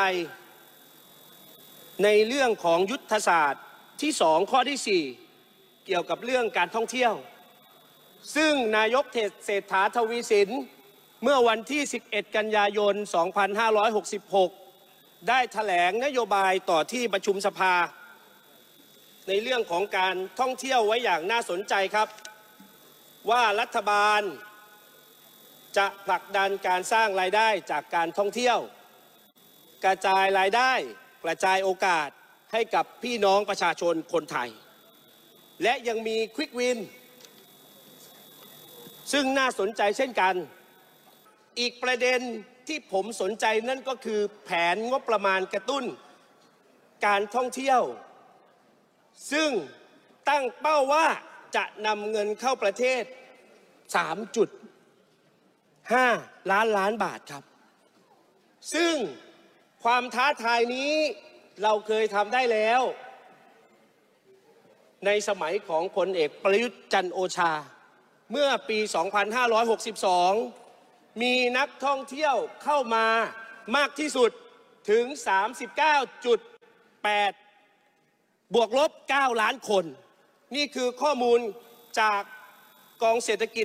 ในเรื่องของยุทธศาสตร์ที่สองข้อที่สี่เกี่ยวกับเรื่องการท่องเที่ยวซึ่งนายกเศรษฐาทวีสินเมื่อวันที่สิบเอ็ดกันยายนสองพันห้าร้อยหกสิบหกได้แถลงนโยบายต่อที่ประชุมสภาในเรื่องของการท่องเที่ยวไว้อย่างน่าสนใจครับว่ารัฐบาลจะผลักดันการสร้างรายได้จากการท่องเที่ยวกระจายรายได้กระจายโอกาสให้กับพี่น้องประชาชนคนไทยและยังมีควิกวินซึ่งน่าสนใจเช่นกันอีกประเด็นที่ผมสนใจนั่นก็คือแผนงบประมาณกระตุ้นการท่องเที่ยวซึ่งตั้งเป้าว่าจะนำเงินเข้าประเทศ สามจุดห้า ล้านล้านบาทครับซึ่งความท้าทายนี้เราเคยทำได้แล้วในสมัยของพลเอกประยุทธ์จันทร์โอชาเมื่อปี สองพันห้าร้อยหกสิบสอง มีนักท่องเที่ยวเข้ามามากที่สุดถึง สามสิบเก้าจุดแปด บวกลบ เก้า ล้านคนนี่คือข้อมูลจากกองเศรษฐกิจ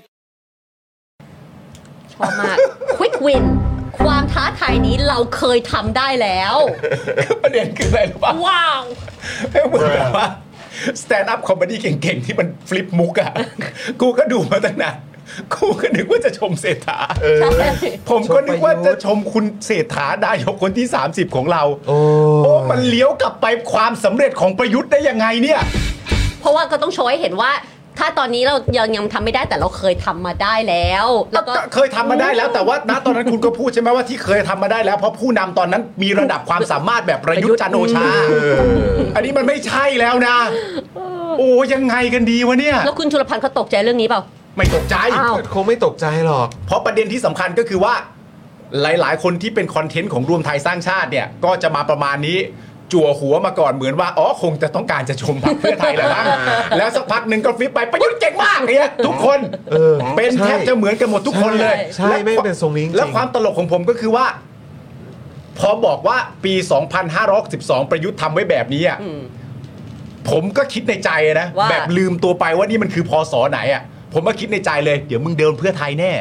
ชอบมาก Quick Win ความท้าทายนี้เราเคยทำได้แล้วประเด็นคืออะไรรู้ป่ะว้าวเหมือนแบบว่าสแตนด์อัพคอมเมดี้เก่งๆที่มันฟลิปมุกอ่ะกูก็ดูมาตั้งนานกูก็นึกว่าจะชมเศรษฐาผมก็นึกว่าจะชมคุณเศรษฐานายกคนที่สามสิบของเราโอ้มันเลี้ยวกลับไปความสำเร็จของประยุทธ์ได้ยังไงเนี่ยเพราะว่าก็ต้องโชว์ให้เห็นว่าถ้าตอนนี้เรายังยังทำไม่ได้แต่เราเคยทำมาได้แล้วแล้วก็เคยทำมาได้แล้วแต่ว่าณตอนนั้นคุณก็พูดใช่ไหมว่าที่เคยทำมาได้แล้วเพราะผู้นำตอนนั้นมีระดับความสามารถแบบประยุทธ์จันทร์โอชาอันนี้มันไม่ใช่แล้วนะโอ้ยังไงกันดีวะเนี่ยแล้วคุณชุลพันธ์เขาตกใจเรื่องนี้เปล่าไม่ตกใจคงไม่ตกใจหรอกเพราะประเด็นที่สำคัญก็คือว่าหลายๆคนที่เป็นคอนเทนต์ของรวมไทยสร้างชาติเนี่ยก็จะมาประมาณนี้จั่วหัวมาก่อนเหมือนว่าอ๋อคงจะต้องการจะชมพรรคเพื่อไทยแหละนะแล้วสักพักหนึ่งก็ฟลิปไปประยุทธ์เก่งมากเนี่ยทุกคนเป็นแทบจะเหมือนกันหมดทุกคนเลยใช่ไม่เป็นทรงนี้จริงแล้วความตลกของผมก็คือว่าพอบอกว่าปี สองพันห้าร้อยหกสิบสอง ประยุทธ์ทำไว้แบบนี้อ่ะผมก็คิดในใจนะแบบลืมตัวไปว่านี่มันคือพศไหนอ่ะผมก็คิดในใจเลยเดี๋ยวมึงเดินเพื่อไทยแน่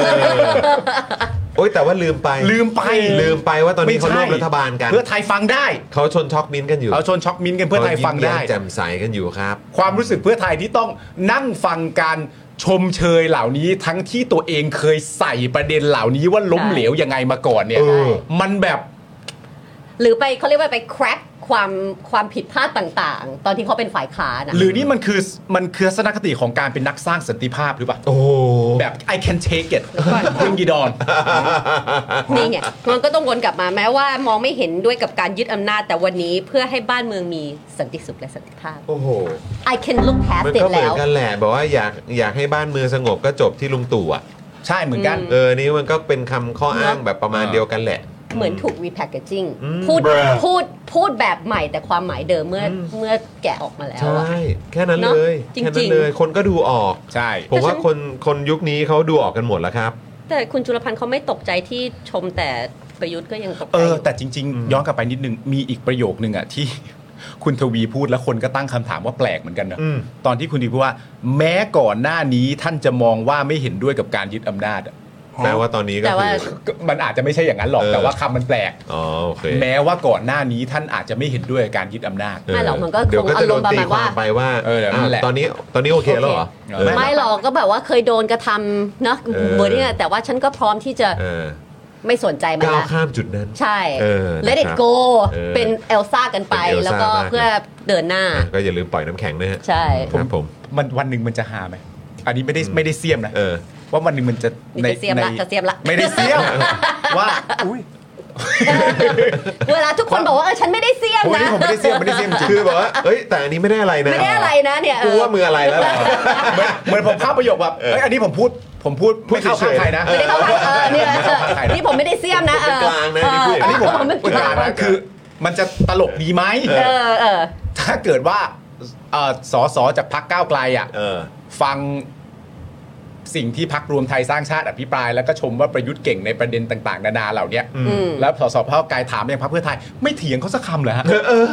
โอ๊ยแต่ว่าลืมไปลืมไปลืมไปว่าตอนนี้เขาร่วมรัฐบาลกันเพื่อไทยฟังได้เขาชนช็อกมิ้นกันอยู่เขาชนช็อกมิ้นกันเพื่อไทยฟังได้แจ่มใสกันอยู่ครับความรู้สึกเพื่อไทยที่ต้องนั่งฟังการชมเชยเหล่านี้ทั้งที่ตัวเองเคยใส่ประเด็นเหล่านี้ว่าล้มเหลวยังไงมาก่อนเนี่ยมันแบบหรือไปเขาเรียกว่าไป crack ความความผิดพลาดต่างๆตอนที่เขาเป็นฝ่ายค้านหรือนี่มันคือมันคือทัศนคติของการเป็นนักสร้างสันติภาพหรือเปล่าโอ้แบบ I can take it bring it on นี่ไงมันก็ต้องวนกลับมาแม้ว่ามองไม่เห็นด้วยกับการยึดอำนาจแต่วันนี้เพื่อให้บ้านเมืองมีสันติสุขและสันติภาพโอ้โห I can look past it แล้วมันก็เหมือนกันแหละบอกว่าอยากอยากให้บ้านเมืองสงบก็จบที่ลุงตู่อ่ะใช่เหมือนกันเออนี่มันก็เป็นคำข้ออ้างแบบประมาณเดียวกันแหละเหมือนถูก repackaging พูดพูดพูดแบบใหม่แต่ความหมายเดิมเมื่อเมื่อแกะออกมาแล้วใช่แค่นั้นเลยแค่นั้นเลยคนก็ดูออกใช่ผมว่าคนคนยุคนี้เขาดูออกกันหมดแล้วครับแต่คุณจุลพันธ์เขาไม่ตกใจที่ชมแต่ประยุทธ์ก็ยังตกใจเออแต่จริงๆย้อนกลับไปนิดนึงมีอีกประโยคนึงอ่ะที่คุณทวีพูดแล้วคนก็ตั้งคำถามว่าแปลกเหมือนกันนะตอนที่คุณทวีพูดว่าแม้ก่อนหน้านี้ท่านจะมองว่าไม่เห็นด้วยกับการยึดอำนาจแม้ว่าตอนนี้ก็คือมันอาจจะไม่ใช่อย่างนั้นหรอกแต่ว่าคำมันแปลกอ๋อโอเคแม้ว่าก่อนหน้านี้ท่านอาจจะไม่เห็นด้วยการยึดอำนาจไม่หรอกมันก็เดี๋ยวก็จะโดนตีความไปว่าเออตอนนี้ตอนนี้โอเคแล้วเหรอไม่หรอกก็แบบว่าเคยโดนกระทำเนาะเหมือนเนี่ยแต่ว่าฉันก็พร้อมที่จะไม่สนใจมันละก้าวข้ามจุดนั้นใช่ let it go เป็นเอลซ่ากันไปแล้วก็เพื่อเดินหน้าก็อย่าลืมปล่อยน้ำแข็งนะฮะใช่ครับผมมันวันหนึ่งมันจะหาไหมอันนี้ไม่ได้ไม่ได้เสียมนะว่าวันนึงมันจะในเสียมละจะเสียมละไม่ได้เสียมว่าอุ้ยเวลาทุกคนบอกว่าเออฉันไม่ได้เสียมนะผมไม่ได้เสียมไม่ได้เสียมจริงคือบอกว่าเอ้ยแต่อันนี้ไม่ได้อะไรนะไม่ได้อะไรนะเนี่ยกูว่ามืออะไรแล้วเหมือนผมเข้าประโยคแบบเอ้ยอันนี้ผมพูดผมพูดไม่เข้าข้างใครนะไม่ได้เข้าข้างเออเนี่ยนี่ผมไม่ได้เสียมนะเป็นกลางนะนี่พูดอันนี้ผมเป็นกลางนะคือมันจะตลกดีไหมเออเออถ้าเกิดว่าเออสสจากพรรคก้าวไกลอ่ะฟังสิ่งที่พรรครวมไทยสร้างชาติอภิปรายแล้วก็ชมว่าประยุทธ์เก่งในประเด็นต่างๆนานาเหล่านี้แล้วสสก้าวไกลถามอย่างพรรคเพื่อไทยไม่เถียงเขาสักคำเลยฮะ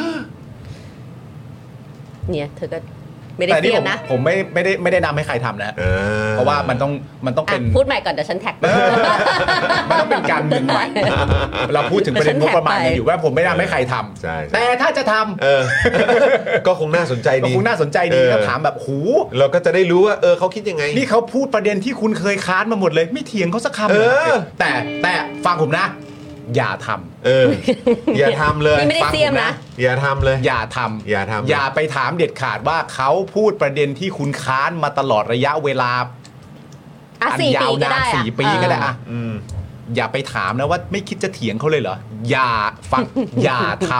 เนี่ยเธอก็ไม่ได้เสียมนะผมไม่ไม่ได้ไม่ได้นำให้ใครทำนะเพราะว่ามันต้องมันต้องเป็นพูดใหม่ก่อนเดี๋ยวฉันแท็กมันต้องเป็นการเมืองใหม่เราพูดถึงประเด็นงบประมาณอยู่ว่าผมไม่ได้นำให้ใครทำแต่ถ้าจะทำก็คงน่าสนใจดีคงน่าสนใจดีแล้วถามแบบหูเราก็จะได้รู้ว่าเออเขาคิดยังไงนี่เขาพูดประเด็นที่คุณเคยค้านมาหมดเลยไม่เถียงเขาสักคำเลยแต่แต่ฟังผมนะอย่าทำเอออย่าทำเลยไม่ได้เสียมนะอย่าทำเลยอย่าทำอย่าทำอย่าไปถามเด็ดขาดว่าเขาพูดประเด็นที่คุณค้านมาตลอดระยะเวลาอันยาวนานสี่ปีก็ได้อะอย่าไปถามนะว่าไม่คิดจะเถียงเขาเลยเหรออย่าฟังอย่าท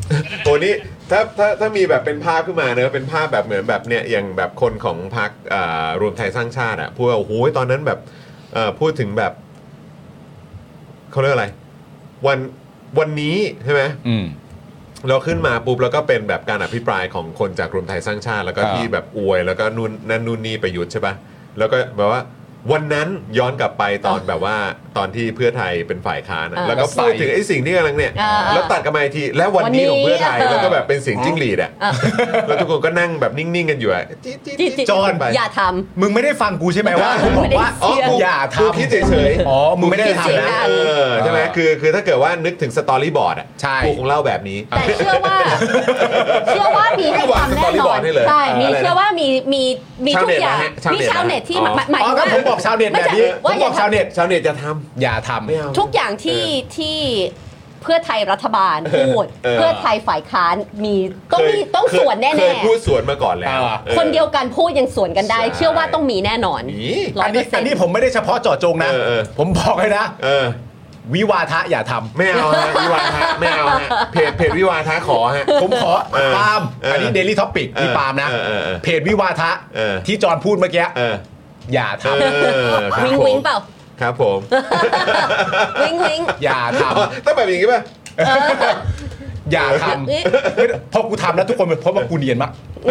โอ้นี่ถ้าถ้าถ้ามีแบบเป็นภาพขึ้นมาเนอะเป็นภาพแบบเหมือนแบบเนี่ยอย่างแบบคนของพรรคอ่ารวมไทยสร้างชาติอ่ะพูดว่าโอ้โหตอนนั้นแบบเอ่อพูดถึงแบบเขาเรียกอะไรวันวันนี้ใช่ไหมอืมเราขึ้นมาปุ๊บแล้วก็เป็นแบบการอภิปรายของคนจากรวมไทยสร้างชาติแล้วก็ที่แบบอวยแล้วก็นู่นนั่นนู่นนี่ประยุทธ์ใช่ปะแล้วก็แบบว่าวันนั้นย้อนกลับไปตอนแบบว่าตอนที่เพื่อไทยเป็นฝ่ายค้านแล้วก็พูดถึงไอ้สิ่งที่กำลังเนี่ยแล้วตัดกันมาอีกทีแล้ววันนี้ของเพื่อไทยแล้วก็แบบเป็นเสียงจิ้งหรีดอ่ะแล้วทุกคนก็นั่งแบบนิ่งๆกันอยู่อ่ะจอนอย่าทำมึงไม่ได้ฟังกูใช่ไหมว่ากูบอกว่าอ๋ออย่าทำกูคิดเฉยๆอ๋อมึงไม่ได้ทำนะใช่ไหมคือคือถ้าเกิดว่านึกถึงสตอรี่บอร์ดอ่ะกูคงเล่าแบบนี้แต่เชื่อว่าเชื่อว่ามีให้ทำแน่นอนใช่มีเชื่อว่ามีมีมีทุกอย่างมีชาวเน็ตที่หมายถึงว่าผมบอกชาวเน็ตแบบนี้ผมบอกชาวเน็ตชาวเน็ตจะทำอย่าทำไม่เอาทุกอย่างที่ที่เพื่อไทยรัฐบาลพูดเพื่อไทยฝ่ายค้านมีต้องมีต้องสวนแน่ๆเคยพูดสวนมาก่อนแล้วคนเดียวกันพูดยังสวนกันได้เชื่อว่าต้องมีแน่นอนอันนี้อันนี้ผมไม่ได้เฉพาะเจาะจงนะผมบอกเลยนะวิวาทะอย่าทำไม่เอาฮะวิวาทะไม่เอาฮะเพจเพจวิวาทะขอฮะผมขอปาล์มอันนี้ Daily Topic ที่ปาล์มนะเพจวิวาทะที่จอนพูดเมื่อกี้อย่าทำวิงวิงเปล่าครับผมวิงวิงอย่าทำต้องแบบอย่างนี้ป่ะอย่าทำพอกูทำแล้วทุกคนเพราะว่ากูเนียนมาก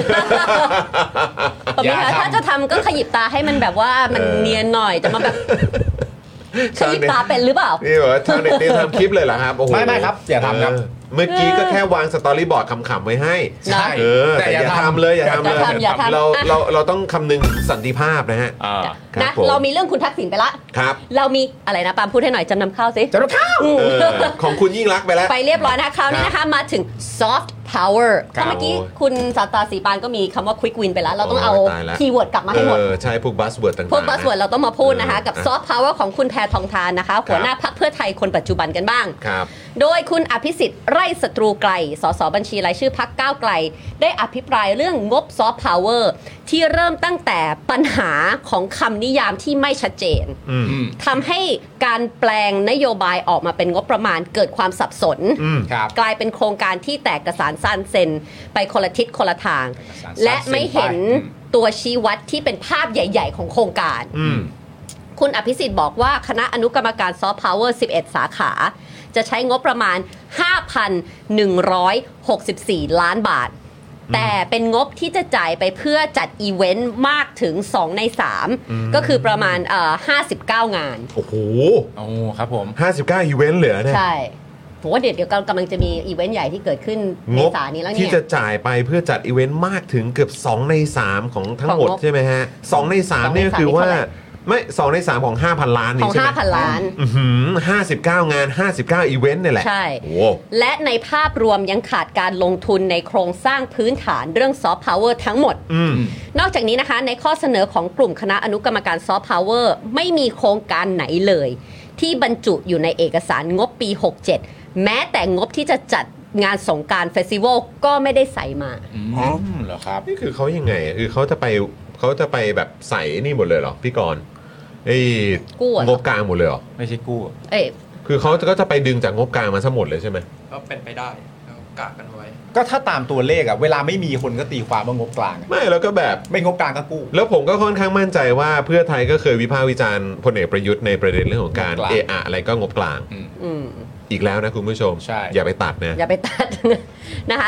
ถ้าจะทำก็ขยิบตาให้มันแบบว่ามันเนียนหน่อยจะมาแบบขยิบตาเป็นหรือเปล่านี่บอกว่าชาวเน็ตนี่ทำคลิปเลยเหรอครับโอ้โหไม่ไม่ครับอย่าทำครับเมื่อกี้ก็แค่วางสตอรี่บอร์ดขำๆไว้ให้ใช่แต่อย่าทำเลยอย่าทำเลยเราเราเราต้องคำนึงสันติภาพนะฮะนะเรามีเรื่องคุณทักษิณไปละครับเรามีอะไรนะปาล์มพูดให้หน่อยจำนำข้าวสิจำนำข้าวของคุณยิ่งรักไปแล้วไปเรียบร้อยนะคราวนี้นะคะมาถึง soft power เมื่อกี้คุณศาสตราศรีปานก็มีคำว่า quick win ไปแล้วเราต้องเอาคีย์เวิร์ดกลับมาให้หมดใช่พวกบัสเวิร์ดต่างๆพวกบัสเวิร์ดเราต้องมาพูดนะคะกับ soft power ของคุณแพทองธารนะคะหัวหน้าพรรคเพื่อไทยคนปัจจุบันกันบ้างโดยคุณอภิสิทธิ์ไร่ศัตรูไกลสสบัญชีรายชื่อพรรคก้าวไกลได้อภิปรายเรื่องงบ soft power ที่เริ่มตั้งแต่ปัญหาของคำนิยามที่ไม่ชัดเจนทำให้การแปลงนโยบายออกมาเป็นงบประมาณเกิดความสับสนกลายเป็นโครงการที่แตกกระสานสั้นเซนไปคนละทิศคนละทางและไม่เห็นตัวชี้วัดที่เป็นภาพใหญ่ๆของโครงการคุณอภิสิทธิ์บอกว่าคณะอนุกรรมการซอฟต์พาวเวอร์สิบเอ็ดสาขาจะใช้งบประมาณ ห้าพันหนึ่งร้อยหกสิบสี่ ล้านบาทแต่เป็นงบที่จะจ่ายไปเพื่อจัดอีเวนต์มากถึงสองในสามก็คือประมาณเอ่อห้าสิบเก้างานโอ้โหโอ้ครับผมห้าสิบเก้าอีเวนต์เหลือเนี่ยใช่ผมว่าเดี๋ยวเดี๋ยวกำลังจะมีอีเวนต์ใหญ่ที่เกิดขึ้นในสานี้แล้วเนี่ยที่จะจ่ายไปเพื่อจัดอีเวนต์มากถึงเกือบสองในสามของทั้งหมดใช่ไหมฮะสองในสามนี่คือว่าไม่สองในสามของ ห้าพัน ล้านนี่ใช่ไหมของ ห้าพัน ล้านอื้อหือห้าสิบเก้างานห้าสิบเก้าอีเวนต์นี่แหละใช่และในภาพรวมยังขาดการลงทุนในโครงสร้างพื้นฐานเรื่องซอฟต์พาวเวอร์ทั้งหมดนอกจากนี้นะคะในข้อเสนอของกลุ่มคณะอนุกรรมการซอฟต์พาวเวอร์ไม่มีโครงการไหนเลยที่บรรจุอยู่ในเอกสารงบปีหกเจ็ดแม้แต่งบที่จะจัดงานสงกรานต์เฟสติวัลก็ไม่ได้ใส่มาอ๋อเหรอครับนี่คือเขายังไงคือเขาจะไปเขาจะไปแบบใส่นี่หมดเลยเหรอพี่กรณ์ไอ้งบกลางหมดเลยเหรอไม่ใช่กู้เอ้คือเขาก็จะไปดึงจากงบกลางมาทั้งหมดเลยใช่ไหมก็เป็นไปได้กะกันไว้ก็ถ้าตามตัวเลขอะเวลาไม่มีคนก็ตีความว่างบกลางไม่แล้วก็แบบไม่งบกลางก็กู้แล้วผมก็ค่อนข้างมั่นใจว่าเพื่อไทยก็เคยวิพากษ์วิจารณ์พลเอกประยุทธ์ในประเด็นเรื่องของการเอะอะอะไรก็งบกลางอีกแล้วนะคุณผู้ชมอย่าไปตัดนะอย่าไปตัดนะคะ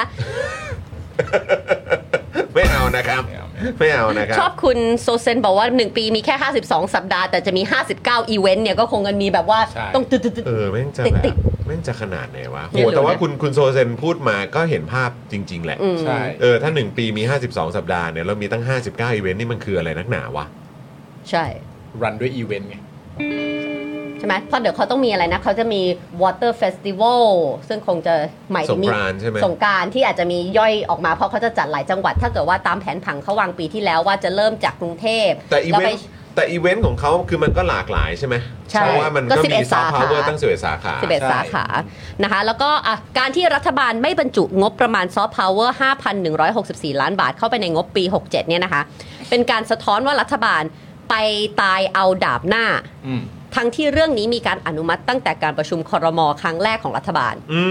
ไม่เอานะครับไม่เอานะครับชอบคุณโซเซนบอกว่าหนึ่งปีมีแค่ห้าสิบสองสัปดาห์แต่จะมีห้าสิบเก้าอีเวนต์เนี่ยก็คงกันมีแบบว่าต้องตึ๊ดๆเออแม่งจะแบบแม่งจะขนาดไหนวะโหแต่ว่าคุณคุณโซเซนพูดมาก็เห็นภาพจริงๆแหละใช่เออถ้าหนึ่งปีมีห้าสิบสองสัปดาห์เนี่ยเรามีตั้งห้าสิบเก้าอีเวนต์นี่มันคืออะไรนักหนาวะใช่รันด้วยอีเวนต์ไงใช่ไหมเพราะเดี๋ยวเขาต้องมีอะไรนะเขาจะมี Water Festival ซึ่งคงจะใหม่มีสงกรานต์ที่อาจจะมีย่อยออกมาเพราะเขาจะจัดหลายจังหวัดถ้าเกิดว่าตามแผนผังเขาวางปีที่แล้วว่าจะเริ่มจากกรุงเทพแต่อีเวนต์แต่อีเวนต์ของเขาคือมันก็หลากหลายใช่ไหมเพราะว่ามันก็มีซอฟต์พาวเวอร์ตั้งสิบเอ็ดสาขาสิบเอ็ดสาขานะคะแล้วก็การที่รัฐบาลไม่บรรจุงบประมาณซอฟต์พาวเวอร์ ห้าพันหนึ่งร้อยหกสิบสี่ ล้านบาทเข้าไปในงบปีหกเจ็ดเนี่ยนะคะเป็นการสะท้อนว่ารัฐบาลไปตายเอาดาบหน้าทั้งที่เรื่องนี้มีการอนุมัติตั้งแต่การประชุมครม.ครั้งแรกของรัฐบาล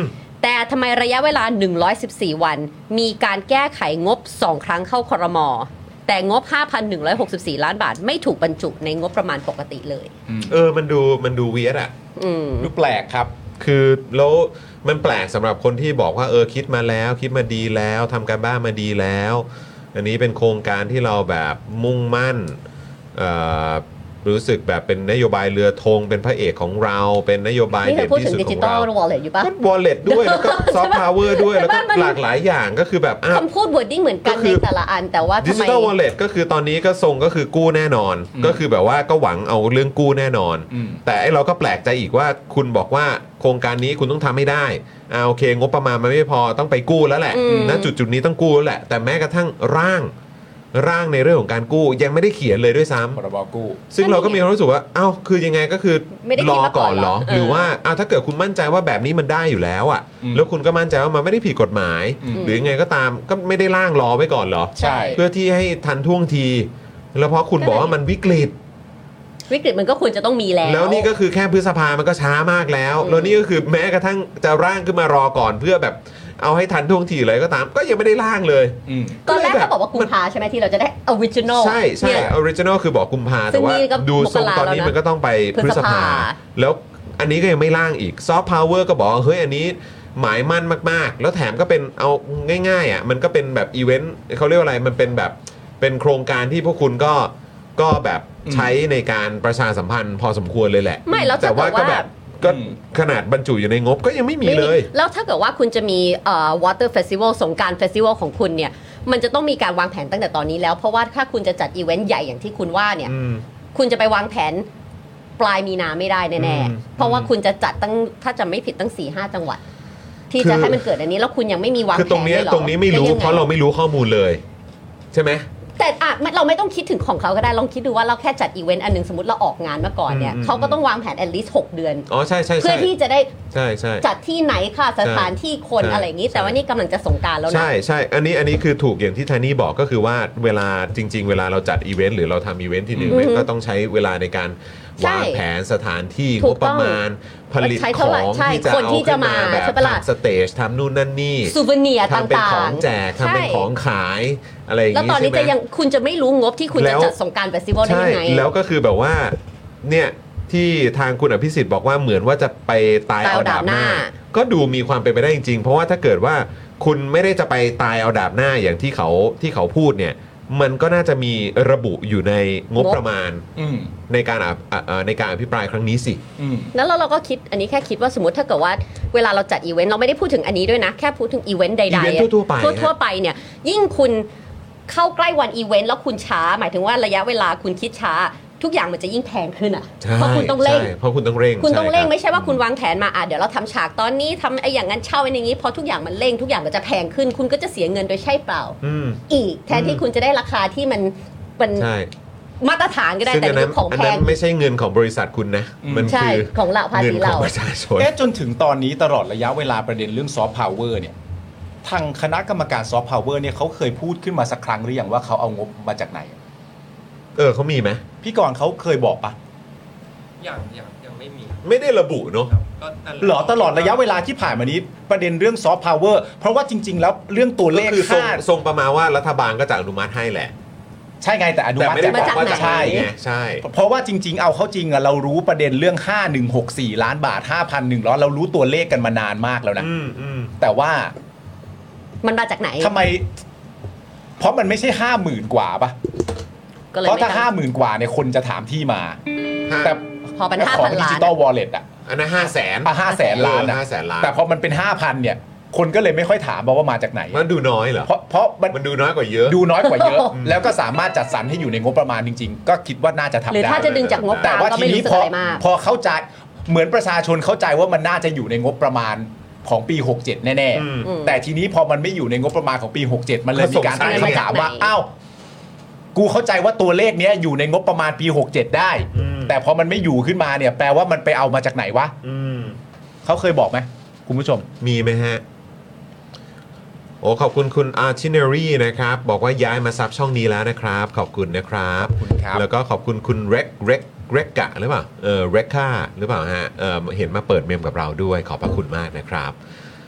แต่ทำไมระยะเวลาหนึ่งร้อยสิบสี่วันมีการแก้ไขงบสองครั้งเข้าครม.แต่งบ ห้าพันหนึ่งร้อยหกสิบสี่ ล้านบาทไม่ถูกบรรจุในงบประมาณปกติเลยเออมันดูมันดูเวียดอ่ะดูแปลกครับคือแล้วมันแปลกสำหรับคนที่บอกว่าเออคิดมาแล้วคิดมาดีแล้วทำการบ้านมาดีแล้วอันนี้เป็นโครงการที่เราแบบมุ่งมั่นรู้สึกแบบเป็นนโยบายเรือธงเป็นพระเอกของเราเป็นนโยบายเด่นที่สุดของเราวอลเล็ตอยู่ปะวอลเล็ตด้วยแล้วก็ซอฟต์พาวเวอร์ด้วยแล้วก็หลากหลายอย่างก็คือแบบคำพูดวอร์ดดิ้งเหมือนกันในแต่ละอันแต่ว่าดิจิตอลวอลเล็ตก็คือตอนนี้ก็ทรงก็คือกู้แน่นอนก็คือแบบว่าก็หวังเอาเรื่องกู้แน่นอนแต่เราก็แปลกใจอีกว่าคุณบอกว่าโครงการนี้คุณต้องทำให้ได้อ่าโอเคงบประมาณมันไม่พอต้องไปกู้แล้วแหละณจุดจุดนี้ต้องกู้แล้วแหละแต่แม้กระทั่งร่างร่างในเรื่องของการกู้ยังไม่ได้เขียนเลยด้วยซ้ำพรบกู้ซึ่งเราก็มีความรู้สึกว่าเอ้าคือยังไงก็คือรอก่อนเหรอหรือว่าอ้าวถ้าเกิดคุณมั่นใจว่าแบบนี้มันได้อยู่แล้วอ่ะแล้วคุณก็มั่นใจว่ามันไม่ได้ผิดกฎหมายหรือยังไงก็ตามก็ไม่ได้ร่างรอไว้ก่อนเหรอใช่เพื่อที่ให้ทันท่วงทีแล้วเพราะคุณบอกว่ามันวิกฤตวิกฤตมันก็ควรจะต้องมีแล้วแล้วนี่ก็คือแค่พฤษภามันก็ช้ามากแล้วแล้วนี่ก็คือแม้กระทั่งจะร่างขึ้นมารอก่อนเพื่อแบบเอาให้ทันท่วงทีเลยก็ตามก็ยังไม่ได้ร่างเลยตอนแรกเขาบอกว่ากุมภาใช่ไหมที่เราจะได้ออริจินอลใช่ใช่ออริจินอลคือบอกกุมภาแต่ว่าดูทรงตอนนี้มันก็ต้องไปพฤษภาแล้วอันนี้ก็ยังไม่ร่างอีกซอฟต์พาวเวอร์ก็บอกเฮ้ยอันนี้หมายมั่นมากๆแล้วแถมก็เป็นเอาง่ายๆอ่ะมันก็เป็นแบบอีเวนต์เขาเรียกว่าอะไรมันเป็นแบบเป็นโครงการที่พวกคุณก็ก็แบบใช้ในการประชาสัมพันธ์พอสมควรเลยแหละไม่แล้วแต่ว่าก็แบบก็ขนาดบรรจุอยู่ในงบก็ยังไม่มีเลยแล้วถ้าเกิดว่าคุณจะมีเอ่อ Water Festival สงกรานต์ Festival ของคุณเนี่ยมันจะต้องมีการวางแผนตั้งแต่ตอนนี้แล้วเพราะว่าถ้าคุณจะจัดอีเวนต์ใหญ่อย่างที่คุณว่าเนี่ยคุณจะไปวางแผนปลายมีนาไม่ได้แน่ๆเพราะว่าคุณจะจัดตั้งถ้าจะไม่ผิดตั้ง สี่ห้า จังหวัดที่จะให้มันเกิดอันนี้แล้วคุณยังไม่มีวางแผนคือตรงนี้ตรงนี้ไม่รู้เพราะเราไม่รู้ข้อมูลเลยใช่ไหมแต่อ่ะเราไม่ต้องคิดถึงของเขาก็ได้ลองคิดดูว่าเราแค่จัดอีเวนต์อันนึงสมมติเราออกงานมาก่อนเนี่ยเขาก็ต้องวางแผน at least หกเดือนอ๋อใช่ใช่เพื่อที่จะได้ใช่ใช่จัดที่ไหนค่ะสถานที่คนอะไรอย่างนี้แต่ว่านี่กำลังจะสงกรานต์แล้วนะใช่ใช่อันนี้อันนี้คือถูกอย่างที่ทานี่บอกก็คือว่าเวลาจริงๆเวลาเราจัดอีเวนต์หรือเราทำอีเวนต์ที่หนึ่งก็ต้องใช้เวลาในการวางแผนสถานที่งบประมาณผลิตของที่จะเอาขึ้นมาแบบทำสเตจทำนู่นนั่นนี่ซูเวเนียต่างๆทำเป็นของแจกทำเป็นของขายอะไรอย่างนี้แล้วตอนนี้จะยังคุณจะไม่รู้งบที่คุณจะจัดสงกรานต์เฟสติวัลได้ยังไงแล้วก็คือแบบว่าเนี่ยที่ทางคุณอภิสิทธิ์บอกว่าเหมือนว่าจะไปตายเอาดาบหน้าก็ดูมีความเป็นไปได้จริงๆเพราะว่าถ้าเกิดว่าคุณไม่ได้จะไปตายเอาดาบหน้าอย่างที่เขาที่เขาพูดเนี่ยมันก็น่าจะมีระบุอยู่ในงบประมาณในการในการอภิปรายครั้งนี้สิแล้วเราก็คิดอันนี้แค่คิดว่าสมมติถ้าเกิดว่าเวลาเราจัดอีเวนต์เราไม่ได้พูดถึงอันนี้ด้วยนะแค่พูดถึงอีเวนต์ใดๆทั่วๆไปทั่วๆไปเนี่ยยิ่งคุณเข้าใกล้วันอีเวนต์แล้วคุณช้าหมายถึงว่าระยะเวลาคุณคิดช้าทุกอย่างมันจะยิ่งแพงขึ้นอ่ะเพราะคุณต้องเร่งเพราะคุณต้องเร่งคุณต้องเร่งไม่ใช่ว่าคุณวางแผนมาอ่ะเดี๋ยวเราทำฉากตอนนี้ทำไอ้อย่างนั้นเช่าไอ้อย่างนี้พอทุกอย่างมันเร่งทุกอย่างมันจะแพงขึ้นคุณก็จะเสียเงินโดยใช่เปล่าอีกแทนที่คุณจะได้ราคาที่มันเป็นมาตรฐานก็ได้แต่นี่ของแพงไม่ใช่เงินของบริษัทคุณนะมันคือของเราภาษีเราประชาชนแค่จนถึงตอนนี้ตลอดระยะเวลาประเด็นเรื่องซอฟต์พาวเวอร์เนี่ยทางคณะกรรมการซอฟต์พาวเวอร์เนี่ยเขาเคยพูดขึ้นมาสักครั้งหรือยังว่าเขาเอางบมาจากไหนเออเขามีไหมพี่กรณ์เขาเคยบอกปะยังยังยังไม่มีไม่ได้ระบุเนาะหรอตลอดระยะเวลาที่ผ่านมานี้ประเด็นเรื่องซอฟต์พาวเวอร์เพราะว่าจริงๆแล้วเรื่องตัวเลขคือทรงประมาณว่ารัฐบาลก็จะอนุมัติให้แหละใช่ไงแต่อนุมัติจากว่าจะใช่ไงใช่เพราะว่าจริงๆเอาเข้าจริงอะเรารู้ประเด็นเรื่องห้าพันหนึ่งร้อยหกสิบสี่ล้านบาท ห้าพันหนึ่งร้อย เรารู้ตัวเลขกันมานานมากแล้วนะแต่ว่ามันมาจากไหนทำไมเพราะมันไม่ใช่ห้าหมื่นกว่าปะเพราะถ้าห้าหมื่นกว่าเนี่ยคนจะถามที่มาแต่พอเป็นห้าพันล้านดิจิตอลวอลเล็ตอ่ะอันนั้นห้าแสนอ่ะห้าแสนล้านนะแต่พอมันเป็นห้าพันเนี่ยคนก็เลยไม่ค่อยถามว่ามาจากไหนมันดูน้อยเหรอเพราะเพราะมันดูน้อยกว่าเยอะดูน้อยกว่าเยอะแล้วก็สามารถจัดสรรให้อยู่ในงบประมาณจริงๆก็คิดว่าน่าจะทำได้หรือถ้าจะดึงจากงบแต่ว่าทีนี้พอพอเข้าใจเหมือนประชาชนเข้าใจว่ามันน่าจะอยู่ในงบประมาณของปีหกเจ็ดแน่ๆแต่ทีนี้พอมันไม่อยู่ในงบประมาณของปีหกเจ็ดมันเลยมีการตั้งคำถามว่าอ้าวกูเข้าใจว่าตัวเลขนี้อยู่ในงบประมาณปีหกเจ็ดได้แต่พอมันไม่อยู่ขึ้นมาเนี่ยแปลว่ามันไปเอามาจากไหนวะเขาเคยบอกไหมคุณผู้ชมมีไหมฮะโอ้ขอบคุณคุณ Artillery นะครับบอกว่าย้ายมาซับช่องนี้แล้วนะครับขอบคุณนะครับแล้วก็ขอบคุณคุณเร็กเร็กเร็กกะหรือเปล่าเออเร็กค่าหรือเปล่าฮะเออเห็นมาเปิดเมมกับเราด้วยขอบพระคุณมากนะครับค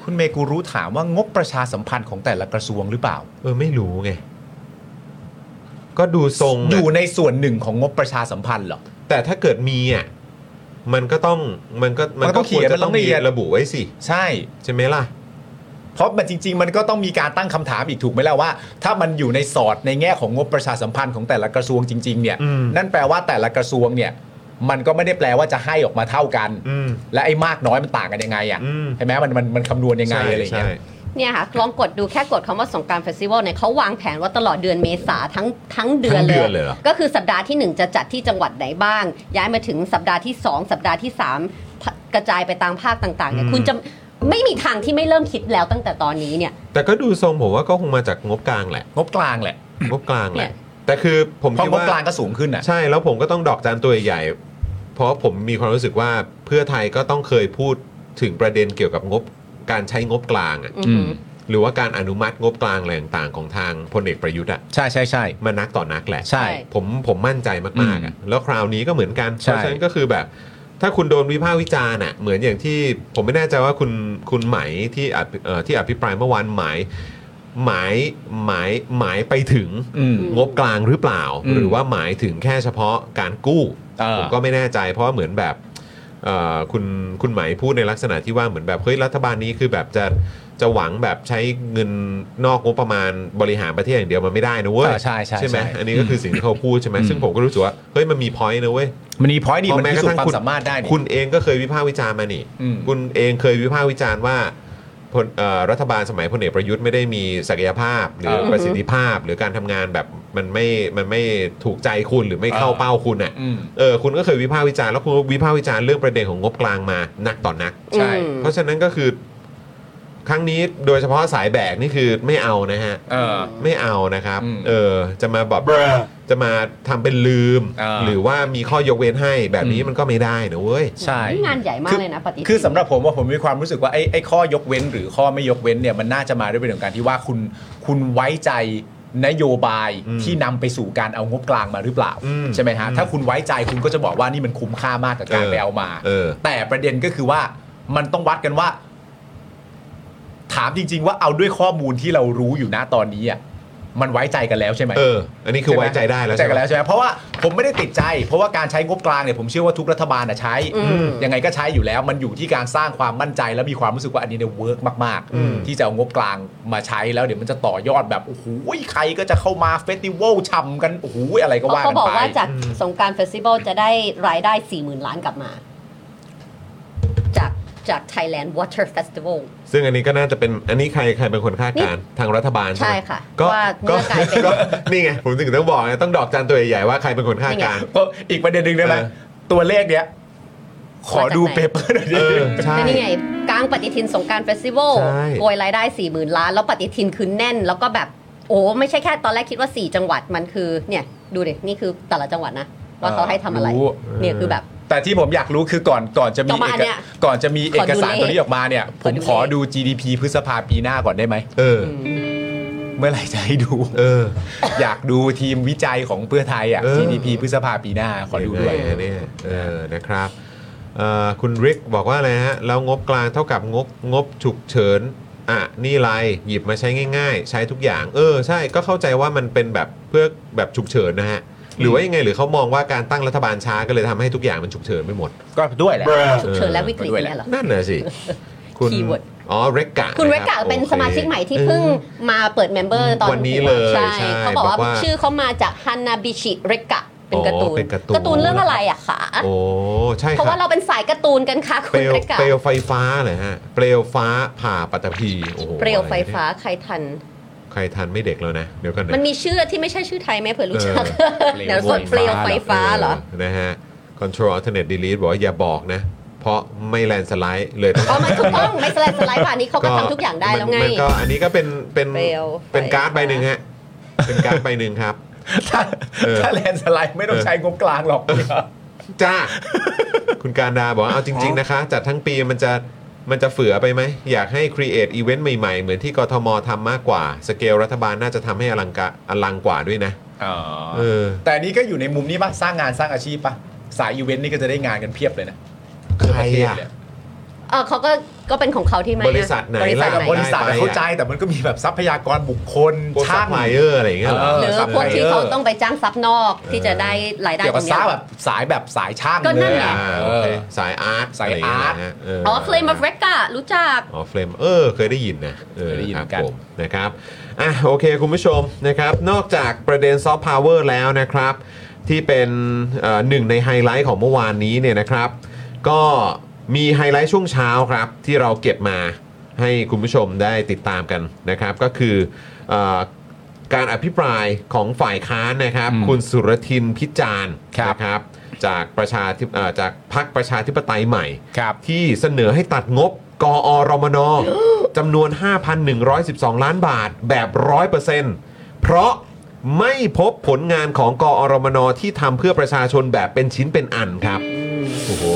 คุณเมกูรู้ถามว่างบประชาสัมพันธ์ของแต่ละกระทรวงหรือเปล่าเออไม่รู้ไงก็ดูทรงอยู่ในส่วนหนึ่งของงบประชาสัมพันธ์เหรอแต่ถ้าเกิดมีอ่ะมันก็ต้องมันก็มันก็ควรจะต้องมีระบุไว้สิใช่ใช่ไหมล่ะเพราะมันจริงๆมันก็ต้องมีการตั้งคำถามอีกถูกไหมล่ะว่าถ้ามันอยู่ในสอดในแง่ของงบประชาสัมพันธ์ของแต่ละกระทรวงจริงๆเนี่ยนั่นแปลว่าแต่ละกระทรวงเนี่ยมันก็ไม่ได้แปลว่าจะให้ออกมาเท่ากันและไอ้มากน้อยมันต่างกันยังไงอ่ะใช่ไหมมันมันมันคำนวณยังไงอะไรอย่างเงี้ยเนี่ยค่ะลองกดดูแค่กดคำว่าสงกรานต์เฟสติวัลเนี่ยเขาวางแผนว่าตลอดเดือนเมษาทั้งทั้งเดือนเลยก็คือสัปดาห์ที่หนึ่งจะจัดที่จังหวัดไหนบ้างย้ายมาถึงสัปดาห์ที่สองสัปดาห์ที่สามกระจายไปตามภาคต่างๆเนี่ยคุณจะไม่มีทางที่ไม่เริ่มคิดแล้วตั้งแต่ตอนนี้เนี่ยแต่ก็ดูทรงผมว่าก็คงมาจากงบกลางแหละงบกลางแหละงบกลางแหละแต่คือผมคิดว่างบกลางก็สูงขึ้นอ่ะใช่แล้วผมก็ต้องดอกจานตัวใหญ่เพราะผมมีความรู้สึกว่าเพื่อไทยก็ต้องเคยพูดถึงประเด็นเกี่ยวกับงบการใช้งบกลางอ่ะหรือว่าการอนุมัติงบกลางอะไรต่างๆของทางพลเอกประยุทธ์อ่ะใช่ใช่ใช่มานักต่อนักแหละใช่ผมผมมั่นใจมากๆอ่ะแล้วคราวนี้ก็เหมือนกันเพราะฉะนั้นก็คือแบบถ้าคุณโดนวิพากษ์วิจารณ์อ่ะเหมือนอย่างที่ผมไม่แน่ใจว่าคุณคุณไหมที่เอ่อที่อภิปรายเมื่อวานหมายหมายหมายหมายไปถึงงบกลางหรือเปล่าหรือว่าหมายถึงแค่เฉพาะการกู้ผมก็ไม่แน่ใจเพราะว่าเหมือนแบบคุณคุณไหมพูดในลักษณะที่ว่าเหมือนแบบเฮ้ยรัฐบาลนี้คือแบบจะจะหวังแบบใช้เงินนอกงบประมาณบริหารประเทศอย่างเดียวมันไม่ได้นะเว้ยใช่ใช่ใช่ไหมอันนี้ก็คือสิ่งที่เขาพูดใช่ไหมซึ่งผมก็รู้สึกว่าเฮ้ยมันมีพอยต์นะเว้ยมันมีพอยต์ดีมันพิสูจน์ความสามารถได้คุณเองก็เคยวิพากษ์วิจารณ์มานี่คุณเองเคยวิพากษ์วิจารณ์ว่ารัฐบาลสมัยพลเอกประยุทธ์ไม่ได้มีศักยภาพหรือประสิทธิภาพหรือการทำงานแบบมันไม่มันไม่ถูกใจคุณหรือไม่เข้าเป้าคุณอ่ะเออคุณก็เคยวิพากษ์วิจารณ์แล้วคุณวิพากษ์วิจารณ์เรื่องประเด็นของงบกลางมานักต่อนักใช่เพราะฉะนั้นก็คือครั้งนี้โดยเฉพาะสายแบกนี่คือไม่เอานะฮะไม่เอานะครับเออจะมาแบบจะมาทำเป็นลืมหรือว่ามีข้อยกเว้นให้แบบนี้มันก็ไม่ได้นะเว้ยใช่งานใหญ่มากเลยนะปฏิทินคือสำหรับผมว่าผมมีความรู้สึกว่าไอ้ไอ้ข้อยกเว้นหรือข้อไม่ยกเว้นเนี่ยมันน่าจะมาด้วยประเด็นการที่ว่าคุณคุณไว้ใจนโยบายที่นำไปสู่การเอางบกลางมาหรือเปล่าใช่ไหมฮะถ้าคุณไว้ใจคุณก็จะบอกว่านี่มันคุ้มค่ามากกับการไปเอามาแต่ประเด็นก็คือว่ามันต้องวัดกันว่าถามจริงๆว่าเอาด้วยข้อมูลที่เรารู้อยู่นะตอนนี้อ่ะมันไว้ใจกันแล้วใช่ไหมเอออันนี้คือไว้ใจได้แล้วใช่กันแล้วใช่ไหมเพราะว่าผมไม่ได้ติดใจเพราะว่าการใช้งบกลางเนี่ยผมเชื่อว่าทุกรัฐบาลใช้ยังไงก็ใช้อยู่แล้วมันอยู่ที่การสร้างความมั่นใจและมีความรู้สึกว่าอันนี้เนี่ยเวิร์กมากๆที่จะเอางบกลางมาใช้แล้วเดี๋ยวมันจะต่อยอดแบบโอ้โหใครก็จะเข้ามาเฟสติวัลช่ำกันโอ้โหอะไรก็ว่ากันไปเขาบอกว่าจากสงกรานต์เฟสติวัลจะได้รายได้ สี่หมื่น ล้านกลับมาจากจาก Thailand Water Festival ซึ่งอันนี้ก็น่าจะเป็นอันนี้ใครใครเป็นคนคาดการณ์ทางรัฐบาลใช่ไหมใช่ค่ะก็ก็นี่ไงผมถึงต้องบอกไงต้องดอกจันตัวใหญ่ๆว่าใครเป็นคนคาดการณ์ก็อีกประเด็นหนึ่งได้ไหมตัวเลขเนี้ยขอดูเปเปอร์หน่อยดิใช่นี่ไงกลางปฏิทินสงกรานต์เฟสติวัลโกยรายได้ สี่หมื่น ล้านแล้วปฏิทินคือแน่นแล้วก็แบบโอ้ไม่ใช่แค่ตอนแรกคิดว่าสี่จังหวัดมันคือเนี่ยดูดินี่คือแต่ละจังหวัดนะว่าเขาให้ทำอะไรเนี่ยคือแบบแต่ที่ผมอยากรู้คือก่อนก่อนจะมีก่อนจะมีเอกสารตัวนี้ออกมาเนี่ยผมขอดู จี ดี พี พฤษภาปีหน้าก่อนได้ไหมเออเมื่อไหร่จะให้ดูเอออยากดูทีมวิจัยของเพื่อไทยอ่ะ จี ดี พี พฤษภาปีหน้าขอดูด้วยเนี่ยเออนะครับคุณริกบอกว่าอะไรฮะแล้วงบกลางเท่ากับงบงบฉุกเฉินอ่ะนี่ไรหยิบมาใช้ง่ายๆใช้ทุกอย่างเออใช่ก็เข้าใจว่ามันเป็นแบบเพื่อแบบฉุกเฉินนะฮะหรือว่ายังไงหรือเขามองว่าการตั้งรัฐบาลช้าก็เลยทำให้ทุกอย่างมันฉุกเฉินไปหมดก็ด้วยแหละฉุกเฉินและวิกฤตเนี่ยหรอนั่นน่ะสิคุณอ๋อเรกกะคุณเรกกะเป็นสมาชิกใหม่ที่เพิ่งมาเปิดเมมเบอร์ตอนวันนี้เลยใช่เขาบอกว่าชื่อเขามาจากฮานาบิชิเรกกะเป็นการ์ตูนการ์ตูนเรื่องอะไรอะคะโอ้ใช่เพราะว่าเราเป็นสายการ์ตูนกันค่ะคุณเรกกะเปลวไฟฟ้าเลยฮะเปลวฟ้าผ่าปัตตภีโอ้โหเปลวไฟฟ้าใครทันใครทันไม่เด็กแล้วนะเดี๋ยวกันนะมันมีชื่อที่ไม่ใช่ชื่อไทยไหมเผื่อรู้จักเดี๋ยวกดเปลวไฟฟ้าเหรอนะฮะ Control Alternate Delete บอกว่าอย่าบอกนะเพราะไม่แลนสไลด์เลยอ๋อมันถูกต้องไม่สไลด์สไลด์ป่ะนี้เขาก็ทำทุกอย่างได้แล้วไงมันก็อันนี้ก็เป็นเป็นเป็นการ์ดใบหนึ่งฮะเป็นการ์ดใบหนึ่งครับถ้าถ้าแลนสไลด์ไม่ต้องใช้งบกลางหรอกจ้าคุณการดาบอกว่าเอาจริงๆนะคะจัดทั้งปีมันจะมันจะเฟือไปไหมอยากให้ create event ใหม่ๆเหมือนที่กทมทำมากกว่าสเกลรัฐบาลน่าจะทำให้อลังกะอลังกว่าด้วยนะอ๋อเออแต่นี้ก็อยู่ในมุมนี้ป่ะสร้างงานสร้างอาชีพป่ะสายอีเวนต์นี่ก็จะได้งานกันเพียบเลยนะใครอ่ะเออเขาก็ก็เป็นของเขาที่ไหมบริษัทไหนบริษัทไหนบริษัทเข้าใจแต่มันก็มีแบบทรัพยากรบุคคลช่างไมเออร์อะไรอย่างเงี้ยหรือพวกที่เขาต้องไปจ้างซับนอกที่จะได้รายได้เกี่ยวตกัรบงสานี้ยแบบสายแบบสายช่างก็นั่เลนยไงอ่ะโอเคสายอาร์ตสายอาร์ตอ๋อ Flame of Recca รู้จักอ๋อเฟลมเออเคยได้ยินนะเออเคยได้ยินครับกันผมนะครับอ่ะโอเคคุณผู้ชมนะครับนอกจากประเด็นซอฟต์พาวเวอร์แล้วนะครับที่เป็นเอ่อหนึ่งในไฮไลท์ของเมื่อวานนี้เนี่ยนะครับก็มีไฮไลท์ช่วงเช้าครับที่เราเก็บมาให้คุณผู้ชมได้ติดตามกันนะครับก็คือเอ่อการอภิปรายของฝ่ายค้านนะครับคุณสุรทินพิจารณ์นะครับจากประชาธิปเอ่อจากพรรคประชาธิปไตยใหม่ที่เสนอให้ตัดงบกอรมน จำนวน ห้าพันหนึ่งร้อยสิบสอง ล้านบาทแบบ ร้อยเปอร์เซ็นต์ เพราะไม่พบผลงานของกอรมนที่ทำเพื่อประชาชนแบบเป็นชิ้นเป็นอันครับโอ้โห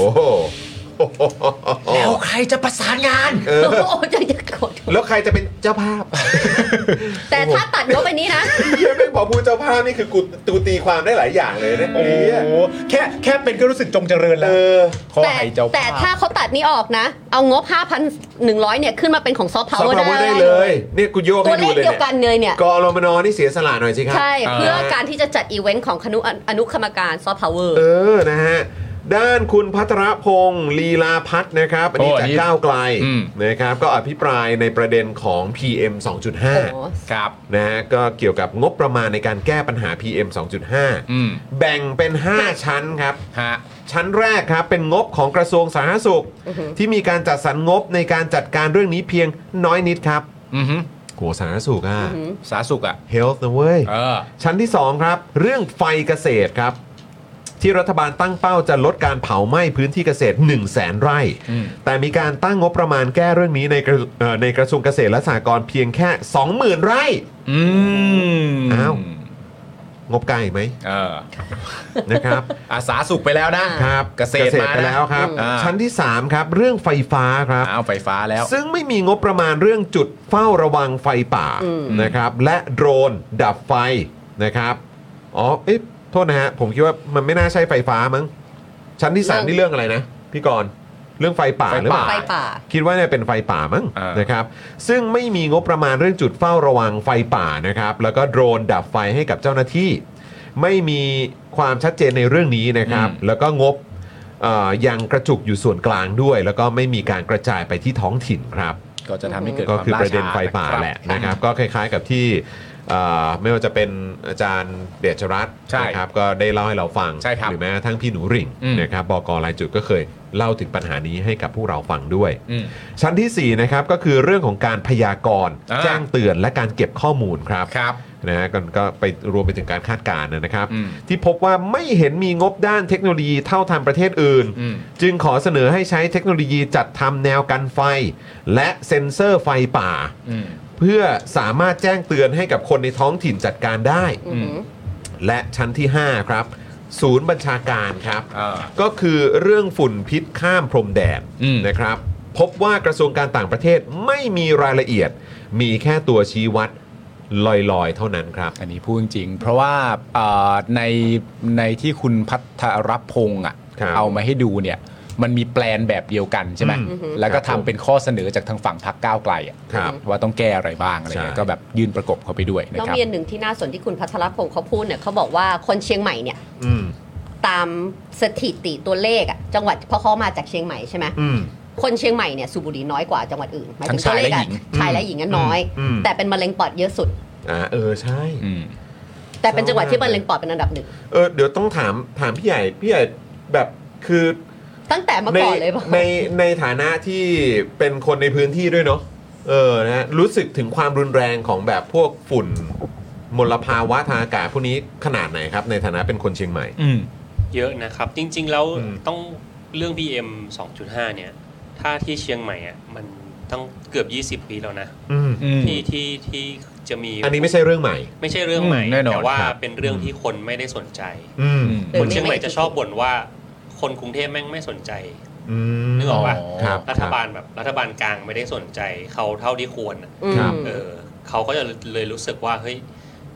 แล้วใครจะประสานงานเออโอ้ยจะกดแล้วใครจะเป็นเจ้าภาพแต่ถ้าตัดงบไปนี้นะเฮียไม่งพอพูดเจ้าภาพนี่คือกูตูตีความได้หลายอย่างเลยนะโอ้โหแค่แค่เป็นก็รู้สึกจงเจริญแล้วขอแต่ให้เจ้าภาพแต่ถ้าเขาตัดนี้ออกนะ เอางบ ห้าพันหนึ่งร้อย เนี่ยขึ้นมาเป็นของซอฟต์พาวซอเวฟอต์ร์พาวเวอร์ได้ได้เลยเนี่ยกูโยกตัวให้เลดูขเลยเดียวกันเลยเนี่ยกอรมนนี่เสียสละหน่อยสิครับใช่เพื่อการที่จะจัดอีเวนต์ของคณะอนุกรรมการซอฟต์พาวเวอร์เออนะฮะด้านคุณพัทรพงศ์ลีลาพัฒน์นะครับอันนี้โอ้จากอันนี้ก้าวไกลอืมนะครับก็อภิปรายในประเด็นของ พี เอ็ม สองจุดห้าครับนะฮะก็เกี่ยวกับงบประมาณในการแก้ปัญหา พี เอ็ม สองจุดห้าอืมแบ่งเป็น ห้า ชั้นครับฮะชั้นแรกครับเป็นงบของกระทรวงสาธารณสุข ที่มีการจัดสรรงบในการจัดการเรื่องนี้เพียงน้อยนิดครับอือหือโหสาธารณสุขอ่ะสาธารณสุขอ่ะ health นะเว้ยเออชั้นที่ สอง ครับ เรื่องไฟเกษตรครับ ที่รัฐบาลตั้งเป้าจะลดการเผาไหม้พื้นที่เกษตร หนึ่งแสน ไร่อืมแต่มีการตั้งงบประมาณแก้เรื่องนี้ในกระเอ่อในกระทรวงเกษตรและสหกรณ์เพียงแค่ สองหมื่น ไร่อืมอ้าว งบไกลไหมเออนะครับอาสาสุขไปแล้วนะครับ เกษตรมาไปแล้วครับอ่าชั้นที่ สาม ครับ เรื่องไฟฟ้าครับอ้าวไฟฟ้าแล้วซึ่งไม่มีงบประมาณเรื่องจุดเฝ้าระวังไฟป่านะครับ และโดรนดับไฟนะครับอ๋อเอ๊ะโทษนะฮะผมคิดว่ามันไม่น่าใช่ไฟฟ้ามั้งชั้นที่สามเรื่องนี่เรื่องอะไรนะพี่กรณ์เรื่องไฟป่าไฟป่าหรือเปล่าไฟป่าคิดว่าเนี่ยเป็นไฟป่ามั้งอ่านนะครับซึ่งไม่มีงบประมาณเรื่องจุดเฝ้าระวังไฟป่านะครับแล้วก็โดรนดับไฟให้กับเจ้าหน้าที่ ไม่มีความชัดเจนในเรื่องนี้นะครับแล้วก็งบเอ่อยังกระจุกอยู่ส่วนกลางด้วย แล้วก็ไม่มีการกระจายไปที่ท้องถิ่นครับก็จะทำให้เกิดก็ความคือล่าประเด็นช้าไฟป่าครับแหละนะครับก็คล้ายๆกับที่เอ่อไม่ว่าจะเป็นอาจารย์เดชรัตน์ใช่นะครับก็ได้เล่าให้เราฟังใช่ครับหรือแม้กระทั่งพี่หนูริ่งอืมนะครับบก.รายจุดก็เคยเล่าถึงปัญหานี้ให้กับพวกเราฟังด้วยอืมชั้นที่สี่นะครับก็คือเรื่องของการพยากรณ์อ่าแจ้งเตือนและการเก็บข้อมูลครับครับนะฮะก็ก็ไปรวมไปถึงการคาดการณ์นะครับอืมที่พบว่าไม่เห็นมีงบด้านเทคโนโลยีเท่าทันประเทศอื่นอืมจึงขอเสนอให้ใช้เทคโนโลยีจัดทำแนวกันไฟ และเซ็นเซอร์ไฟป่าอืมเพื่อสามารถแจ้งเตือนให้กับคนในท้องถิ่นจัดการได้อือหือและชั้นที่ ห้า ครับ ศูนย์บัญชาการครับอ่าก็คือเรื่องฝุ่นพิษข้ามพรมแดนอืมนะครับ พบว่ากระทรวงการต่างประเทศไม่มีรายละเอียด มีแค่ตัวชี้วัดลอยๆ เท่านั้นครับอันนี้พูดจริงๆเพราะว่าเอ่อในในที่คุณพัทรพงษ์อ่ะครับเอามาให้ดูเนี่ยมันมีแปลนแบบเดียวกันใช่ไหมอืมแล้วก็ครับผมทำเป็นข้อเสนอจากทางฝั่งพรรคก้าวไกลอ่ะครับว่าต้องแก้อะไรบ้างอะไรเงี้ยใช่ก็แบบยื่นประกบเข้าไปด้วยนะแล้วครับมีอันหนึ่งที่น่าสนที่คุณพัทรพงศ์เขาพูดเนี่ยเขาบอกว่าคนเชียงใหม่เนี่ยอืมตามสถิติตัวเลขอะจังหวัดเพราะเขามาจากเชียงใหม่ใช่ไหมอืมคนเชียงใหม่เนี่ยสูบบุหรี่น้อยกว่าจังหวัดอื่นหมายถึทั้งงตัวชายเลขและอะหญิงชายและหญิงกันน้อยอืมแต่เป็นมะเร็งปอดเยอะสุดอ่าเออใช่อืมแต่เป็นจังหวัดที่มะเร็งปอดเป็นอันดับหนึ่งเออเดี๋ยวต้องถามถามพี่ใหญ่พี่ใหญ่แบบคือตั้งแต่เมื่อในก่อนเลยป่ะในในฐานะที่เป็นคนในพื้นที่ด้วยเนาะเออนะฮะรู้สึกถึงความรุนแรงของแบบพวกฝุ่นมลภาวะทางอากาศพวกนี้ขนาดไหนครับ ในฐานะเป็นคนเชียงใหม่อืมเยอะนะครับ จริง ๆ แล้วอืมต้องเรื่อง พี เอ็ม สองจุดห้า เนี่ย ถ้าที่เชียงใหม่อ่ะมันต้องเกือบ ยี่สิบ ปีแล้วนะอืมอืมที่ที่ที่จะมีอันนี้ไม่ใช่เรื่องใหม่ไม่ใช่เรื่องใหม่อืมแน่นอนแต่ว่าครับเป็นเรื่องที่คนไม่ได้สนใจอืมคนเชียงใหม่จะชอบบ่นว่าคนกรุงเทพแม่งไม่สนใจอืมนึกออกปะครับรัฐบาลแบบรัฐบาลกลางไม่ได้สนใจเขาเท่าที่ควรอะอืมครับเออเขาก็จะเลยรู้สึกว่าเฮ้ย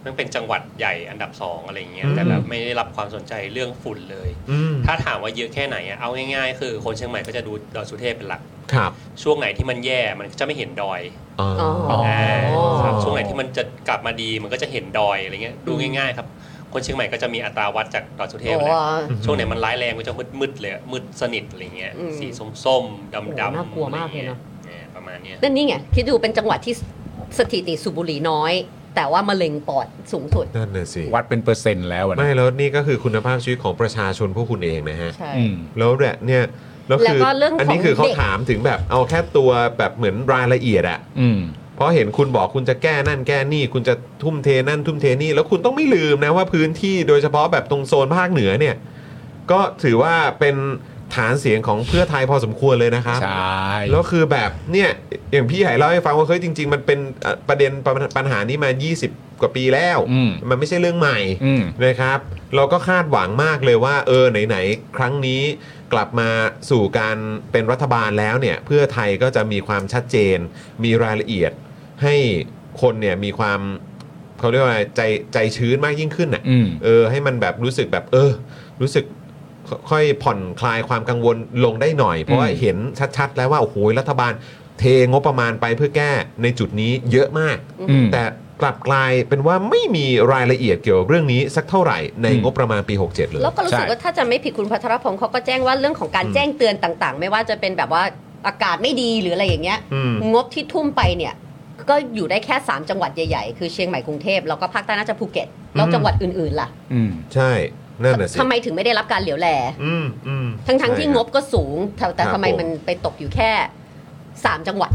มันเป็นจังหวัดใหญ่อันดับสองอะไรเงี้ยแต่แบบไม่ได้รับความสนใจเรื่องฝุ่นเลยถ้าถามว่าเยอะแค่ไหนเอาง่ายๆคือคนเชียงใหม่ก็จะดูดอยสุเทพเป็นหลักครับช่วงไหนที่มันแย่มันจะไม่เห็นดอยอ๋อครับช่วงไหนที่มันจะกลับมาดีมันก็จะเห็นดอยอะไรเงี้ยดูง่ายๆครับคนเชียงใหม่ก็จะมีอัตราวัดจากดอยสุเทพเลยช่วงไหนมันร้ายแรงก็จะมืดๆเลยมืดสนิทอะไรเงี้ยสีส้มๆดำๆน่ากลัวมากเลยเนาะประมาณนี้นั่นนี่ไงคิดดูเป็นจังหวัดที่สถิติสูบบุหรี่น้อยแต่ว่ามะเร็งปอดสูงสุดนั่นน่ะสิวัดเป็นเปอร์เซ็นต์แล้วนะไม่แล้วนี่ก็คือคุณภาพชีวิตของประชาชนพวกคุณเองนะฮะใช่แล้วเนี่ยแล้วคืออันนี้คือเขาถามถึงแบบเอาแค่ตัวแบบเหมือนรายละเอียดอะเพราะเห็นคุณบอกคุณจะแก้นั่นแก้นี่คุณจะทุ่มเทนั่นทุ่มเทนี่แล้วคุณต้องไม่ลืมนะว่าพื้นที่โดยเฉพาะแบบตรงโซนภาคเหนือเนี่ยก็ถือว่าเป็นฐานเสียงของเพื่อไทยพอสมควรเลยนะครับใช่แล้วคือแบบเนี่ยอย่างพี่ใหญ่เล่าให้ฟังว่าเฮ้ยจริงๆมันเป็นประเด็นปัญหานี้มายี่สิบกว่าปีแล้วมันไม่ใช่เรื่องใหม่นะครับเราก็คาดหวังมากเลยว่าเออไหนๆครั้งนี้กลับมาสู่การเป็นรัฐบาลแล้วเนี่ยเพื่อไทยก็จะมีความชัดเจนมีรายละเอียดให้คนเนี่ยมีความเขาเรียกว่าใจใจชื้นมากยิ่งขึ้นอ่ะเออให้มันแบบรู้สึกแบบเออรู้สึกค่อยผ่อนคลายความกังวลลงได้หน่อยเพราะว่าเห็นชัดๆแล้วว่าโอ้โหรัฐบาลเทงบประมาณไปเพื่อแก้ในจุดนี้เยอะมากแต่กลับกลายเป็นว่าไม่มีรายละเอียดเกี่ยวกับเรื่องนี้สักเท่าไหร่ในงบประมาณปีหกสิบเจ็ดเลยแล้วก็รู้สึกว่าถ้าจะไม่ผิดคุณภัทรพงศ์เขาก็แจ้งว่าเรื่องของการแจ้งเตือนต่างๆไม่ว่าจะเป็นแบบว่าอากาศไม่ดีหรืออะไรอย่างเงี้ยงบที่ทุ่มไปเนี่ยก็อยู่ได้แค่สามจังหวัดใหญ่ๆคือเชียงใหม่กรุงเทพแล้วก็ภาคใต้น่าจะภูเก็ตแล้วจังหวัดอื่นๆล่ะใช่นั่นน่ะสิทำไมถึงไม่ได้รับการเหลียวแลทั้งๆที่งบก็สูงแต่ทำไมมันไปตกอยู่แค่สามจังหวัด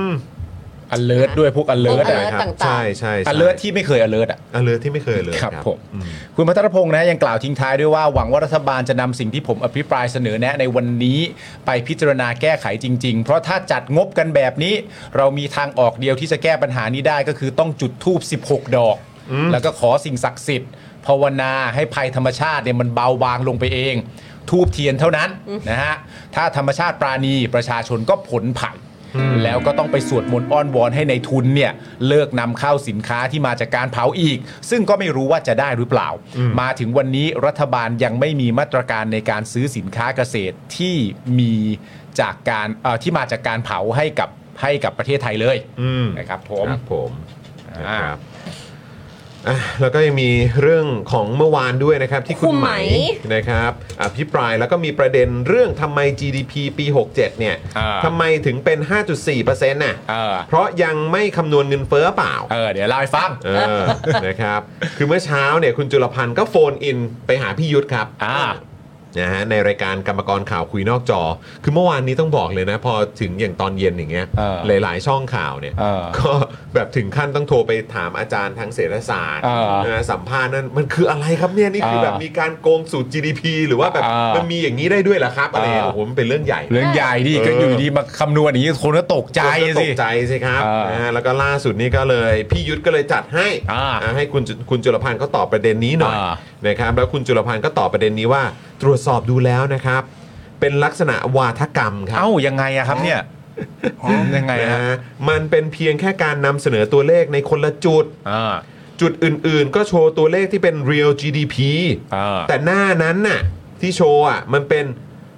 alert ด้วยพวก alert ต่างๆใช่ใช่ alert ที่ไม่เคย alert อ่ะ alert ที่ไม่เคยเลยครับผมคุณภัทรพงศ์นะยังกล่าวทิ้งท้ายด้วยว่าหวังว่ารัฐบาลจะนำสิ่งที่ผมอภิปรายเสนอแนะในวันนี้ไปพิจารณาแก้ไขจริงๆเพราะถ้าจัดงบกันแบบนี้เรามีทางออกเดียวที่จะแก้ปัญหานี้ได้ก็คือต้องจุดธูปสิบหกดอกแล้วก็ขอสิ่งศักดิ์สิทธิ์ภาวนาให้ภัยธรรมชาติเนี่ยมันเบาบางลงไปเองทูบเทียนเท่านั้นนะฮะถ้าธรรมชาติปราณีประชาชนก็ผลไผ่แล้วก็ต้องไปสวดมนต์อ้อนวอนให้ในทุนเนี่ยเลิกนำเข้าสินค้าที่มาจากการเผาอีกซึ่งก็ไม่รู้ว่าจะได้หรือเปล่ามาถึงวันนี้รัฐบาลยังไม่มีมาตรการในการซื้อสินค้าเกษตรที่มีจากการเอ่อที่มาจากการเผาให้กับให้กับประเทศไทยเลยนะครับผมครับผมนะครับอ่ะแล้วก็ยังมีเรื่องของเมื่อวานด้วยนะครับที่คุณไหมนะครับอภิปรายแล้วก็มีประเด็นเรื่องทำไม จี ดี พี ปีหกสิบเจ็ดเนี่ยทำไมถึงเป็น ห้าจุดสี่เปอร์เซ็นต์ น่ะเพราะยังไม่คำนวณเงินเฟ้อเปล่าเออเดี๋ยวเล่าให้ฟังนะครับคือเมื่อเช้าเนี่ยคุณจุลพันธ์ก็โฟนอินไปหาพี่ยุทธครับนะฮะในรายการกรรมกรข่าวคุยนอกจอคือเมื่อวานนี้ต้องบอกเลยนะพอถึงอย่างตอนเย็นอย่างเงี้ยหลายๆช่องข่าวเนี่ยก็แบบถึงขั้นต้องโทรไปถามอาจารย์ทางเศรษฐศาสตร์นะสัมภาษณ์นั่นมันคืออะไรครับเนี่ยนี่คือแบบมีการโกงสูตร จี ดี พี หรือว่าแบบมันมีอย่างนี้ได้ด้วยเหรอครับอะไรโอ้โหมันเป็นเรื่องใหญ่เรื่องใหญ่ดิก็อยู่ดีมาคำนวณอย่างนี้คนก็ตกใจสิตกใจสิครับนะฮะแล้วก็ล่าสุดนี้ก็เลยพี่ยุทธก็เลยจัดให้ให้คุณคุณจุลพันธ์เขาตอบประเด็นนี้หน่อยนะครับแล้วคุณจุลพันธ์ก็ตอบประเด็นนี้ว่าตรวจสอบดูแล้วนะครับเป็นลักษณะวาทกรรมครับเอ้ายังไงอะครับเนี่ยยังไงฮะมันเป็นเพียงแค่การนำเสนอตัวเลขในคนละจุดจุดอื่นๆก็โชว์ตัวเลขที่เป็น real จี ดี พี แต่หน้านั้นน่ะที่โชว์อ่ะมันเป็น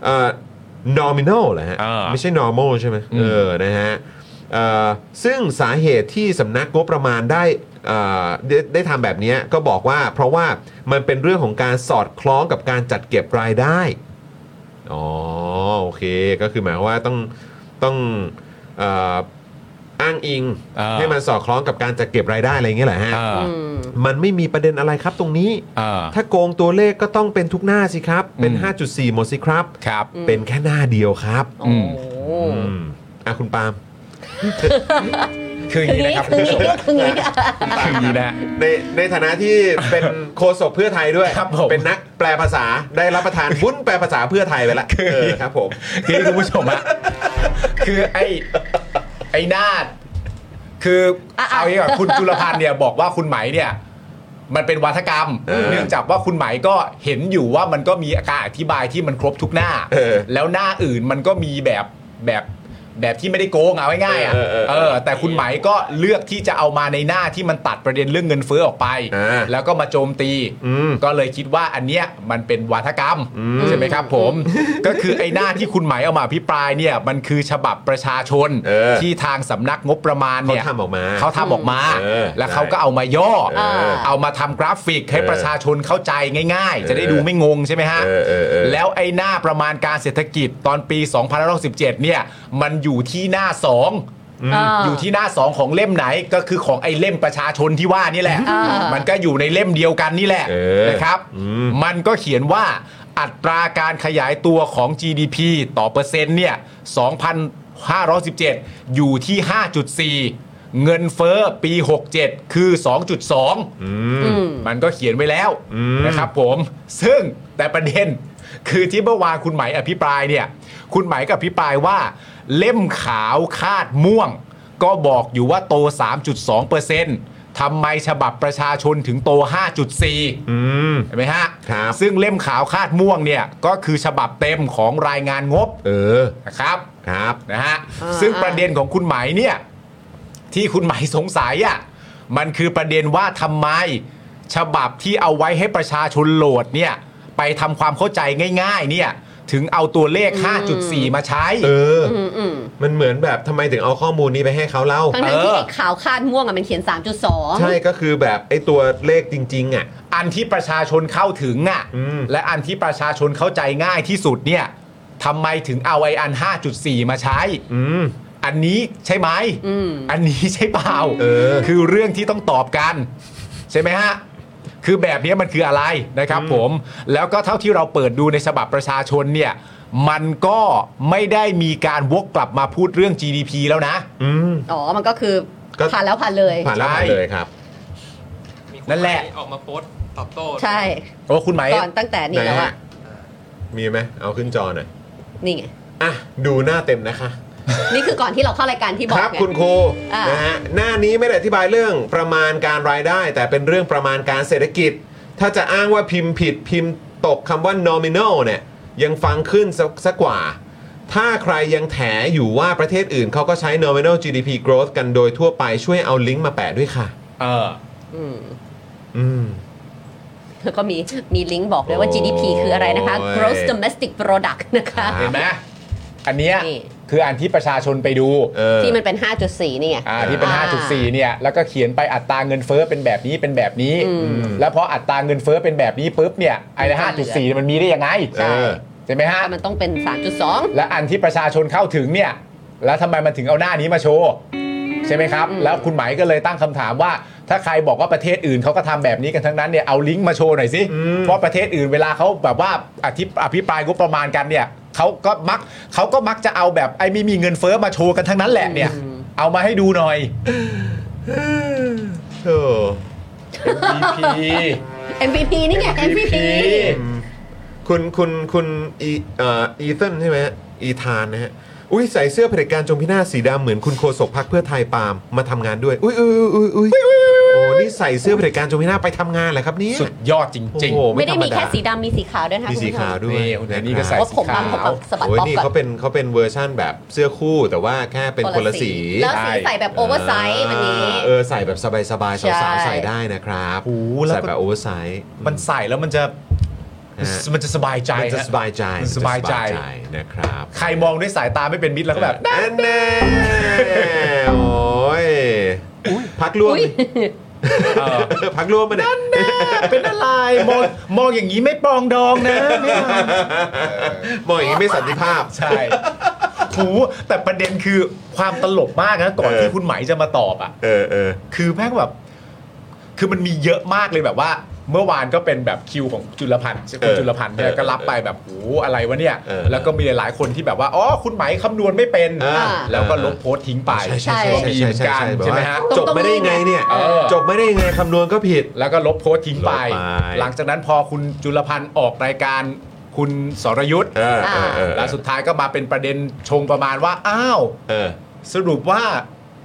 nominal เหรอฮะไม่ใช่ normal ใช่ไหมเออนะฮะซึ่งสาเหตุที่สำนักงบประมาณได้ได้ได้ทำแบบนี้ก็บอกว่าเพราะว่ามันเป็นเรื่องของการสอดคล้องกับการจัดเก็บรายได้อ๋อโอเคก็คือหมายว่าต้องต้องเอ่ออ้างอิงให้มันสอดคล้องกับการจัดเก็บรายได้อะไรอย่างเงี้ยแหละฮะมันไม่มีประเด็นอะไรครับตรงนี้ถ้าโกงตัวเลขก็ต้องเป็นทุกหน้าสิครับเป็น ห้าจุดสี่ หมดสิครับครับเป็นแค่หน้าเดียวครับอืมอ่ะคุณปาล์มคืออย่างนี้นะครับคุณผู้ชมคืออย่างนี้นะในในฐานะที่เป็นโฆษกเพื่อไทยด้วยเป็นนักแปลภาษาได้รับประทานวุ้นแปลภาษาเพื่อไทยไปละครับผมคือคุณผู้ชมอะคือไอ้ไอ้นาดคือเอาอย่างคุณจุลพันธ์เนี่ยบอกว่าคุณไหมเนี่ยมันเป็นวาทกรรมเนื่องจากว่าคุณไหมก็เห็นอยู่ว่ามันก็มีการอธิบายที่มันครบทุกหน้าแล้วหน้าอื่นมันก็มีแบบแบบแบบที่ไม่ได้โกงเอาง่ายๆอ่ะเออเออเออเออแต่คุณไหมก็เลือกที่จะเอามาในหน้าที่มันตัดประเด็นเรื่องเงินเฟ้อออกไปอ่าแล้วก็มาโจมตีอืมก็เลยคิดว่าอันเนี้ยมันเป็นวาทกรรมใช่ไหมครับผม ก็คือไอ้หน้าที่คุณไหมเอามาอภิปรายเนี่ยมันคือฉบับประชาชนเออที่ทางสำนักงบประมาณเนี่ยเขาทำออกมาเขาทำออกมาเออแล้วเขาก็เอามาย่อเออเอามาทำกราฟิกให้เออประชาชนเข้าใจง่ายๆ จะได้ดูไม่งงใช่ไหมฮะเออเออเออแล้วไอ้หน้าประมาณการเศรษฐกิจตอนปี สองพันห้าร้อยสิบเจ็ด เนี่ยมันอยู่ที่หน้าสองอ่าอยู่ที่หน้าสองของเล่มไหนก็คือของไอ้เล่มประชาชนที่ว่านี่แหละอ่ามัมันก็อยู่ในเล่มเดียวกันนี่แหละเออนะครับอืมมันก็เขียนว่าอัตราการขยายตัวของ จี ดี พี ต่อเปอร์เซ็นต์เนี่ยสองพันห้าร้อยสิบเจ็ด อยู่ที่ ห้าจุดสี่ เงินเฟ้อปี หกเจ็ด คือ สองจุดสองอืมมันก็เขียนไว้แล้วอืมนะครับผมซึ่งแต่ประเด็นคือที่เมื่อวานคุณไหมอภิปรายเนี่ยคุณไหมก็อภิปรายว่าเล่มขาวคาดม่วง ก็บอกอยู่ว่าโต สามจุดสองเปอร์เซ็นต์ ทำไมฉบับประชาชนถึงโต ห้าจุดสี่อืมเห็นไหมฮะครับซึ่งเล่มขาวคาดม่วงเนี่ยก็คือฉบับเต็มของรายงานงบเออนะครับครับนะฮะอ่าซึ่งประเด็นของคุณไหมเนี่ยที่คุณไหมสงสัยอ่ะมันคือประเด็นว่าทำไมฉบับที่เอาไว้ให้ประชาชนโหลดเนี่ยไปทำความเข้าใจง่ายๆเนี่ยถึงเอาตัวเลข ห้าจุดสี่ มาใช้เอออืมอืมมันเหมือนแบบทำไมถึงเอาข้อมูลนี้ไปให้เขาเล่าทั้งนั้นที่ไอ้ขาวคาดม่วงอะมันเขียน สามจุดสองใช่ก็คือแบบไอ้ตัวเลขจริงๆอ่ะอันที่ประชาชนเข้าถึงอ่ะอืมและอันที่ประชาชนเข้าใจง่ายที่สุดเนี่ยทำไมถึงเอาไอ้อัน ห้าจุดสี่ มาใช้อืมอันนี้ใช่ไหมอืมอันนี้ใช่เปล่าเออคือเรื่องที่ต้องตอบกัน ใช่ไหมฮะ คือแบบนี้มันคืออะไรนะครับผม แล้วก็เท่าที่เราเปิดดูในฉบับประชาชนเนี่ย มันก็ไม่ได้มีการวกกลับมาพูดเรื่อง จี ดี พี แล้วนะอืมอ๋อ มันก็คือก็ผ่านแล้วผ่านเลยผ่านแล้วผ่านเลยครับมีคนั่นแหละออกมาโพสต์ตอบโต้ใช่โอ้คุณไหมก่อนตั้งแต่นี้แล้วไหนอะฮะ มีไหมเอาขึ้นจอหน่อยนี่ไงอ่ะ ดูหน้าเต็มนะคะนี่คือก่อนที่เราเข้ารายการที่บอคกรับไงคุณครูอ่านนะฮะหน้านี้ไม่ได้อธิบายเรื่องประมาณการรายได้ แต่เป็นเรื่องประมาณการเศรษฐกิจ ถ้าจะอ้างว่าพิมพ์ผิดพิมพ์ตกคำว่า nominal เนี่ยยังฟังขึ้นสักสักกว่า ถ้าใครยังแถอยู่ว่าประเทศอื่นเขาก็ใช้ nominal จี ดี พี growth กันโดยทั่วไปช่วยเอาลิงก์มาแปะด้วยค่ะเอออืมอืมแล้วก็มีมีลิงก์บอกเลยว่า จี ดี พี คืออะไรนะคะโอ้ย gross domestic product นะคะเห็นไหมอันเนี้ยนี่คืออันที่ประชาชนไปดูเออที่มันเป็น ห้าจุดสี่ นี่ไงอ่าที่เป็นอ่าห้าจุดสี่ เนี่ยแล้วก็เขียนไปอัตราเงินเฟ้อเป็นแบบนี้เป็นแบบนี้อืมแล้วพออัตราเงินเฟ้อเป็นแบบนี้ปุ๊บเนี่ยไอ้ห้าจุดสี่มันมีได้ยังไงใช่ใช่ไหมฮะมันต้องเป็น สามจุดสองและอันที่ประชาชนเข้าถึงเนี่ยแล้วทำไมมันถึงเอาหน้านี้มาโชว์ใช่ไหมครับอืมแล้วคุณไหมก็เลยตั้งคำถามว่า ถ้าใครบอกว่าประเทศอื่นเขาก็ทำแบบนี้กันทั้งนั้นเนี่ยเอาลิงก์มาโชว์หน่อยสิเพราะประเทศอื่นเวลาเขาแบบว่าอธิอภิปรายงบประมาณกันเนี่ยเขาก็มักเขาก็มักจะเอาแบบไอ้ไม่มีเงินเฟ้อมาโชว์กันทั้งนั้นแหละเนี่ย เอามาให้ดูหน่อยโอ้เอ็ม วี พีเอ็ม วี พี นี่ไง เอ็ม วี พีคุณคุณคุณอีเอ่ออีเทนใช่ไหมฮะอีธานนะฮะอุ้ยใส่เสื้อเผด็จการจงพินาศสีดำเหมือนคุณโฆษกพรรคเพื่อไทยปาล์มมาทำงานด้วยอุ้ยอุ้ยอุ้ยอุ้ยโอ้นี่ใส่เสื้อเผด็จการจงพินาศไปทำงานเหรอครับเนี่ยสุดยอดจริงโอ้โหไม่ได้มีธรรแค่สีดำมีสีขาวด้วยนะคะมีคุณสีผู้ชขาวมด้วยนี่คุณแดนนี่ก็ใส่ว่าผมบางผมแบบสะบัดโอ้ยบ๊อบนี่แบบเขาเป็นเขาเป็นเวอร์ชั่นแบบเสื้อคู่แต่ว่าแค่เป็นคนละสีแล้วสีใส่แบบโอเวอร์ไซส์วันนี้เออใส่แบบสบายๆใช่สาวๆใส่ได้นะครับโอ้โหแล้วก็ใส่แบบโอเวอร์ไซส์มันใส่แล้วมันจะฮะมันจะสบายใจมันจะฮะสบายใจมันสบายใจมันจะนะครับใครมองด้วยสายตาไม่เป็นมิตรแล้วก็แบบแน่แน่โอ้ยพักร่วมอุ๊ยเออพักร่วมมาเนี่ยเป็นอะไรมองมองอย่างนี้ไม่ปรองดองนะไม่เอามองอย่างนี้ไม่สันติภาพใช่ถูแต่ประเด็นคือความตลกมากนะก่อนเออที่คุณไหมจะมาตอบอ่ะเออเออคือแม่งแบบ คือมันมีเยอะมากเลยแบบว่า เมื่อวานก็เป็นแบบคิวของจุลพันธ์ใช่คุณจุลพันธ์เนี่ยก็รับไปแบบโอ้อะไรวะเนี่ยเออแล้วก็มีหลายๆคนที่แบบว่าอ๋อคุณไหมคำนวณไม่เป็นอ่าแล้วก็ลบโพสต์ทิ้งไปใช่ใช่ก็ใช่มีใช่เหมือนใช่กันใช่แบบใช่ไหมว่าฮะจบไม่ได้ไงเนี่ยเออจบไม่ได้ไงคำนวณก็ผิดแล้วก็ลบโพสต์ทิ้งไปลบไปหลังจากนั้นพอคุณจุลพันธ์ออกรายการคุณสรยุทธ์เออเออเออแล้วสุดท้ายก็มาเป็นประเด็นชงประมาณว่าอ้าวเออสรุปว่า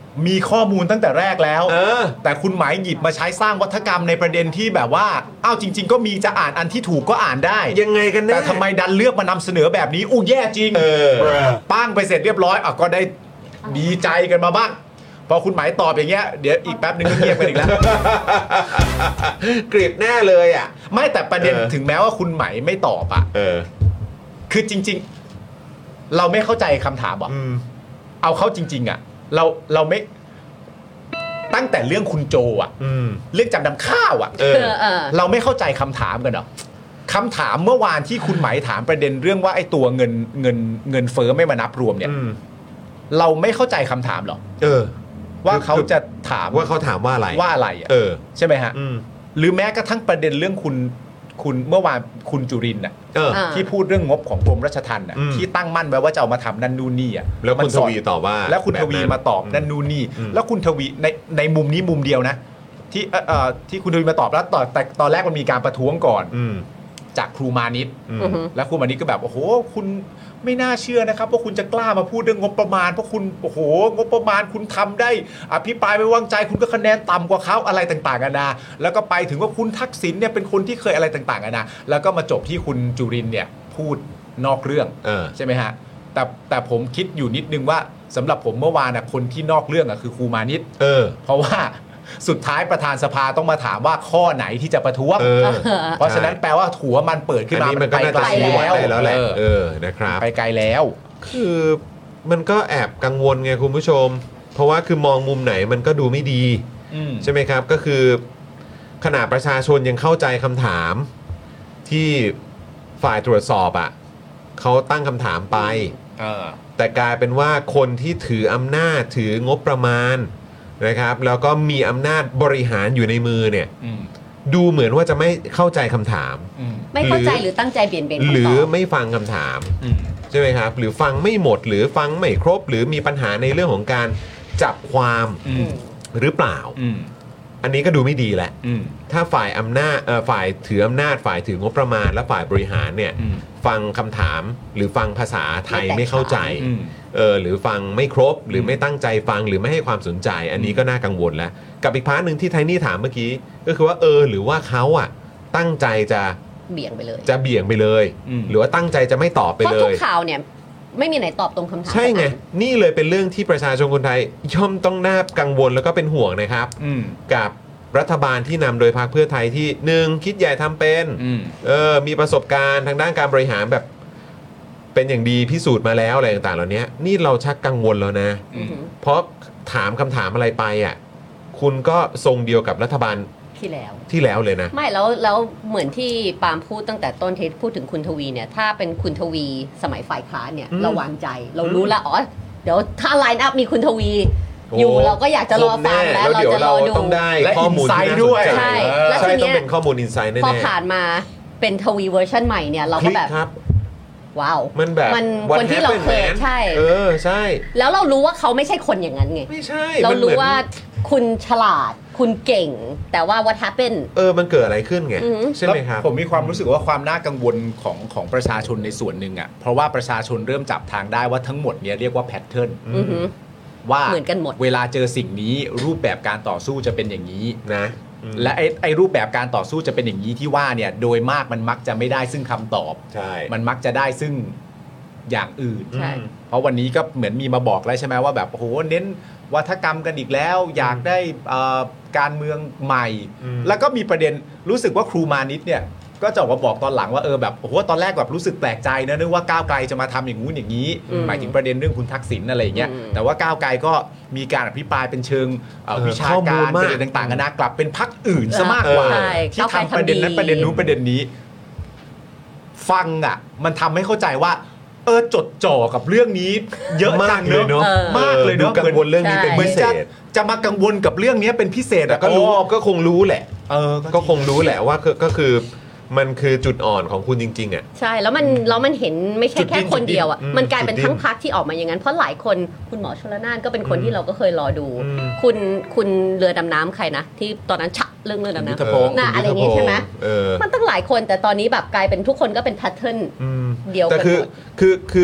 มีข้อมูลตั้งแต่แรกแล้วแต่คุณหมายหยิบมาใช้สร้างวัฒกรรมในประเด็นที่แบบว่าอ้าวจริงๆก็มีจะอ่านอันที่ถูกก็อ่านได้ยังไงกันแน่แต่ทำไมดันเลือกมานำเสนอแบบนี้อู้แย่จริงป้างไปเสร็จเรียบร้อยอ่ะก็ได้ดีใจกันมาบ้างพอคุณหมายตอบอย่างเงี้ยเดี๋ยวอีกแป๊บนึงก็เงียบไปอีกแล้วกรีบแน่เลยอ่ะไม่แต่ประเด็นถึงแม้ว่าคุณหมายไม่ตอบอ่ะคือจริงๆเราไม่เข้าใจคำถามอ่ะเอาเข้าจริงๆอ่ะเราเราไม่ตั้งแต่เรื่องคุณโจอ่ะเรื่องจำนำข้าวอ่ะเออเราไม่เข้าใจคำถามกันหรอคำถามเมื่อวานที่คุณหมายถามประเด็นเรื่องว่าไอ้ตัวเงินเงินเงินเฟ้อไม่มานับรวมเนี่ยเราไม่เข้าใจคำถามหรอเออว่าเขาจะถามว่าเขาถามว่าอะไรว่าอะไรอ่ะเออใช่ไหมฮะหรือแม้กระทั่งประเด็นเรื่องคุณคุณเมื่อวานคุณจุรินทร์น่ะที่พูดเรื่องงบของกรมราชทัณฑ์น่ะที่ตั้งมั่นไว้ว่าจะเอามาทำนั่นนู่นนี่อ่ะแล้วคุณทวีตอบว่าแล้วคุณทวีมาตอบนั่นนู่นนี่แล้วคุณทวีในในมุมนี้มุมเดียวนะที่เอ่อที่คุณทวีมาตอบแล้วตอนแต่ตอนแรกมันมีการประท้วงก่อนจากครูมานิตแล้วครูมานิตก็แบบโอ้โหคุณไม่น่าเชื่อนะครับว่าคุณจะกล้ามาพูดเรื่องงบประมาณเพราะคุณโอ้โหงบประมาณคุณทำได้อภิปรายไม่วางใจคุณก็คะแนนต่ำกว่าเขาอะไรต่างๆกันานะแล้วก็ไปถึงว่าคุณทักษิณเนี่ยเป็นคนที่เคยอะไรต่างๆกันานะแล้วก็มาจบที่คุณจุรินทร์เนี่ยพูดนอกเรื่องใช่ไหมฮะแต่แต่ผมคิดอยู่นิดนึงว่าสำหรับผมเมื่อวานนะคนที่นอกเรื่องอ่ะคือครูมานิตเออเพราะว่าสุดท้ายประธานสภาต้องมาถามว่าข้อไหนที่จะประท้วง เ, เพราะฉะนั้นแปลว่าหัวมันเปิดขึ้นมามันไปไกลแล้วแล้วแหละเออนะครับไปไกลแล้วคือมันก็แอบกังวลไงคุณผู้ชมเพราะว่าคือมองมุมไหนมันก็ดูไม่ดีใช่ไหมครับก็คือขณะประชาชนยังเข้าใจคำถามที่ฝ่ายตรวจสอบอ่ะเขาตั้งคำถามไปแต่กลายเป็นว่าคนที่ถืออำนาจถืองบประมาณนะครับแล้วก็มีอำนาจบริหารอยู่ในมือเนี่ยดูเหมือนว่าจะไม่เข้าใจคำถามไม่เข้าใจหรือตั้งใจเปลี่ยนเบนหรือไม่ฟังคำถามใช่ไหมครับหรือฟังไม่หมดหรือฟังไม่ครบหรือมีปัญหาในเรื่องของการจับความหรือเปล่าอันนี้ก็ดูไม่ดีแหละถ้าฝ่ายอำนาจฝ่ายถืออำนาจฝ่ายถืองบประมาณและฝ่ายบริหารเนี่ยฟังคำถามหรือฟังภาษาไทยไม่เข้าใจเออหรือฟังไม่ครบหรือไม่ตั้งใจฟังหรือไม่ให้ความสนใจอันนี้ก็น่ากังวลแล้วกับอีกพาร์ทนึงที่ไทนี่ถามเมื่อกี้ก็คือว่าเออหรือว่าเขาอ่ะตั้งใจจะเบี่ยงไปเลยจะเบี่ยงไปเลยหรือว่าตั้งใจจะไม่ตอบไปเลยเพราะทุกข่าวเนี่ยไม่มีไหนตอบตรงคำถามใช่ไงนี่เลยเป็นเรื่องที่ประชาชนคนไทยย่อมต้องน่ากังวลแล้วก็เป็นห่วงนะครับกับรัฐบาลที่นำโดยพรรคเพื่อไทยที่หนึ่งคิดใหญ่ทำเป็นเออมีประสบการณ์ทางด้านการบริหารแบบเป็นอย่างดีพิสูจน์มาแล้วอะไรต่างๆเหล่านี้นี่เราชักกังวลแล้วนะเพราะถามคำถามอะไรไปอ่ะคุณก็ทรงเดียวกับรัฐบาลที่แล้วที่แล้วเลยนะไม่แล้วแล้วเหมือนที่ปาล์มพูดตั้งแต่ต้นที่พูดถึงคุณทวีเนี่ยถ้าเป็นคุณทวีสมัยฝ่ายค้านเนี่ยเราวางใจเรารู้แล้วอ๋อเดี๋ยวถ้าไลน์อัพมีคุณทวีอยู่เราก็อยากจะรอฟังแล้วเราจะรอดูต้องได้ข้อมูลที่ด้วยใช่แล้วทีนี้ต้องเป็นข้อมูลอินไซด์แน่ๆพอผ่านมาเป็นทวีเวอร์ชันใหม่เนี่ยเราก็แบบว้าวมันแบบมันคนที่เราเคยใช่เออใช่แล้วเรารู้ว่าเขาไม่ใช่คนอย่างนั้นไงไม่ใช่เรารู้ว่าคุณฉลาดคุณเก่งแต่ว่า what happened เออมันเกิดอะไรขึ้นไงใช่ไหมครับผมมีความรู้สึกว่าความน่ากังวลของของประชาชนในส่วนหนึ่งอ่ะเพราะว่าประชาชนเริ่มจับทางได้ว่าทั้งหมดเนี้ยเรียกว่าแพทเทิร์นว่าเหมือนกันหมดเวลาเจอสิ่งนี้รูปแบบการต่อสู้จะเป็นอย่างนี้นะและไอ้ไอ้รูปแบบการต่อสู้จะเป็นอย่างนี้ที่ว่าเนี่ยโดยมากมันมักจะไม่ได้ซึ่งคำตอบใช่มันมักจะได้ซึ่งอย่างอื่นใช่เพราะวันนี้ก็เหมือนมีมาบอกแล้วใช่ไหมว่าแบบโอ้โหเน้นวัฒกรรมกันอีกแล้วอยากได้การเมืองใหม่แล้วก็มีประเด็นรู้สึกว่าครูมานิตเนี่ยก็จะออกมาบอกตอนหลังว่าเออแบบโอ้โหตอนแรกแบบรู้สึกแปลกใจนะนึกว่าก้าวไกลจะมาทำอย่างงู้นอย่างนี้หมายถึงประเด็นเรื่องคุณทักษิณอะไรอย่างเงี้ยแต่ว่าก้าวไกลก็มีการอภิปรายเป็นเชิงวิชาการประเด็นต่างๆนะกลับเป็นพรรคอื่นซะมากกว่าที่ทำประเด็นนั้นประเด็นนู้นประเด็นนี้ฟังอ่ะมันทำให้เข้าใจว่าเออจดจ่อกับเรื่องนี้เยอะมากเลยเนาะมากเลยเนาะกังวลเรื่องนี้เป็นพิเศษจะมากังวลกับเรื่องนี้เป็นพิเศษอ่ะก็รู้ก็คงรู้แหละเออก็คงรู้แหละว่าก็คือมันคือจุดอ่อนของคุณจริงๆอ่ะใช่แล้วมันแล้วมันเห็นไม่ใช่แค่คนเดียวอ่ะมันกลายเป็นทั้งพรรคที่ออกมาอย่างนั้นเพราะหลายคนคุณหมอชลน่านก็เป็นคนที่เราก็เคยรอดูคุณคุณเรือดำน้ำใครนะที่ตอนนั้นฉะเรื่องเรือดำน้ำน่ะอะไรอย่างงี้ใช่ไหมมันตั้งหลายคนแต่ตอนนี้แบบกลายเป็นทุกคนก็เป็นแพทเทิร์นเดียวกันแต่คือคือคือ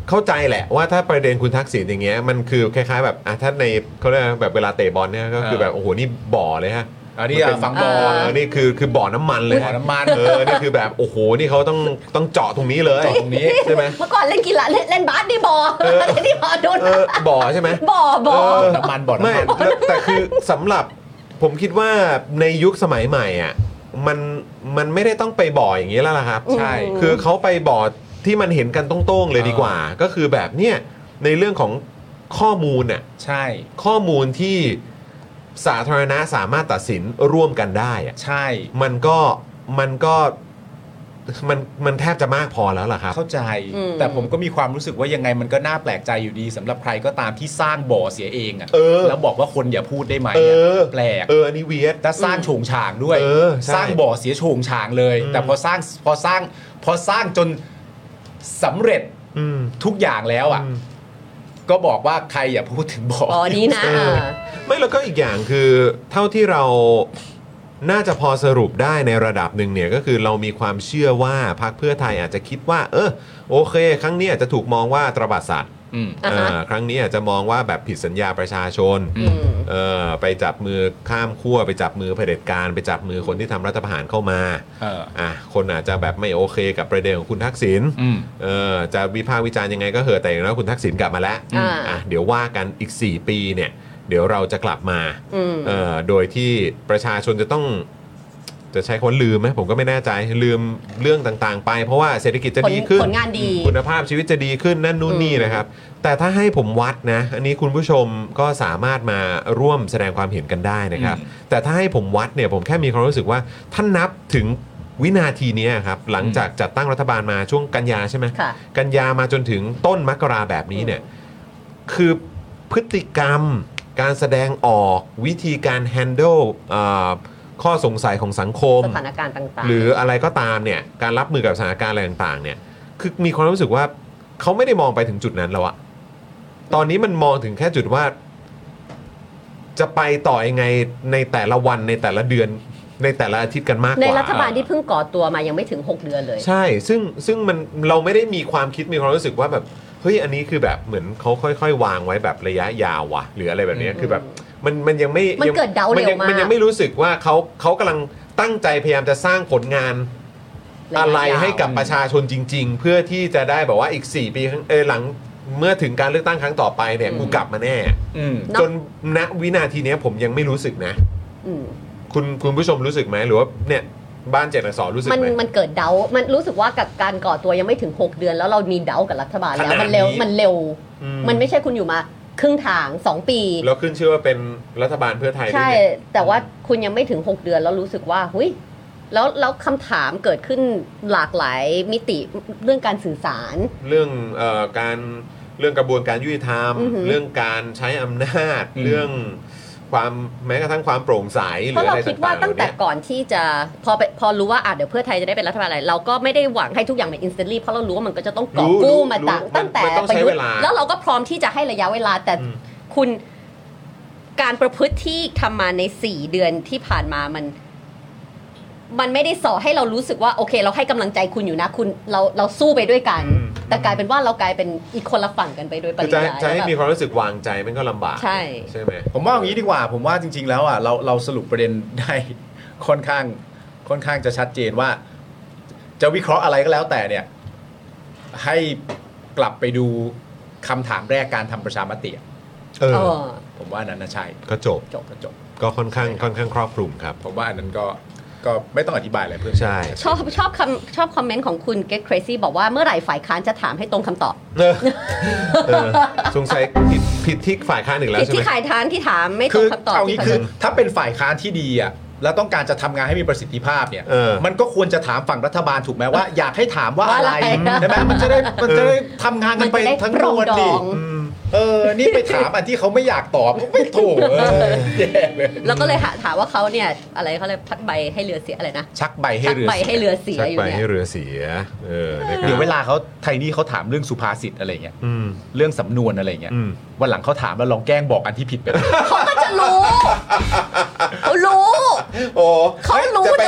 เข้าใจแหละว่าถ้าประเด็นคุณทักษิณอย่างเงี้ยมันคือคล้ายๆแบบอ่ะถ้าในเขาเรียกแบบเวลาเตะบอลเนี่ยก็คือแบบโอ้โหนี่บ่อเลยฮะอันนี้ฝังบ่ออันนี้คือคือบ่อน้ำมันเลยบ่อน้ำมันเออนี่คือแบบโอ้โหนี่เขาต้องต้องเจาะตรงนี้เลยเจาะตรงนี้ใช่ไหมเมื่อก่อนเล่นกีฬาเล่นเล่นบาสนี่บอเล่นนี่บอโดนเออบ่อใช่ไหมบ่อบ่อเออน้ำมันบ่อน้ำไม่มันแล้วแต่คือสำหรับผมคิดว่าในยุคสมัยใหม่อ่ะมันมันไม่ได้ต้องไปบ่ออย่างนี้แล้วล่ะครับใช่คือเขาไปบ่อที่มันเห็นกันโต้งๆเลยดีกว่า ก็คือแบบเนี้ยในเรื่องของข้อมูลน่ะใช่ข้อมูลที่สาธารณะสามารถตัดสินร่วมกันได้อะใช่มันก็มันก็มันมันแทบจะมากพอแล้วล่ะครับเข้าใจอืมแต่ผมก็มีความรู้สึกว่ายังไงมันก็น่าแปลกใจอยู่ดีสำหรับใครก็ตามที่สร้างบ่อเสียเองอะเออแล้วบอกว่าคนอย่าพูดได้ไหมเออะอแปลกเอออันนี้เวียดถ้าสร้างโฉงฉางด้วยเออใช่สร้างบ่อเสียโฉงฉางเลยอืมแต่พอสร้างพอสร้างพอสร้างจนสำเร็จอืมทุกอย่างแล้วอ่ะอืมก็บอกว่าใครอย่าพูดถึงบ่อบ่อนี้นะเออ ไม่แล้วก็อีกอย่างคือเท่าที่เราน่าจะพอสรุปได้ในระดับหนึ่งเนี่ยก็คือเรามีความเชื่อว่าพรรคเพื่อไทยอาจจะคิดว่า เออโอเค ครั้งนี้อาจจะถูกมองว่าตระบัดสัตว์อืมอ่าฮะเออครั้งนี้อาจจะมองว่าแบบผิดสัญญาประชาชนอืมเออไปจับมือข้ามขั้วไปจับมือเผด็จการไปจับมือคนที่ทำรัฐประหารเข้ามาเอออ่ะคนอาจจะแบบไม่โอเคกับประเด็นของคุณทักษิณอืมเออจะวิพากษ์วิจารณ์ยังไงก็เหอะแต่อย่างน้อยคุณทักษิณกลับมาแล้วอ่าอ่ะเดี๋ยวว่ากันอีก สี่ ปีเนี่ยเดี๋ยวเราจะกลับมาอืมเอ่อโดยที่ประชาชนจะต้องจะใช้คำว่าลืมไหมผมก็ไม่แน่ใจลืมเรื่องต่างๆ ไป เพราะว่าเศรษฐกิจจะผลดีขึ้นผลงานดีคุณภาพชีวิตจะดีขึ้นนั่นนู่นนี่นะครับ แต่ถ้าให้ผมวัดนะอันนี้คุณผู้ชมก็สามารถมาร่วมแสดงความเห็นกันได้นะครับ แต่ถ้าให้ผมวัดเนี่ยผมแค่มีความรู้สึกว่าท่านนับถึงวินาทีนี้ครับหลังจากจัดตั้งรัฐบาลมาช่วงกันยาใช่ไหมค่ะกันยามาจนถึงต้นมกราแบบนี้เนี่ยคือพฤติกรรม การแสดงออกวิธีการ handle เอ่อข้อสงสัยของสังคมสถานการณ์ต่างๆหรืออะไรก็ตามเนี่ยการรับมือกับสถานการณ์อะไรต่างๆเนี่ยคือมีความรู้สึกว่าเขาไม่ได้มองไปถึงจุดนั้นแล้วอะตอนนี้มันมองถึงแค่จุดว่า จะไปต่อยังไงในแต่ละวันในแต่ละเดือนในแต่ละอาทิตย์กันมากกว่าในรัฐบาลที่เพิ่งก่อตัวมายังไม่ถึงหกเดือนเลยใช่ซึ่งซึ่งมันเราไม่ได้มีความคิดมีความรู้สึกว่าแบบเฮ้ยอันนี้คือแบบเหมือนเขาค่อยๆ วางไว้แบบระยะยาวว่ะหรืออะไรแบบเนี้ยคือแบบมันมันยังไม่มันเกิดเดาเร็วยังมากมันยังไม่รู้สึกว่าเขาเขากำลังตั้งใจพยายามจะสร้างผลงานระยะยาวอะไรให้กับประชาชนจริง ๆ เพื่อที่จะได้แบบว่าอีกสี่ปีข้างเออหลังเมื่อถึงการเลือกตั้งครั้งต่อไปเนี่ยกูกลับมาแน่อืมจนณวินาทีเนี้ยผมยังไม่รู้สึกนะอืมคุณคุณผู้ชมรู้สึกไหมหรือว่าเนี่ยบ้านเจนอักษรรู้สึกมันไหมมันเกิดเดา มันรู้สึกว่ากับการก่อตัวยังไม่ถึงหกเดือน แล้วเรามีเดากับรัฐบาลแล้วขนาดมันเร็วนี้มันเร็วอืมมันไม่ใช่คุณอยู่มาครึ่งทางสองปีแล้วขึ้นชื่อว่าเป็นรัฐบาลเพื่อไทยด้วยใช่เนี่ยแต่ว่าคุณยังไม่ถึงหกเดือนแล้วรู้สึกว่าหุยแล้วแล้วคำถามเกิดขึ้นหลากหลายมิติเรื่องการสื่อสารเรื่องเอ่อการเรื่องกระบวนการยุติธรรมอือหือเรื่องการใช้อำนาจอืมเรื่องความแม้กระทั่งความโปร่งใสหเพรือราะอะเราไรคิดว่าต่างๆตั้งแต่เหล่ก่อนที่จะพอไปพอรู้ว่าอ่ะเดี๋ยวเพื่อไทยจะได้เป็นรัฐบาลอะไรเราก็ไม่ได้หวังให้ทุกอย่างเป็น instantly เพราะเรารู้ว่ามันก็จะต้องกอบกู้มาต่างตั้งแต่มันต้องประใช้ยุทเวธ์ลาแล้วเราก็พร้อมที่จะให้ระยะเวลาแต่อืมคุณการประพฤติที่ทำมาในสี่เดือนที่ผ่านมามัน มันไม่ได้สอให้เรารู้สึกว่าโอเค เราให้กำลังใจคุณอยู่นะ คุณเราเราสู้ไปด้วยกัน แต่กลายเป็นว่าเรากลายเป็นอีกคนละฝั่งกันไปโดยปคือริจะยายจะให้แล้วมีแบบความรู้สึกวางใจมันก็ลำบากใช่ใช่ไหมผมว่าอย่างนี้ดีกว่า ผมว่าจริง ๆ แล้วอ่ะเราเราสรุปประเด็นได้ ค่อนข้างค่อนข้างจะชัดเจนว่า จะวิเคราะห์อะไรก็แล้วแต่เนี่ย ให้กลับไปดูคำถามแรกการทำประชามติอะเออเออผมว่าอันนั้นนะใช่ก็จบจบก็จบก็ค่อนข้างค่อนข้างครอบคลุมครับผมว่าอันนั้นก็ก็ไม่ต้องอธิบายอะไรเพิ่มใช่ชอบชอบคำชอบคอมเมนต์ของคุณ Get Crazy บอกว่าเมื่อไหร่ฝ่ายค้านจะถามให้ตรงคำตอบเออเออสงสัยผิดผิดที่ฝ่ายค้านอีกแล้วผิดใช่ไหที่มฝ่ายค้านที่ถามไม่ตรคืงอคำตอบเอาที่งี้เขาคือถ้าเป็นฝ่ายค้านที่ดีอ่ะแล้วต้องการจะทำงานให้มีประสิทธิภาพเนี่ยเออมันก็ควรจะถามฝั่งรัฐบาลถูกไหมว่า อยากให้ถามว่าว่าอะอะไร ไรใช่ไหมมันจะได้มันจะได้ทำงานกันไปมันจะได้ทั้งปรมองวลดดิองเออนี่ไปถามอันที่เขาไม่อยากตอบก็ไม่ถูกเออแย่เลยแล้วก็เลยถามว่าเขาเนี่ยอะไรเขาเลยพัดใบให้เรือเสียอะไรนะชักใบให้ชักเรือใบให้เรือเสียชักอยู่ไปเนี่ยให้เรือเสียเออนะครัเดี๋ยวบเวลาเขาไทยนี่เขาถามเรื่องสุภาษิตอะไรเงี้ยอืมเรื่องสำนวนอะไรเงี้ยอืมวันหลังเขาถามแล้วลองแกล้งบอกอันที่ผิดไปเลยเขาก็จะรู้เขารู้โอ้เขารู้จะไปแต่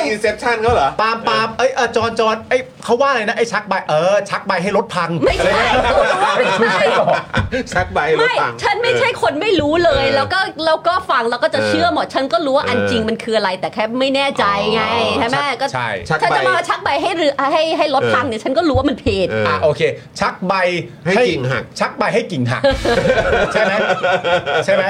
อินเซปชั่นเขาเหรอปาล์มปาล์มเอ้ยจอนจอนไอ้เขาว่าอะไรนะไอ้ชักใบเออชักใบให้รถพังไม่ใช่ไม่ใช่ชักใบรถพังฉันไม่ใช่คนไม่รู้เลยแล้วก็แล้วก็ฟังแล้วก็จะเชื่อหมดฉันก็รู้ว่าอันจริงมันคืออะไรแต่แค่ไม่แน่ใจไงใช่ไหมก็ฉันจะมาชักใบให้เรือให้ให้รถพังเนี่ยฉันก็รู้ว่ามันผิดอ่ะโอเคชักใบให้กิ่งหักชักใบให้กิ่งหักใช่ไหมใช่ไหม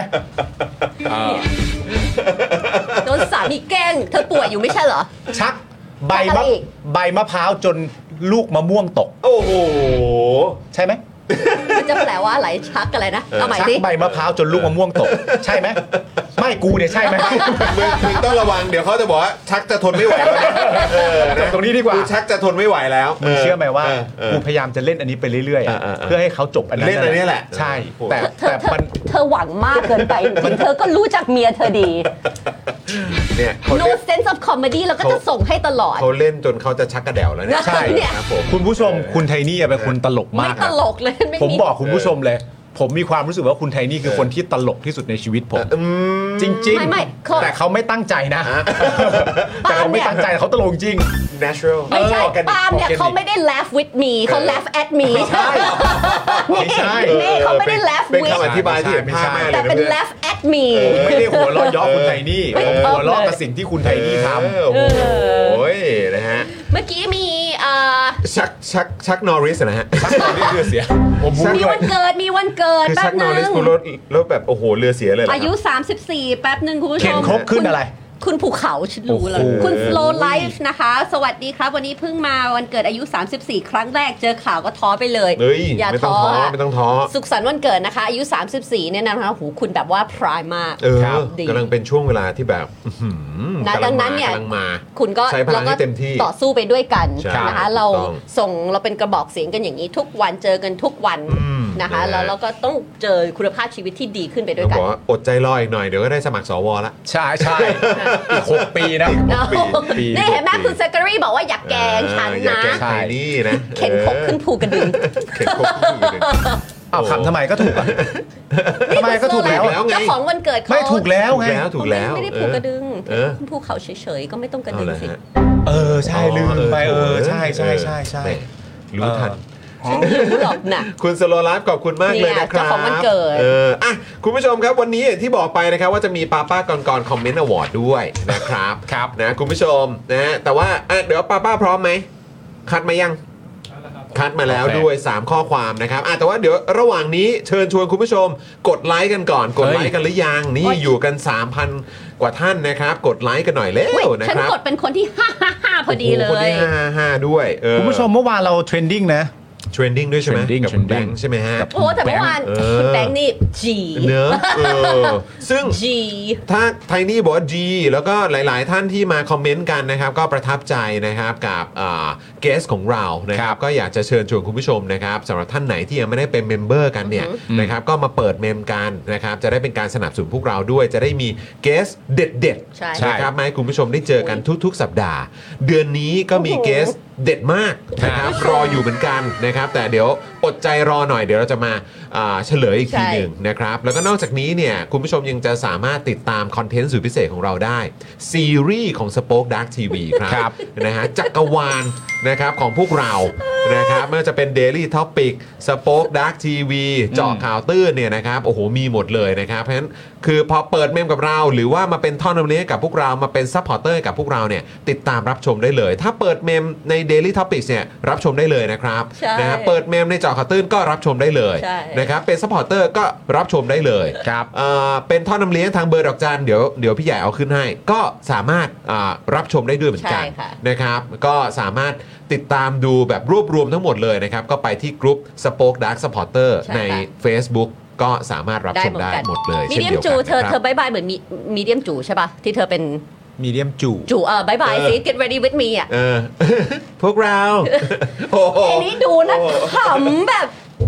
โดนสามีแกล้งเธอป่วยอยู่ไม่ใช่เหรอชักใบมะใบมะพร้าวจนลูกมะม่วงตกโอ้โหใช่ไหมมันจะแปลว่าอะไรชักอะไรนะเอาใหม่สิชักใบมะพร้าวจนลูกมะม่วงตกใช่ไหมไม่กูเนี่ยใช่ไหมมึงมึงต้องระวังเดี๋ยวเขาจะบอกว่าชักจะทนไม่ไหวแล้วจบตรงนี้ดีกว่ากูชักจะทนไม่ไหวแล้วมึงเชื่อไหมว่ากูพยายามจะเล่นอันนี้ไปเรื่อยๆเพื่อให้เขาจบอันนั้นเล่นอันนี้แหละใช่แต่แต่มันเธอหวังมากเกินไปจริงๆเธอก็รู้จักเมียเธอดีเนี่ย no sense of comedy แล้วก็จะส่งให้ตลอดเขาเล่นจนเขาจะชักกระเดี่ยวแล้วเนี่ยใช่ครับผมคุณผู้ชมคุณไทนี่เป็นคนตลกมากไม่ตลกเลยผมบอกคุณผู้ชมเลยผมมีความรู้สึกว่าคุณไทนี่คือคนที่ตลกที่สุดในชีวิตผมจริงๆแต่เขาไม่ตั้งใจนะแต่เขาไม่ตั้งใจเขาตลกจริง natural ไม่ใช่ปาล์มเนี่ยเขาไม่ได้ laugh with me เขา laugh at me ใช่ไม่ใช่นี่เขาไม่ได้ laugh with เป็นคำอธิบายที่ไม่ใช่แต่เป็น laugh at me ไม่ได้หัวเราะย่อคุณไทนี่ผมหัวเราะกับสิ่งที่คุณไทนี่ทำโอ้ยนะฮะเมื่อกี้มีชักชักชักนอริสนะฮะชักนอริสเรือเสียมีวันเกิดมีวันเกิดแป๊บนึงรถรถแบบโอ้โหเรือเสียเลยอายุสามสิบสี่แป๊บนึงคุณผู้ชมเข็นครบขึ้นอะไรคุณภูเขาฉันรู้แล้วคุณ Slow Life นะคะสวัสดีครับวันนี้เพิ่งมาวันเกิดอายุสามสิบสี่ครั้งแรกเจอข่าวก็ท้อไปเลยอย่าท้อไม่ต้องท้อสุขสันต์วันเกิดนะคะอายุสามสิบสี่เนี่ยนะคะหูคุณแบบว่าพรายมากกำลังเป็นช่วงเวลาที่แบบนะดังนั้นเนี่ยคุณก็เราก็ต่อสู้ไปด้วยกันนะคะเราส่งเราเป็นกระบอกเสียงกันอย่างนี้ทุกวันเจอกันทุกวันนะคะแล้วเราก็ต้องเจอคุณภาพชีวิตที่ดีขึ้นไปด้วยกันอดใจรออีกหน่อยเดี๋ยวก็ได้สมัครสวละใช่ใช่อีกหกปีนะนี่เห็นไหมคุณเซคเกอรี่บอกว่าอยากแกงฉันนะใช่นี่นะเข็นคกขึ้นภูกระดึงเข็นคกขึ้นภูกระดึงเอาคำทำไมก็ถูกอ่ะทำไมก็ถูกแล้วเจ้าของวันเกิดเขาไม่ถูกแล้วไงถูกแล้วไม่ได้ภูกระดึงคุณภูเขาเฉยๆก็ไม่ต้องกระดึงสิเออใช่ลืมไปเออใช่ใช่ใช่ใช่รู้ทันฉันไม่รู้หรอกนะคุณสโลไลฟ์ขอบคุณมากเลยนะครับเจ้าของวันเกิดเอออ่ะคุณผู้ชมครับวันนี้ที่บอกไปนะครับว่าจะมีป้าป้าก่อนก่อนคอมเมนต์อวอร์ดด้วยนะครับครับนะคุณผู้ชมนะฮะแต่ว่าเดี๋ยวป้าป้าพร้อมไหมคัดมายังคัดมาแล้วด้วยสามข้อความนะครับแต่ว่าเดี๋ยวระหว่างนี้เชิญชวนคุณผู้ชมกดไลค์กันก่อนกดไลค์กันหรือยังนี่อยู่กัน สามพัน กว่าท่านนะครับกดไลค์กันหน่อยเร็วนะครับฉันกดเป็นคนที่ห้าห้าห้าพอดีเลยคนที่ห้าห้าด้วยคุณผู้ชมเมื่อวานเราเทรนดิ้งนะเทรนดิ้งด้วยใช่ไหมกับคุณแบงค์ใช่ไหมฮะโอ้แต่เมื่อวานคุณแบงค์นี่ G เนอะซึ่ง G ถ้าไทนี่บอกว่า G แล้วก็หลายๆท่านที่มาคอมเมนต์กันนะครับก็ประทับใจนะครับกับเกสของเรานะครับก็อยากจะเชิญชวนคุณผู้ชมนะครับสำหรับท่านไหนที่ยังไม่ได้เป็นเมมเบอร์กันเนี่ยนะครับก็มาเปิดเมมกันนะครับจะได้เป็นการสนับสนุนพวกเราด้วยจะได้มีเกสเด็ดๆนะครับมาให้คุณผู้ชมได้เจอกันทุกๆสัปดาห์เดือนนี้ก็มีเกสเด็ดมากนะครับรออยู่เหมือนกันนะครับแต่เดี๋ยวอดใจรอหน่อยเดี๋ยวเราจะมาเฉลยอีกทีหนึ่งนะครับแล้วก็นอกจากนี้เนี่ยคุณผู้ชมยังจะสามารถติดตามคอนเทนต์สุดพิเศษของเราได้ซีรีส์ของ Spoke Dark ที วี ครับนะฮะจักรวาลนะครับของพวกเรานะครับไม่ว่าจะเป็น Daily Topic Spoke Dark ที วี เจาะข่าวตื้นเนี่ยนะครับโอ้โหมีหมดเลยนะครับเพราะฉะนั้นคือพอเปิดเมมกับเราหรือว่ามาเป็นท่อนำเลี้ยงกับพวกเรามาเป็นซัพพอร์เตอร์กับพวกเราเนี่ยติดตามรับชมได้เลยถ้าเปิดเมมใน Daily Topics เนี่ยรับชมได้เลยนะครับนะฮะเปิดเมมในเจาะข่าวตื้นก็รับชมได้เลยนะครับเป็นซัพพอร์เตอร์ก็รับชมได้เลยครับเอ่อเป็นท่อนำเลี้ยงทางเบอร์ดอกจันเดี๋ยวเดี๋ยวพี่ใหญ่เอาขึ้นให้ก็สามารถรับชมได้ด้วยเหมือนกันนะครับก็สามารถติดตามดูแบบรวบรวมทั้งหมดเลยนะครับก็ไปที่กลุ่ม Spoke Dark Supporter ใน Facebook ก็สามารถรับชมได้หมดเลยมีเดียมจูเธอเธอบายบายเหมือนมีเดียมจูใช่ป่ะที่เธอเป็นมีเดียมจูจูเออบายบายสิ get ready with me อ่ะพวกเราอันนี้ดูนะขำแบบ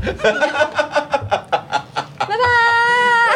บายบาย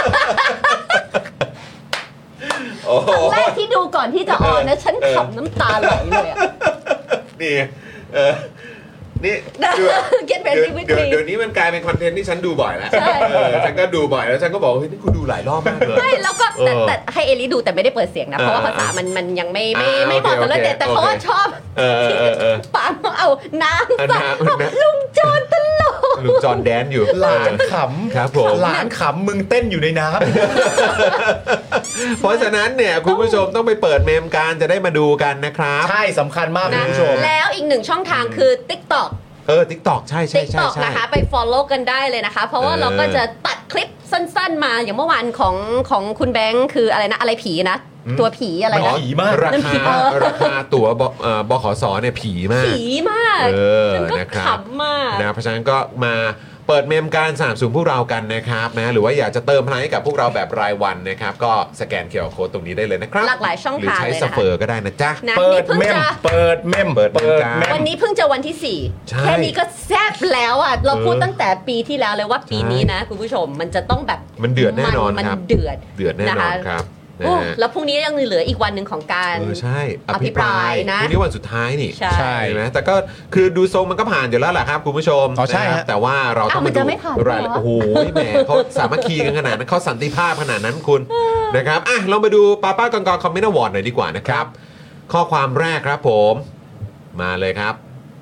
ครั้งแรกที่ดูก่อนที่จะออนนะฉันขำน้ำตาไหลเลยอ่ะนี่เออนี่ Get ready with เดี๋ยว me เดี๋ยวนี้มันกลายเป็นคอนเทนต์ที่ฉันดูบ่อยแล้วเออฉันก็ดูบ่อยแล้วฉันก็บอกเฮ้ยนี่คุณดูหลายรอบมากเลยไม่แล้วก็แต่แต่ให้เอลิดูแต่ไม่ได้เปิดเสียงนะเพราะว่าภาษามันมันยังไม่ไม่ไม่เหมาะสำหรับเด็กแต่เขาชอบปาเอาน้ำใส่ลุงจอนตลกลุงจอนแดนอยู่หลานขำครับผมหลานขำมึงเต้นอยู่ในน้ำเพราะฉะนั้นเนี่ยคุณผู้ชมต้องไปเปิดเมมการจะได้มาดูกันนะครับใช่สำคัญมากคุณผู้ชมแล้วอีกหนึ่งช่องทางคือ TikTok เออ TikTok ใช่ใช่ใช่ TikTok นะคะไป follow กันได้เลยนะคะเพราะว่าเราก็จะตัดคลิปสั้นๆมาอย่างเมื่อวานของของคุณแบงค์คืออะไรนะอะไรผีนะตัวผีอะไรนะผีมากราคาราคาตั๋วบขสเนี่ยผีมากผีมากเออนะครับขำมากนะเพราะฉะนั้นก็มาเปิดเมมการสามสูงพวกเรากันนะครับนะหรือว่าอยากจะเติมพลังให้กับพวกเราแบบรายวันนะครับก็สแกน คิว อาร์ Code ตรงนี้ได้เลยนะครับหลากหลายช่องทางเลยนะหรือใช้สเฟอร์ก็ได้นะจ๊ะเปิดเมมเปิดเมมเปิดเมมวันนี้เพิ่งจะวันที่สี่แค่นี้ก็แซ่บแล้วอ่ะเราพูดตั้งแต่ปีที่แล้วเลยว่าปีนี้นะคุณผู้ชมมันจะต้องแบบมันเดือดแน่นอนครับมันเดือดเดือดแน่นอนครับแล้วพรุ่งนี้ยังเหลืออีกวันหนึ่งของการอภิปรายนะพรุ่งนี้วันสุดท้ายนี่ใช่ไหมแต่ก็คือดูทรงมันก็ผ่านอยู่แล้วแหละครับคุณผู้ชมอ๋อใช่แต่ว่าเราต้องมาดูรายละเอียดโอ้โหแหมเขาสามัคคีกันขนาดนั้นเขาสันติภาพขนาดนั้นคุณนะครับอ่ะเรามาดูป้าป้ากองกองคอมเมนต์อวอร์ดหน่อยดีกว่านะครับข้อความแรกครับผมมาเลยครับ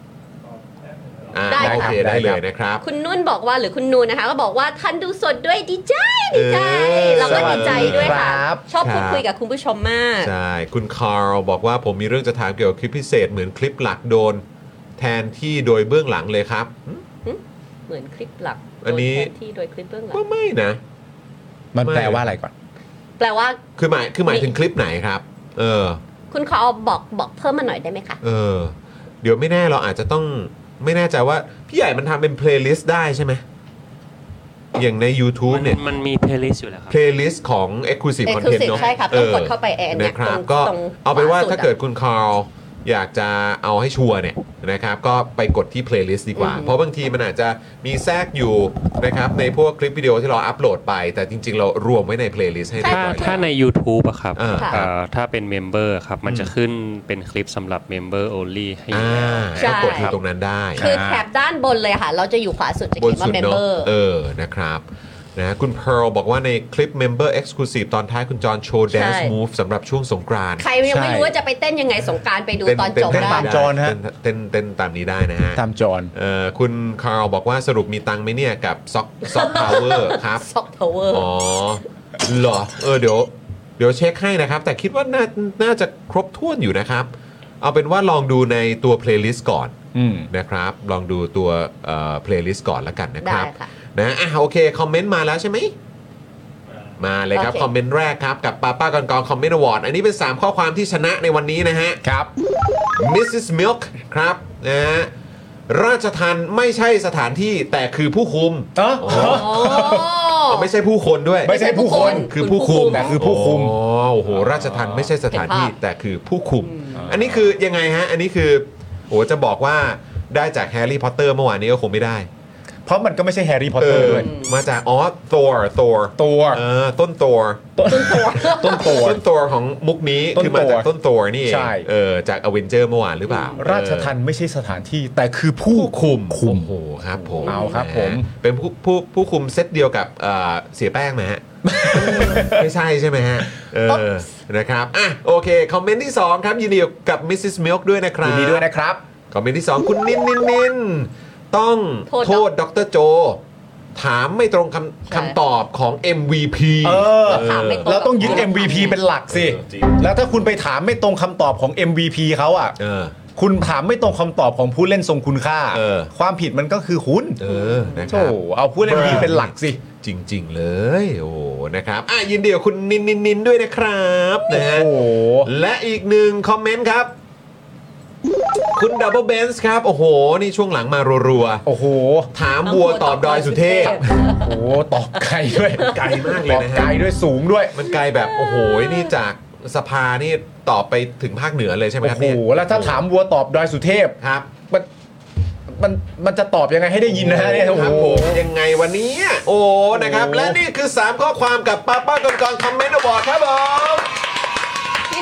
ได้โอเคได้เลยนะครับคุณนุ่นบอกว่าหรือคุณนูนนะคะก็บอกว่าท่านดูสดด้วยดีใจดีใจเราก็ดีใจด้วยค่ะชอบพูดคุยกับคุณผู้ชมมากใช่คุณคาร์ลบอกว่าผมมีเรื่องจะถามเกี่ยวกับคลิปพิเศษเหมือนคลิปหลักโดนแทนที่โดยเบื้องหลังเลยครับเหมือนคลิปหลักอันนี้แทนที่โดยคลิปเบื้องหลังก็ไม่นะมันแปลว่าอะไรก่อนแปลว่าคือหมายคือหมายถึงคลิปไหนครับเออคุณคาร์ลบอกบอกเพิ่มมาหน่อยได้ไหมคะเออเดี๋ยวไม่แน่เราอาจจะต้องไม่แน่ใจว่าพี่ใหญ่มันทำเป็นเพลย์ลิสต์ได้ใช่ไหมอย่างใน YouTube เนี่ยมันมีเพลย์ลิสต์อยู่แล้วครับเพลย์ลิสต์ของ Exclusive Content เนาะใช่ครับต้องกดเข้าไปแอนเนี่ยนะครับก็เอาเป็นว่าถ้าเกิดคุณคาร์ลอยากจะเอาให้ชัวร์เนี่ยนะครับก็ไปกดที่เพลย์ลิสต์ดีกว่าเพราะบางทีมันอาจจะมีแทรกอยู่นะครับในพวกคลิปวิดีโอที่เราอัปโหลดไปแต่จริงๆเรารวมไว้ในเพลย์ลิสต์ให้เรียบร้อยถ้าใน YouTube อะครับถ้าเป็นเมมเบอร์ครับมันจะขึ้นเป็นคลิปสำหรับเมมเบอร์ only ให้ก็กดที่ตรงนั้นได้คือแถบด้านบนเลยค่ะเราจะอยู่ขวาสุดจะเขียนว่าเมมเบอร์เออนะครับนะคุณเพิร์ลบอกว่าในคลิป Member Exclusive ตอนท้ายคุณจอห์นโชว์ Dance Move สำหรับช่วงสงกรานต์ใครยังไม่รู้ว่าจะไปเต้นยังไงสงกรานต์ไปดูตอนจบได้ตามจอห์นฮะเต้นเต้นตามนี้ได้นะฮะตามจอห์นเอ่อคุณคาร์ลบอกว่าสรุปมีตังค์ไหมเนี่ยกับซ็อกซ็อกพาวเวอร์ครับซ็อกพาวเวอร์อ๋อเหรอเออเดี๋ยวเดี๋ยวเช็คให้นะครับแต่คิดว่าน่าน่าจะครบถ้วนอยู่นะครับเอาเป็นว่าลองดูในตัว playlist ก่อนนะครับลองดูตัวเอ่อ playlist ก่อนแล้วกันนะครับนะอ่ะโอเคคอมเมนต์มาแล้วใช่ไหมมาเลยครับคอมเมนต์แรกครับกับป้าป้ากอนกองคอมเมนต์อวอร์ดอันนี้เป็นสามข้อความที่ชนะในวันนี้นะฮะครับมิสซิส Milk ครับนะฮะราชทัณฑ์ไม่ใช่สถานที่แต่คือผู้คุมอ๋อไม่ใช่ผู้คนด้วยไม่ใช่ผู้คนคือผู้คุมแต่คือผู้คุมอ๋อโอ้โหราชทัณฑ์ไม่ใช่สถานที่แต่คือผู้คุมอันนี้คือยังไงฮะอันนี้คือโอ้จะบอกว่าได้จากแฮร์รี่พอตเตอร์เมื่อวานนี้ก็คงไม่ได้เพราะมันก็ไม่ใช่แฮร์รี่พอตเตอร์ด้วยมาจากอ๋อ Thor Thor ตัวเออต้น Thor ต้น Thor ต้น Thor ต้น Thor ของมุกนี้คือมาจากต้น Thor นี่เองใช่เออจากอเวนเจอร์เมื่อวานหรือเปล่าราชทัณฑ์ไม่ใช่สถานที่แต่คือผู้คุมคุมโอ้โหครับผมเอาครับผมเป็นผู้ผู้ผู้คุมเซตเดียวกับเสียแป้งไหมฮะไม่ใช่ใช่ไหมฮะเออนะครับอ่ะโอเคคอมเมนต์ที่สองครับยินดีกับมิสซิส Milk ด้วยนะครับยินดีด้วยนะครับคอมเมนต์ที่สองคุณนินนินนินต้องโทษดร.โจถามไม่ตรงคำคำตอบของ เอ็ม วี พีเออเราต้องยึด เอ็ม วี พี เป็นหลักสิแล้วถ้าคุณไปถามไม่ตรงคำตอบของ เอ็ม วี พี เขาอ่ะคุณถามไม่ตรงคำตอบของผู้เล่นทรงคุณค่าความผิดมันก็คือคุณเออนะครับเอาผู้เล่น เอ็ม วี พี เป็นหลักสิจริงๆเลยโอ้นะครับอ่ะยินดีกับคุณนินนินนินด้วยนะครับนะฮะและอีกหนึ่งคอมเมนต์ครับคุณดับเบิลเบนซ์ครับโอ้โหนี่ช่วงหลังมารัวๆโอ้โหถามบัวตอบดอยสุเทพโอ้โหตอบไกลด้วยไกลมากเลยนะฮะไกลด้วยสูงด้วยมันไกลแบบโอ้โหนี่จากสภานี่ตอบไปถึงภาคเหนือเลยใช่ไหมครับโอ้โหแล้วถ้าถามบัวตอบดอยสุเทพครับมันมันมันจะตอบยังไงให้ได้ยินนะฮะเนี่ยโอ้โหยังไงวันนี้โอ้นะครับและนี่คือสามข้อความกับป้าป้ากอนกอนคอมเมนต์อวอร์ดครับผมนี่นะ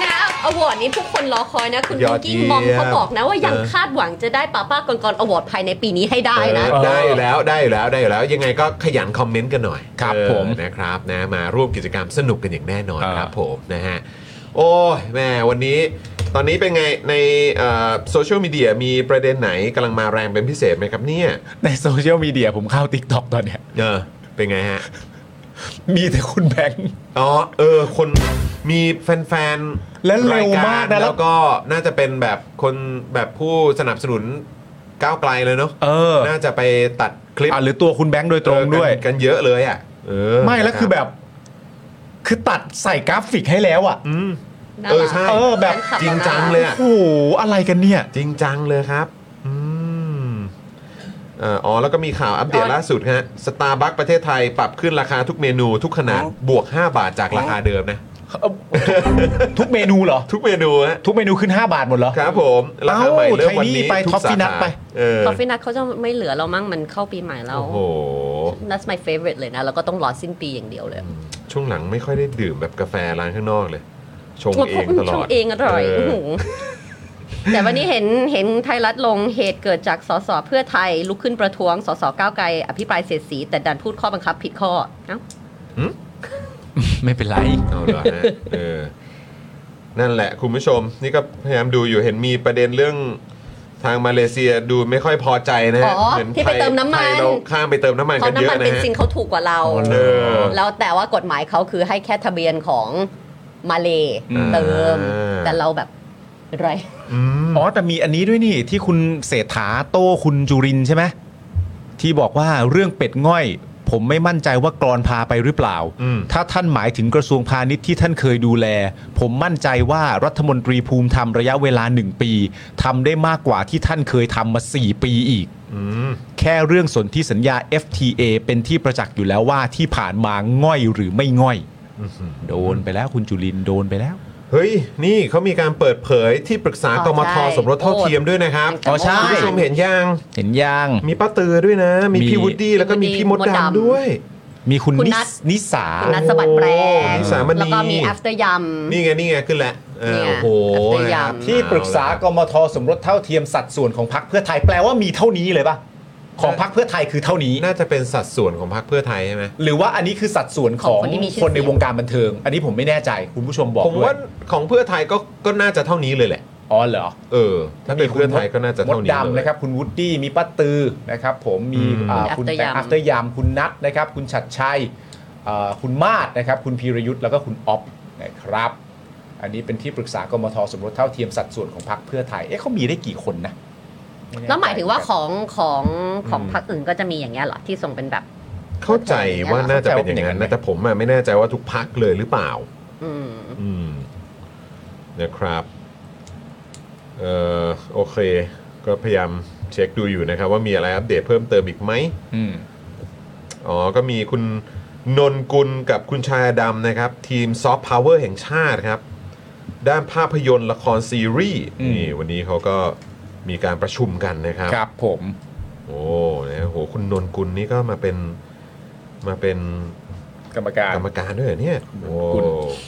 อวอร์ดนี้ทุกคนรอคอยนะคุณยอคุดกเยี่กี้ยมมอมเขาบอกนะว่ายังเออคาดหวังจะได้ป้าป้ากอนกอนอวอร์ดภายในปีนี้ให้ได้นะเออได้อยู่แล้วได้อยู่แล้วได้อยู่แล้วยังไงก็ขยันคอมเมนต์กันหน่อยครับเออผมนะครับนะมาร่วมกิจกรรมสนุกกันอย่างแน่นอนเออครับผมนะฮะโอ้ยแม่วันนี้ตอนนี้เป็นไงในโซเชียลมีเดียมีประเด็นไหนกำลังมาแรงเป็นพิเศษไหมครับเนี่ยในโซเชียลมีเดียผมเข้า TikTok ตอนเนี้ยเออเป็นไงฮะมีแต่คุณแบงค์อ๋อเออคนมีแฟนๆและเร็วมากนะแล้วแล้วก็น่าจะเป็นแบบคนแบบผู้สนับสนุนก้าวไกลเลยเนาะเออน่าจะไปตัดคลิปอ่ะหรือตัวคุณแบงค์โดยตรงด้วยเออกันกันเยอะเลยอ่ะเออไม่แล้วคือแบบ คือตัดใส่กราฟิกให้แล้วอ่ะอืมน่าเออรักใช่เออแบบแฟนคลับจริงจังเลยอะโอ้โหอะไรกันเนี่ยจริงจังเลยครับอืมเอ่ออ๋อแล้วก็มีข่าวอัปเดตล่าสุดฮะสตาร์บัคประเทศไทยปรับขึ้นราคาทุกเมนูทุกขนาดบวกห้าบาทจากราคาเดิมนะทุกเมนูเหรอทุกเมนูฮะทุกเมนูขึ้นห้าบาทหมดเหรอครับผมราคาใหม่เริ่มวันนี้ไทยนี่ไปทุกท็อปสาฟี่นัขาทไปเออคอฟฟี่นัทเขาจะไม่เหลือเรามั้งมันเข้าปีใหม่แล้วโอ้โห that's my favorite เลยนะแล้วก็ต้องรอสิ้นปีอย่างเดียวเลยช่วงหลังไม่ค่อยได้ดื่มแบบกาแฟร้านข้างนอกเลย ชงเองตลอดชงเองอร่อยเโอ้โหแต่วันนี้เห็นเห็นไทยรัฐลงเหตุเกิดจากสสเพื่อไทยลุกขึ้นประท้วงสสก้าวไกลอภิปรายเสียดสีแต่ดันพูดข้อบังคับผิดข้อเอ้าไม่เป็นไรเอาเหรอฮะเออนั่นแหละคุณผู้ชม นี่ก็พยายามดูอยู่เห็นมีประเด็นเรื่องทางมาเลเซียดูไม่ค่อยพอใจนะอ๋ฮะอหอนที่ไปเติมน้ำมันไทยเราข้ามไปเติมน้ำมันเพกันราะเยน้ำมัอะนนะเป็นฮะซินเขาถูกกว่าเราอ๋อเหรอแล้วแต่ว่ากฎหมายเขาคือให้แค่ทะเบียนของมาเลอืมเติม แต่เราแบบอะไรอ๋อแต่มีอันนี้ด้วยนี่ที่คุณเศรษฐาโต้คุณจุรินทร์ใช่ไหมที่บอกว่าเรื่องเป็ดง่อย ผมไม่มั่นใจว่ากรอนพาไปหรือเปล่าอืมถ้าท่านหมายถึงกระทรวงพาณิชย์ที่ท่านเคยดูแล ผมมั่นใจว่ารัฐมนตรีภูมิธรรมระยะเวลาหนึ่งปีทำได้มากกว่าที่ท่านเคยทำมาสี่ปีอีกอืมแค่เรื่องสนธิสัญญา เอฟ ที เอ เป็นที่ประจักษ์อยู่แล้วว่าที่ผ่านมาง่อยหรือไม่ง่อย โดนไปแล้วคุณจุลินทร์โดนไปแล้วเฮ้ย นี่เขามีการเปิดเผยที่ปรึกษาอ๋อกมทใช่สมรสเท่าเทียมด้วยนะครับอ๋อใช่คุณผู้ชมเห็นยังเห็นยังมีป้าเตือด้วยนะ มีมีพี่วูดดี้แล้วก็มีพี่มดมดดำดำด้วยมีคุณคุณนินัสทนิสาคุณนัทสะบัดแปรโอ้นิสามณีแล้วก็มี after ยำนี่ไงนี่ไงขึ้นแล้วเออเนี่ยโอ้โห after นะครับยำที่ปรึกษากมทสมรสเท่าเทียมสัดส่วนของพรรคเพื่อไทยแปลว่ามีเท่านี้เลยปะของพรรคเพื่อไทยคือเท่านี้น่าจะเป็นสัดส่วนของพรรคเพื่อไทยใช่ไหมหรือว่าอันนี้คือสัดส่วนของของคนที่มีชื่อคนในเสียงวงการบันเทิง อันนี้ผมไม่แน่ใจคุณผู้ชมบอกผมด้วว่าย ของเพื่อไทยก็ก็น่าจะเท่านี้เลยแหละอ๋อเหรอเออ ถ้าเป็นเพื่อไทยก็น่าจะมดเท่านี้เลยดำนะครับคุณวุฒิมีป้าตือนะครับผมมีอืมอ่าคุคุณณแต่ After อัฟเตอร์ยามคุณนัทนะครับคุณชัดชัยอ่าคุณมาศนะครับคุณพีรยุทธ์แล้วก็คุณอ๊อฟนะครับ อันนี้เป็นที่ปรึกษากมทสมรสเท่าเทียมสัดส่วนของพรรคเพื่อไทยเอ๊ะเขามีได้กี่คนนะไแน่ใจแล้วหมายถึงว่าของของของอืมพรรคอื่นก็จะมีอย่างเงี้ยเหรอที่ส่งเป็นแบบเข้าใจว่าน่าจะเป็นอย่างนั้นนะแต่ผมอะไม่แน่ใจว่าทุกพักเลยหรือเปล่าอืมอืมนะครับเอ่อโอเค ก็พยายามเช็คดูอยู่นะครับ ว่ามีอะไรอัปเดตเพิ่มเติมอีกไหมอืมอ๋อ ก็มีคุณนนกุลกับคุณชายดำนะครับ ทีมซอฟต์พาวเวอร์แห่งชาติครับ ด้านภาพยนตร์ละครซีรีส์อืมนี่วันนี้เขาก็มีการประชุมกันนะครับครับผมโอ้นะโหคุณนนกุลนี่ก็มาเป็นมาเป็นกรรมการกรรมการด้วยเหรอเนี่ยโอ้คุณ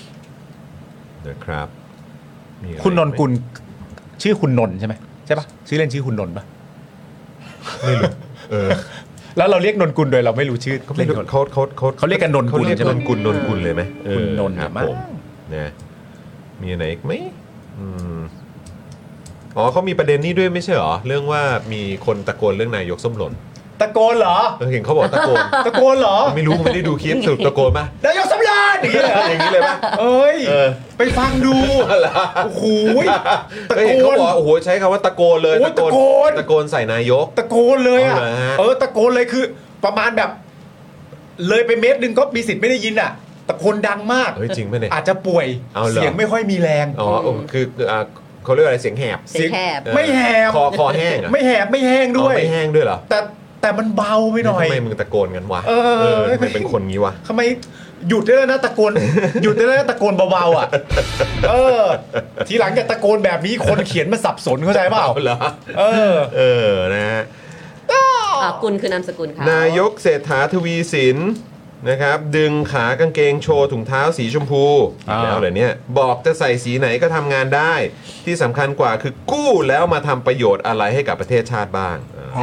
นะครับมีอะไรคุณนนกุลชื่อคุณนนใช่ไหมใช่ปะชื่อเล่นชื่อคุณนนปะไม่รู้เออแล้วเราเรียกนนกุลโดยเราไม่รู้ชื่อเขาไม่เล่นรู้คนเขาเขาเขาเขาเรียกกันนนกุลเขาเรียกใช่ไหมนนกุลนนกุลเลยไหมเออคุณนนครับมากผมนะมีอะไรอีกไหมอืมอ๋อเขามีประเด็นนี้ด้วยไม่ใช่เหรอ เรื่องว่ามีคนตะโกนเรื่องนายกส้มหล่นตะโกนเหรอเออเห็นเขาบอกตะโกนตะโกนเหรอไม่รู้ไม่ได้ดูคลิปสรุปตะโกนปะนายกสำราญอย่างนี้เลยเหรออย่างนี้เลยปะเอ้ยเออไปฟังดูอะไรโอ้โหตะก็โกเห็นเขานบอกโอ้โหใช้คำว่าตะโกนเลยโอ้ยตะโกนตะโกนใส่นายกตะโกนเลยอ่ะเอาเหรอฮะเออตะโกนเลยคือ ประมาณแบบ เลยไปเมตรหนึ่งก็มีสิทธิ์ไม่ได้ยินอ่ะ ตะโกนดังมากเฮ้ยจริงไหมเนี่ยอาจจะป่วยเอาเหรอเสียงไม่ค่อยมีแรงอ๋อคืออ่าเขาเรียกว่าอะไรเสียงแหบเสียงแหบเออไม่แหบคอคอแห้งเหรอไม่แหบไม่แห้งด้วยอ๋อไม่แห้งด้วยเหรอแต่แต่มันเบาไปหน่อยทำไมมึงตะโกนกันวะเออทำไมเป็นคนงี้วะทำไมหยุดได้แล้วนะตะโกน หยุดได้แล้วนะตะโกนเบาๆอ่ะ เออ ทีหลังอย่าตะโกนแบบนี้คนเขียนมันสับสนเข้าใจเปล่าเอาเหรอเออเออนะฮะอ่ะกุลคือนามสกุลค่ะนายกเศรษฐาทวีสินนะครับดึงขากางเกงโชว์ถุงเท้าสีชมพูอีกแล้วเหรอเนี่ยบอกจะใส่สีไหนก็ทำงานได้ที่สำคัญกว่าคือกู้แล้วมาทำประโยชน์อะไรให้กับประเทศชาติบ้าง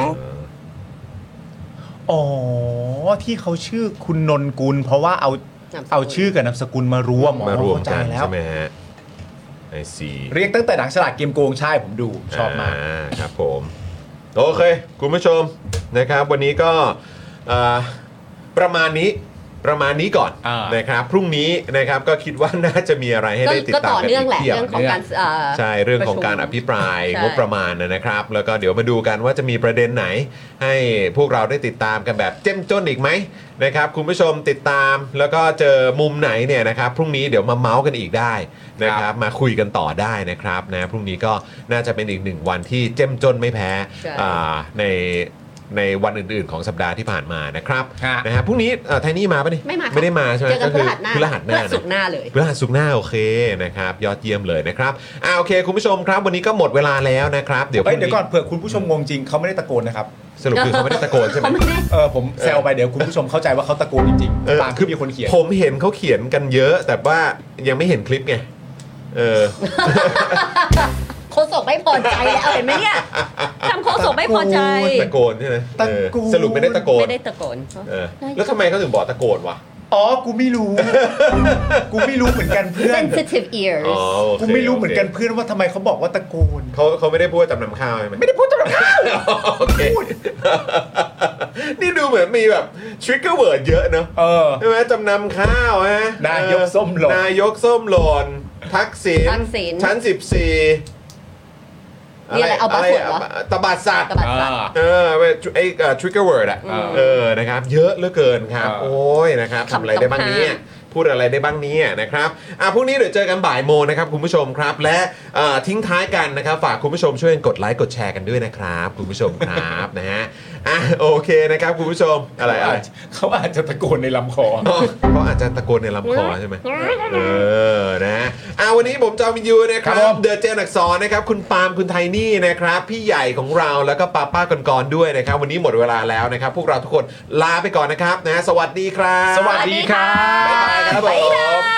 อ๋อที่เขาชื่อคุณนนกุลเพราะว่าเอาเอาชื่อกับนามสกุลมารวมมารวมกันแล้วใช่ไหมฮะไอซีเรียกตั้งแต่หนังฉลาดเกมโกงใช่ผมดูชอบมากครับผมโอเคคุณผู้ชมนะครับวันนี้ก็ประมาณนี้ประมาณนี้ก่อนนะครับพรุ่งนี้นะครับก็คิดว่าน่าจะมีอะไรให้ได้ติดตามกันอีกเทียบเรื่องของการใช่เรื่องของการอภิปรายงบประมาณนะครับแล้วก็เดี๋ยวมาดูกันว่าจะมีประเด็นไหนให้พวกเราได้ติดตามกันแบบเจ้มจนอีกไหมนะครับคุณผู้ชมติดตามแล้วก็เจอมุมไหนเนี่ยนะครับพรุ่งนี้เดี๋ยวมาเมาส์กันอีกได้นะครับมาคุยกันต่อได้นะครับนะพรุ่งนี้ก็น่าจะเป็นอีกหนึ่งวันที่เจ้มจนไม่แพ้ในในวันอื่นๆของสัปดาห์ที่ผ่านมานะครับนะฮะพรุ่งนี้ไทนี่มาปะนี่ไม่มาไม่ได้มาใช่ไหมก็คือพฤหัสหน้าพฤหัสสุกหน้าเลยพฤหัสสุกหน้าโอเคนะครับยอดเยี่ยมเลยนะครับอ่าโอเคคุณผู้ชมครับวันนี้ก็หมดเวลาแล้วนะครับเดี๋ยวเดี๋ยวก่อนเผื่อคุณผู้ชมงงจริงเขาไม่ได้ตะโกนนะครับสรุปคือเขาไม่ได้ตะโกนใช่ไหมเออผมแซวไปเดี๋ยวคุณผู้ชมเข้าใจว่าเขาตะโกนจริงๆตามคือมีคนเขียนผมเห็นเขาเขียนกันเยอะแต่ว่ายังไม่เห็นคลิปไงเออโฆษกไม่พอใจแล้วเห็นไหมเนี่ยทำโฆษกไม่พอใจตะโกนใช่ไหมตะโกนสรุปไม่ได้ตะโกนไม่ได้ตะโกนแล้วทำไมเขาถึงบอกตะโกนวะอ๋อกูไม่รู้กูไม่รู้เหมือนกันเพื่อน sensitive ears กูไม่รู้เหมือนกันเพื่อนว่าทำไมเขาบอกว่าตะโกนเขาเขาไม่ได้พูดจำนำข้าวใช่ไหมไม่ได้พูดจำนำข้าวพูดนี่ดูเหมือนมีแบบ trigger word เยอะเนอะใช่ไหมจำนำข้าวฮะนายกส้มหล่นนายกส้มหล่นทักษิณชั้นสิบสี่นี่อะไรเอาบัสเวิร์ดเหรอตบัดสัตว์เออไอ้ trigger word อ่ะเออนะครับเยอะเหลือเกินครับโอ้ยนะครับทำอะไรได้บ้างเนี่ยพูดอะไรได้บ้างนี้นะครับอ่ะพรุ่งนี้เดี๋ยวเจอกันบ่ายโมงนะครับคุณผู้ชมครับและทิ้งท้ายกันนะครับฝากคุณผู้ชมช่วยกดไลค์กดแชร์กันด้วยนะครับคุณผู้ชมครับนะฮะอ่ะโอเคนะครับคุณผู้ชมอะไรอะไรเขาอาจจะตะโกนในลำคอเขาอาจจะตะโกนในลำคอใช่ไหมเออนะอ่ะวันนี้ผมจอมินยูนะครับเดอะเจนอักษรนะครับคุณปาล์มคุณไทนี่นะครับพี่ใหญ่ของเราแล้วก็ป้าป้ากอนๆด้วยนะครับวันนี้หมดเวลาแล้วนะครับพวกเราทุกคนลาไปก่อนนะครับนะสวัสดีครับสวัสดีครับบ๊ายบายครับผม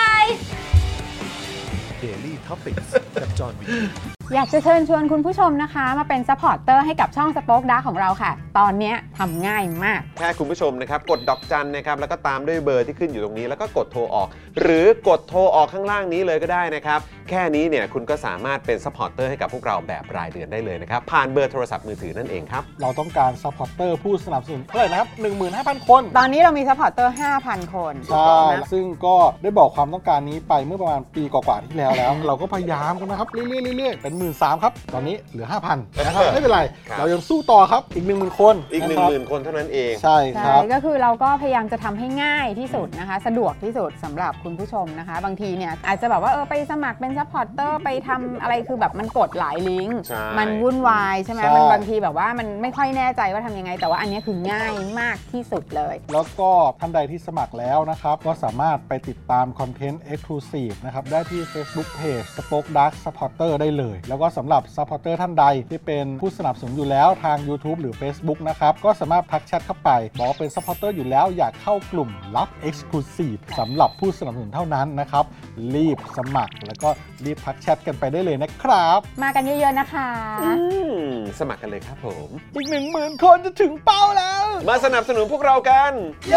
Daily Topics กับจอห์นวินยูอยากจะเชิญชวนคุณผู้ชมนะคะมาเป็นซัพพอร์ตเตอร์ให้กับช่องสป็อคดาร์กของเราค่ะตอนนี้ทำง่ายมากแค่คุณผู้ชมนะครับกดดอกจันนะครับแล้วก็ตามด้วยเบอร์ที่ขึ้นอยู่ตรงนี้แล้วก็กดโทรออกหรือกดโทรออกข้างล่างนี้เลยก็ได้นะครับแค่นี้เนี่ยคุณก็สามารถเป็นซัพพอร์ตเตอร์ให้กับพวกเราแบบรายเดือนได้เลยนะครับผ่านเบอร์โทรศัพท์มือถือนั่นเองครับเราต้องการซัพพอร์ตเตอร์ผู้สนับสนุนเท่าไหร่นะครับ หนึ่งหมื่นห้าพัน คนตอนนี้เรามีซัพพอร์ตเตอร์ ห้าพัน คนใช่ซึ่งก็ได้บอกความต้องการนี้ไปเมื่อประมาณปีกว่าๆที่แล้วแล้ว เราก็พยายามกันนะครับเรื่อยๆๆเป็น หนึ่งหมื่นสามพัน ครับตอนนี้เหลือ ห้าพัน นะครับไม่เป็นไรเรายังสู้ต่อครับอีก หนึ่งหมื่น คนอีก หนึ่งหมื่น คนเท่านั้นเองใช่ครับก็คือเราก็พยายามจะทำให้ง่ายที่สุดนะคะสะดวกที่สุดสำหรับคุณผู้ชมนะคะบางทีเนี่ยอาจจะแบบว่าเออไปสมัครเป็นซัพพอร์ตเตอร์ไปทำอะไรคือแบบมันกดหลายลิงก์มันวุ่นวายใช่ไหมมันบางทีแบบว่ามันไม่ค่อยแน่ใจว่าทำยังไงแต่ว่าอันนี้คือง่ายมากที่สุดเลยแล้วก็ท่านใดที่สมัครแล้วนะครับก็สามารถไปติดตามคอนเทนต์ Exclusive นะครับได้ที่ Facebook Page Spoke Dark Supporter ได้เลยแล้วก็สำหรับ Supporter ท่านใดที่เป็นผู้สนับสนุนอยู่แล้วทาง YouTube หรือ Facebook นะครับก็สามารถทักแชทเข้าไปบอกเป็น Supporter อยู่แล้วอยากเข้ากลุ่มลับ Exclusive สำหรับผู้สนับสนุนเท่านั้นนะครับรีบสมัครแล้วก็รีบทักแชทกันไปได้เลยนะครับมากันเยอะๆนะคะสมัครกันเลยครับผมอีก หนึ่งหมื่น คนจะถึงเป้าแล้วมาสนับสนุนพวกเรากันเย้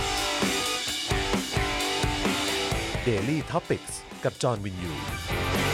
Daily Topics กับจอห์นวินยู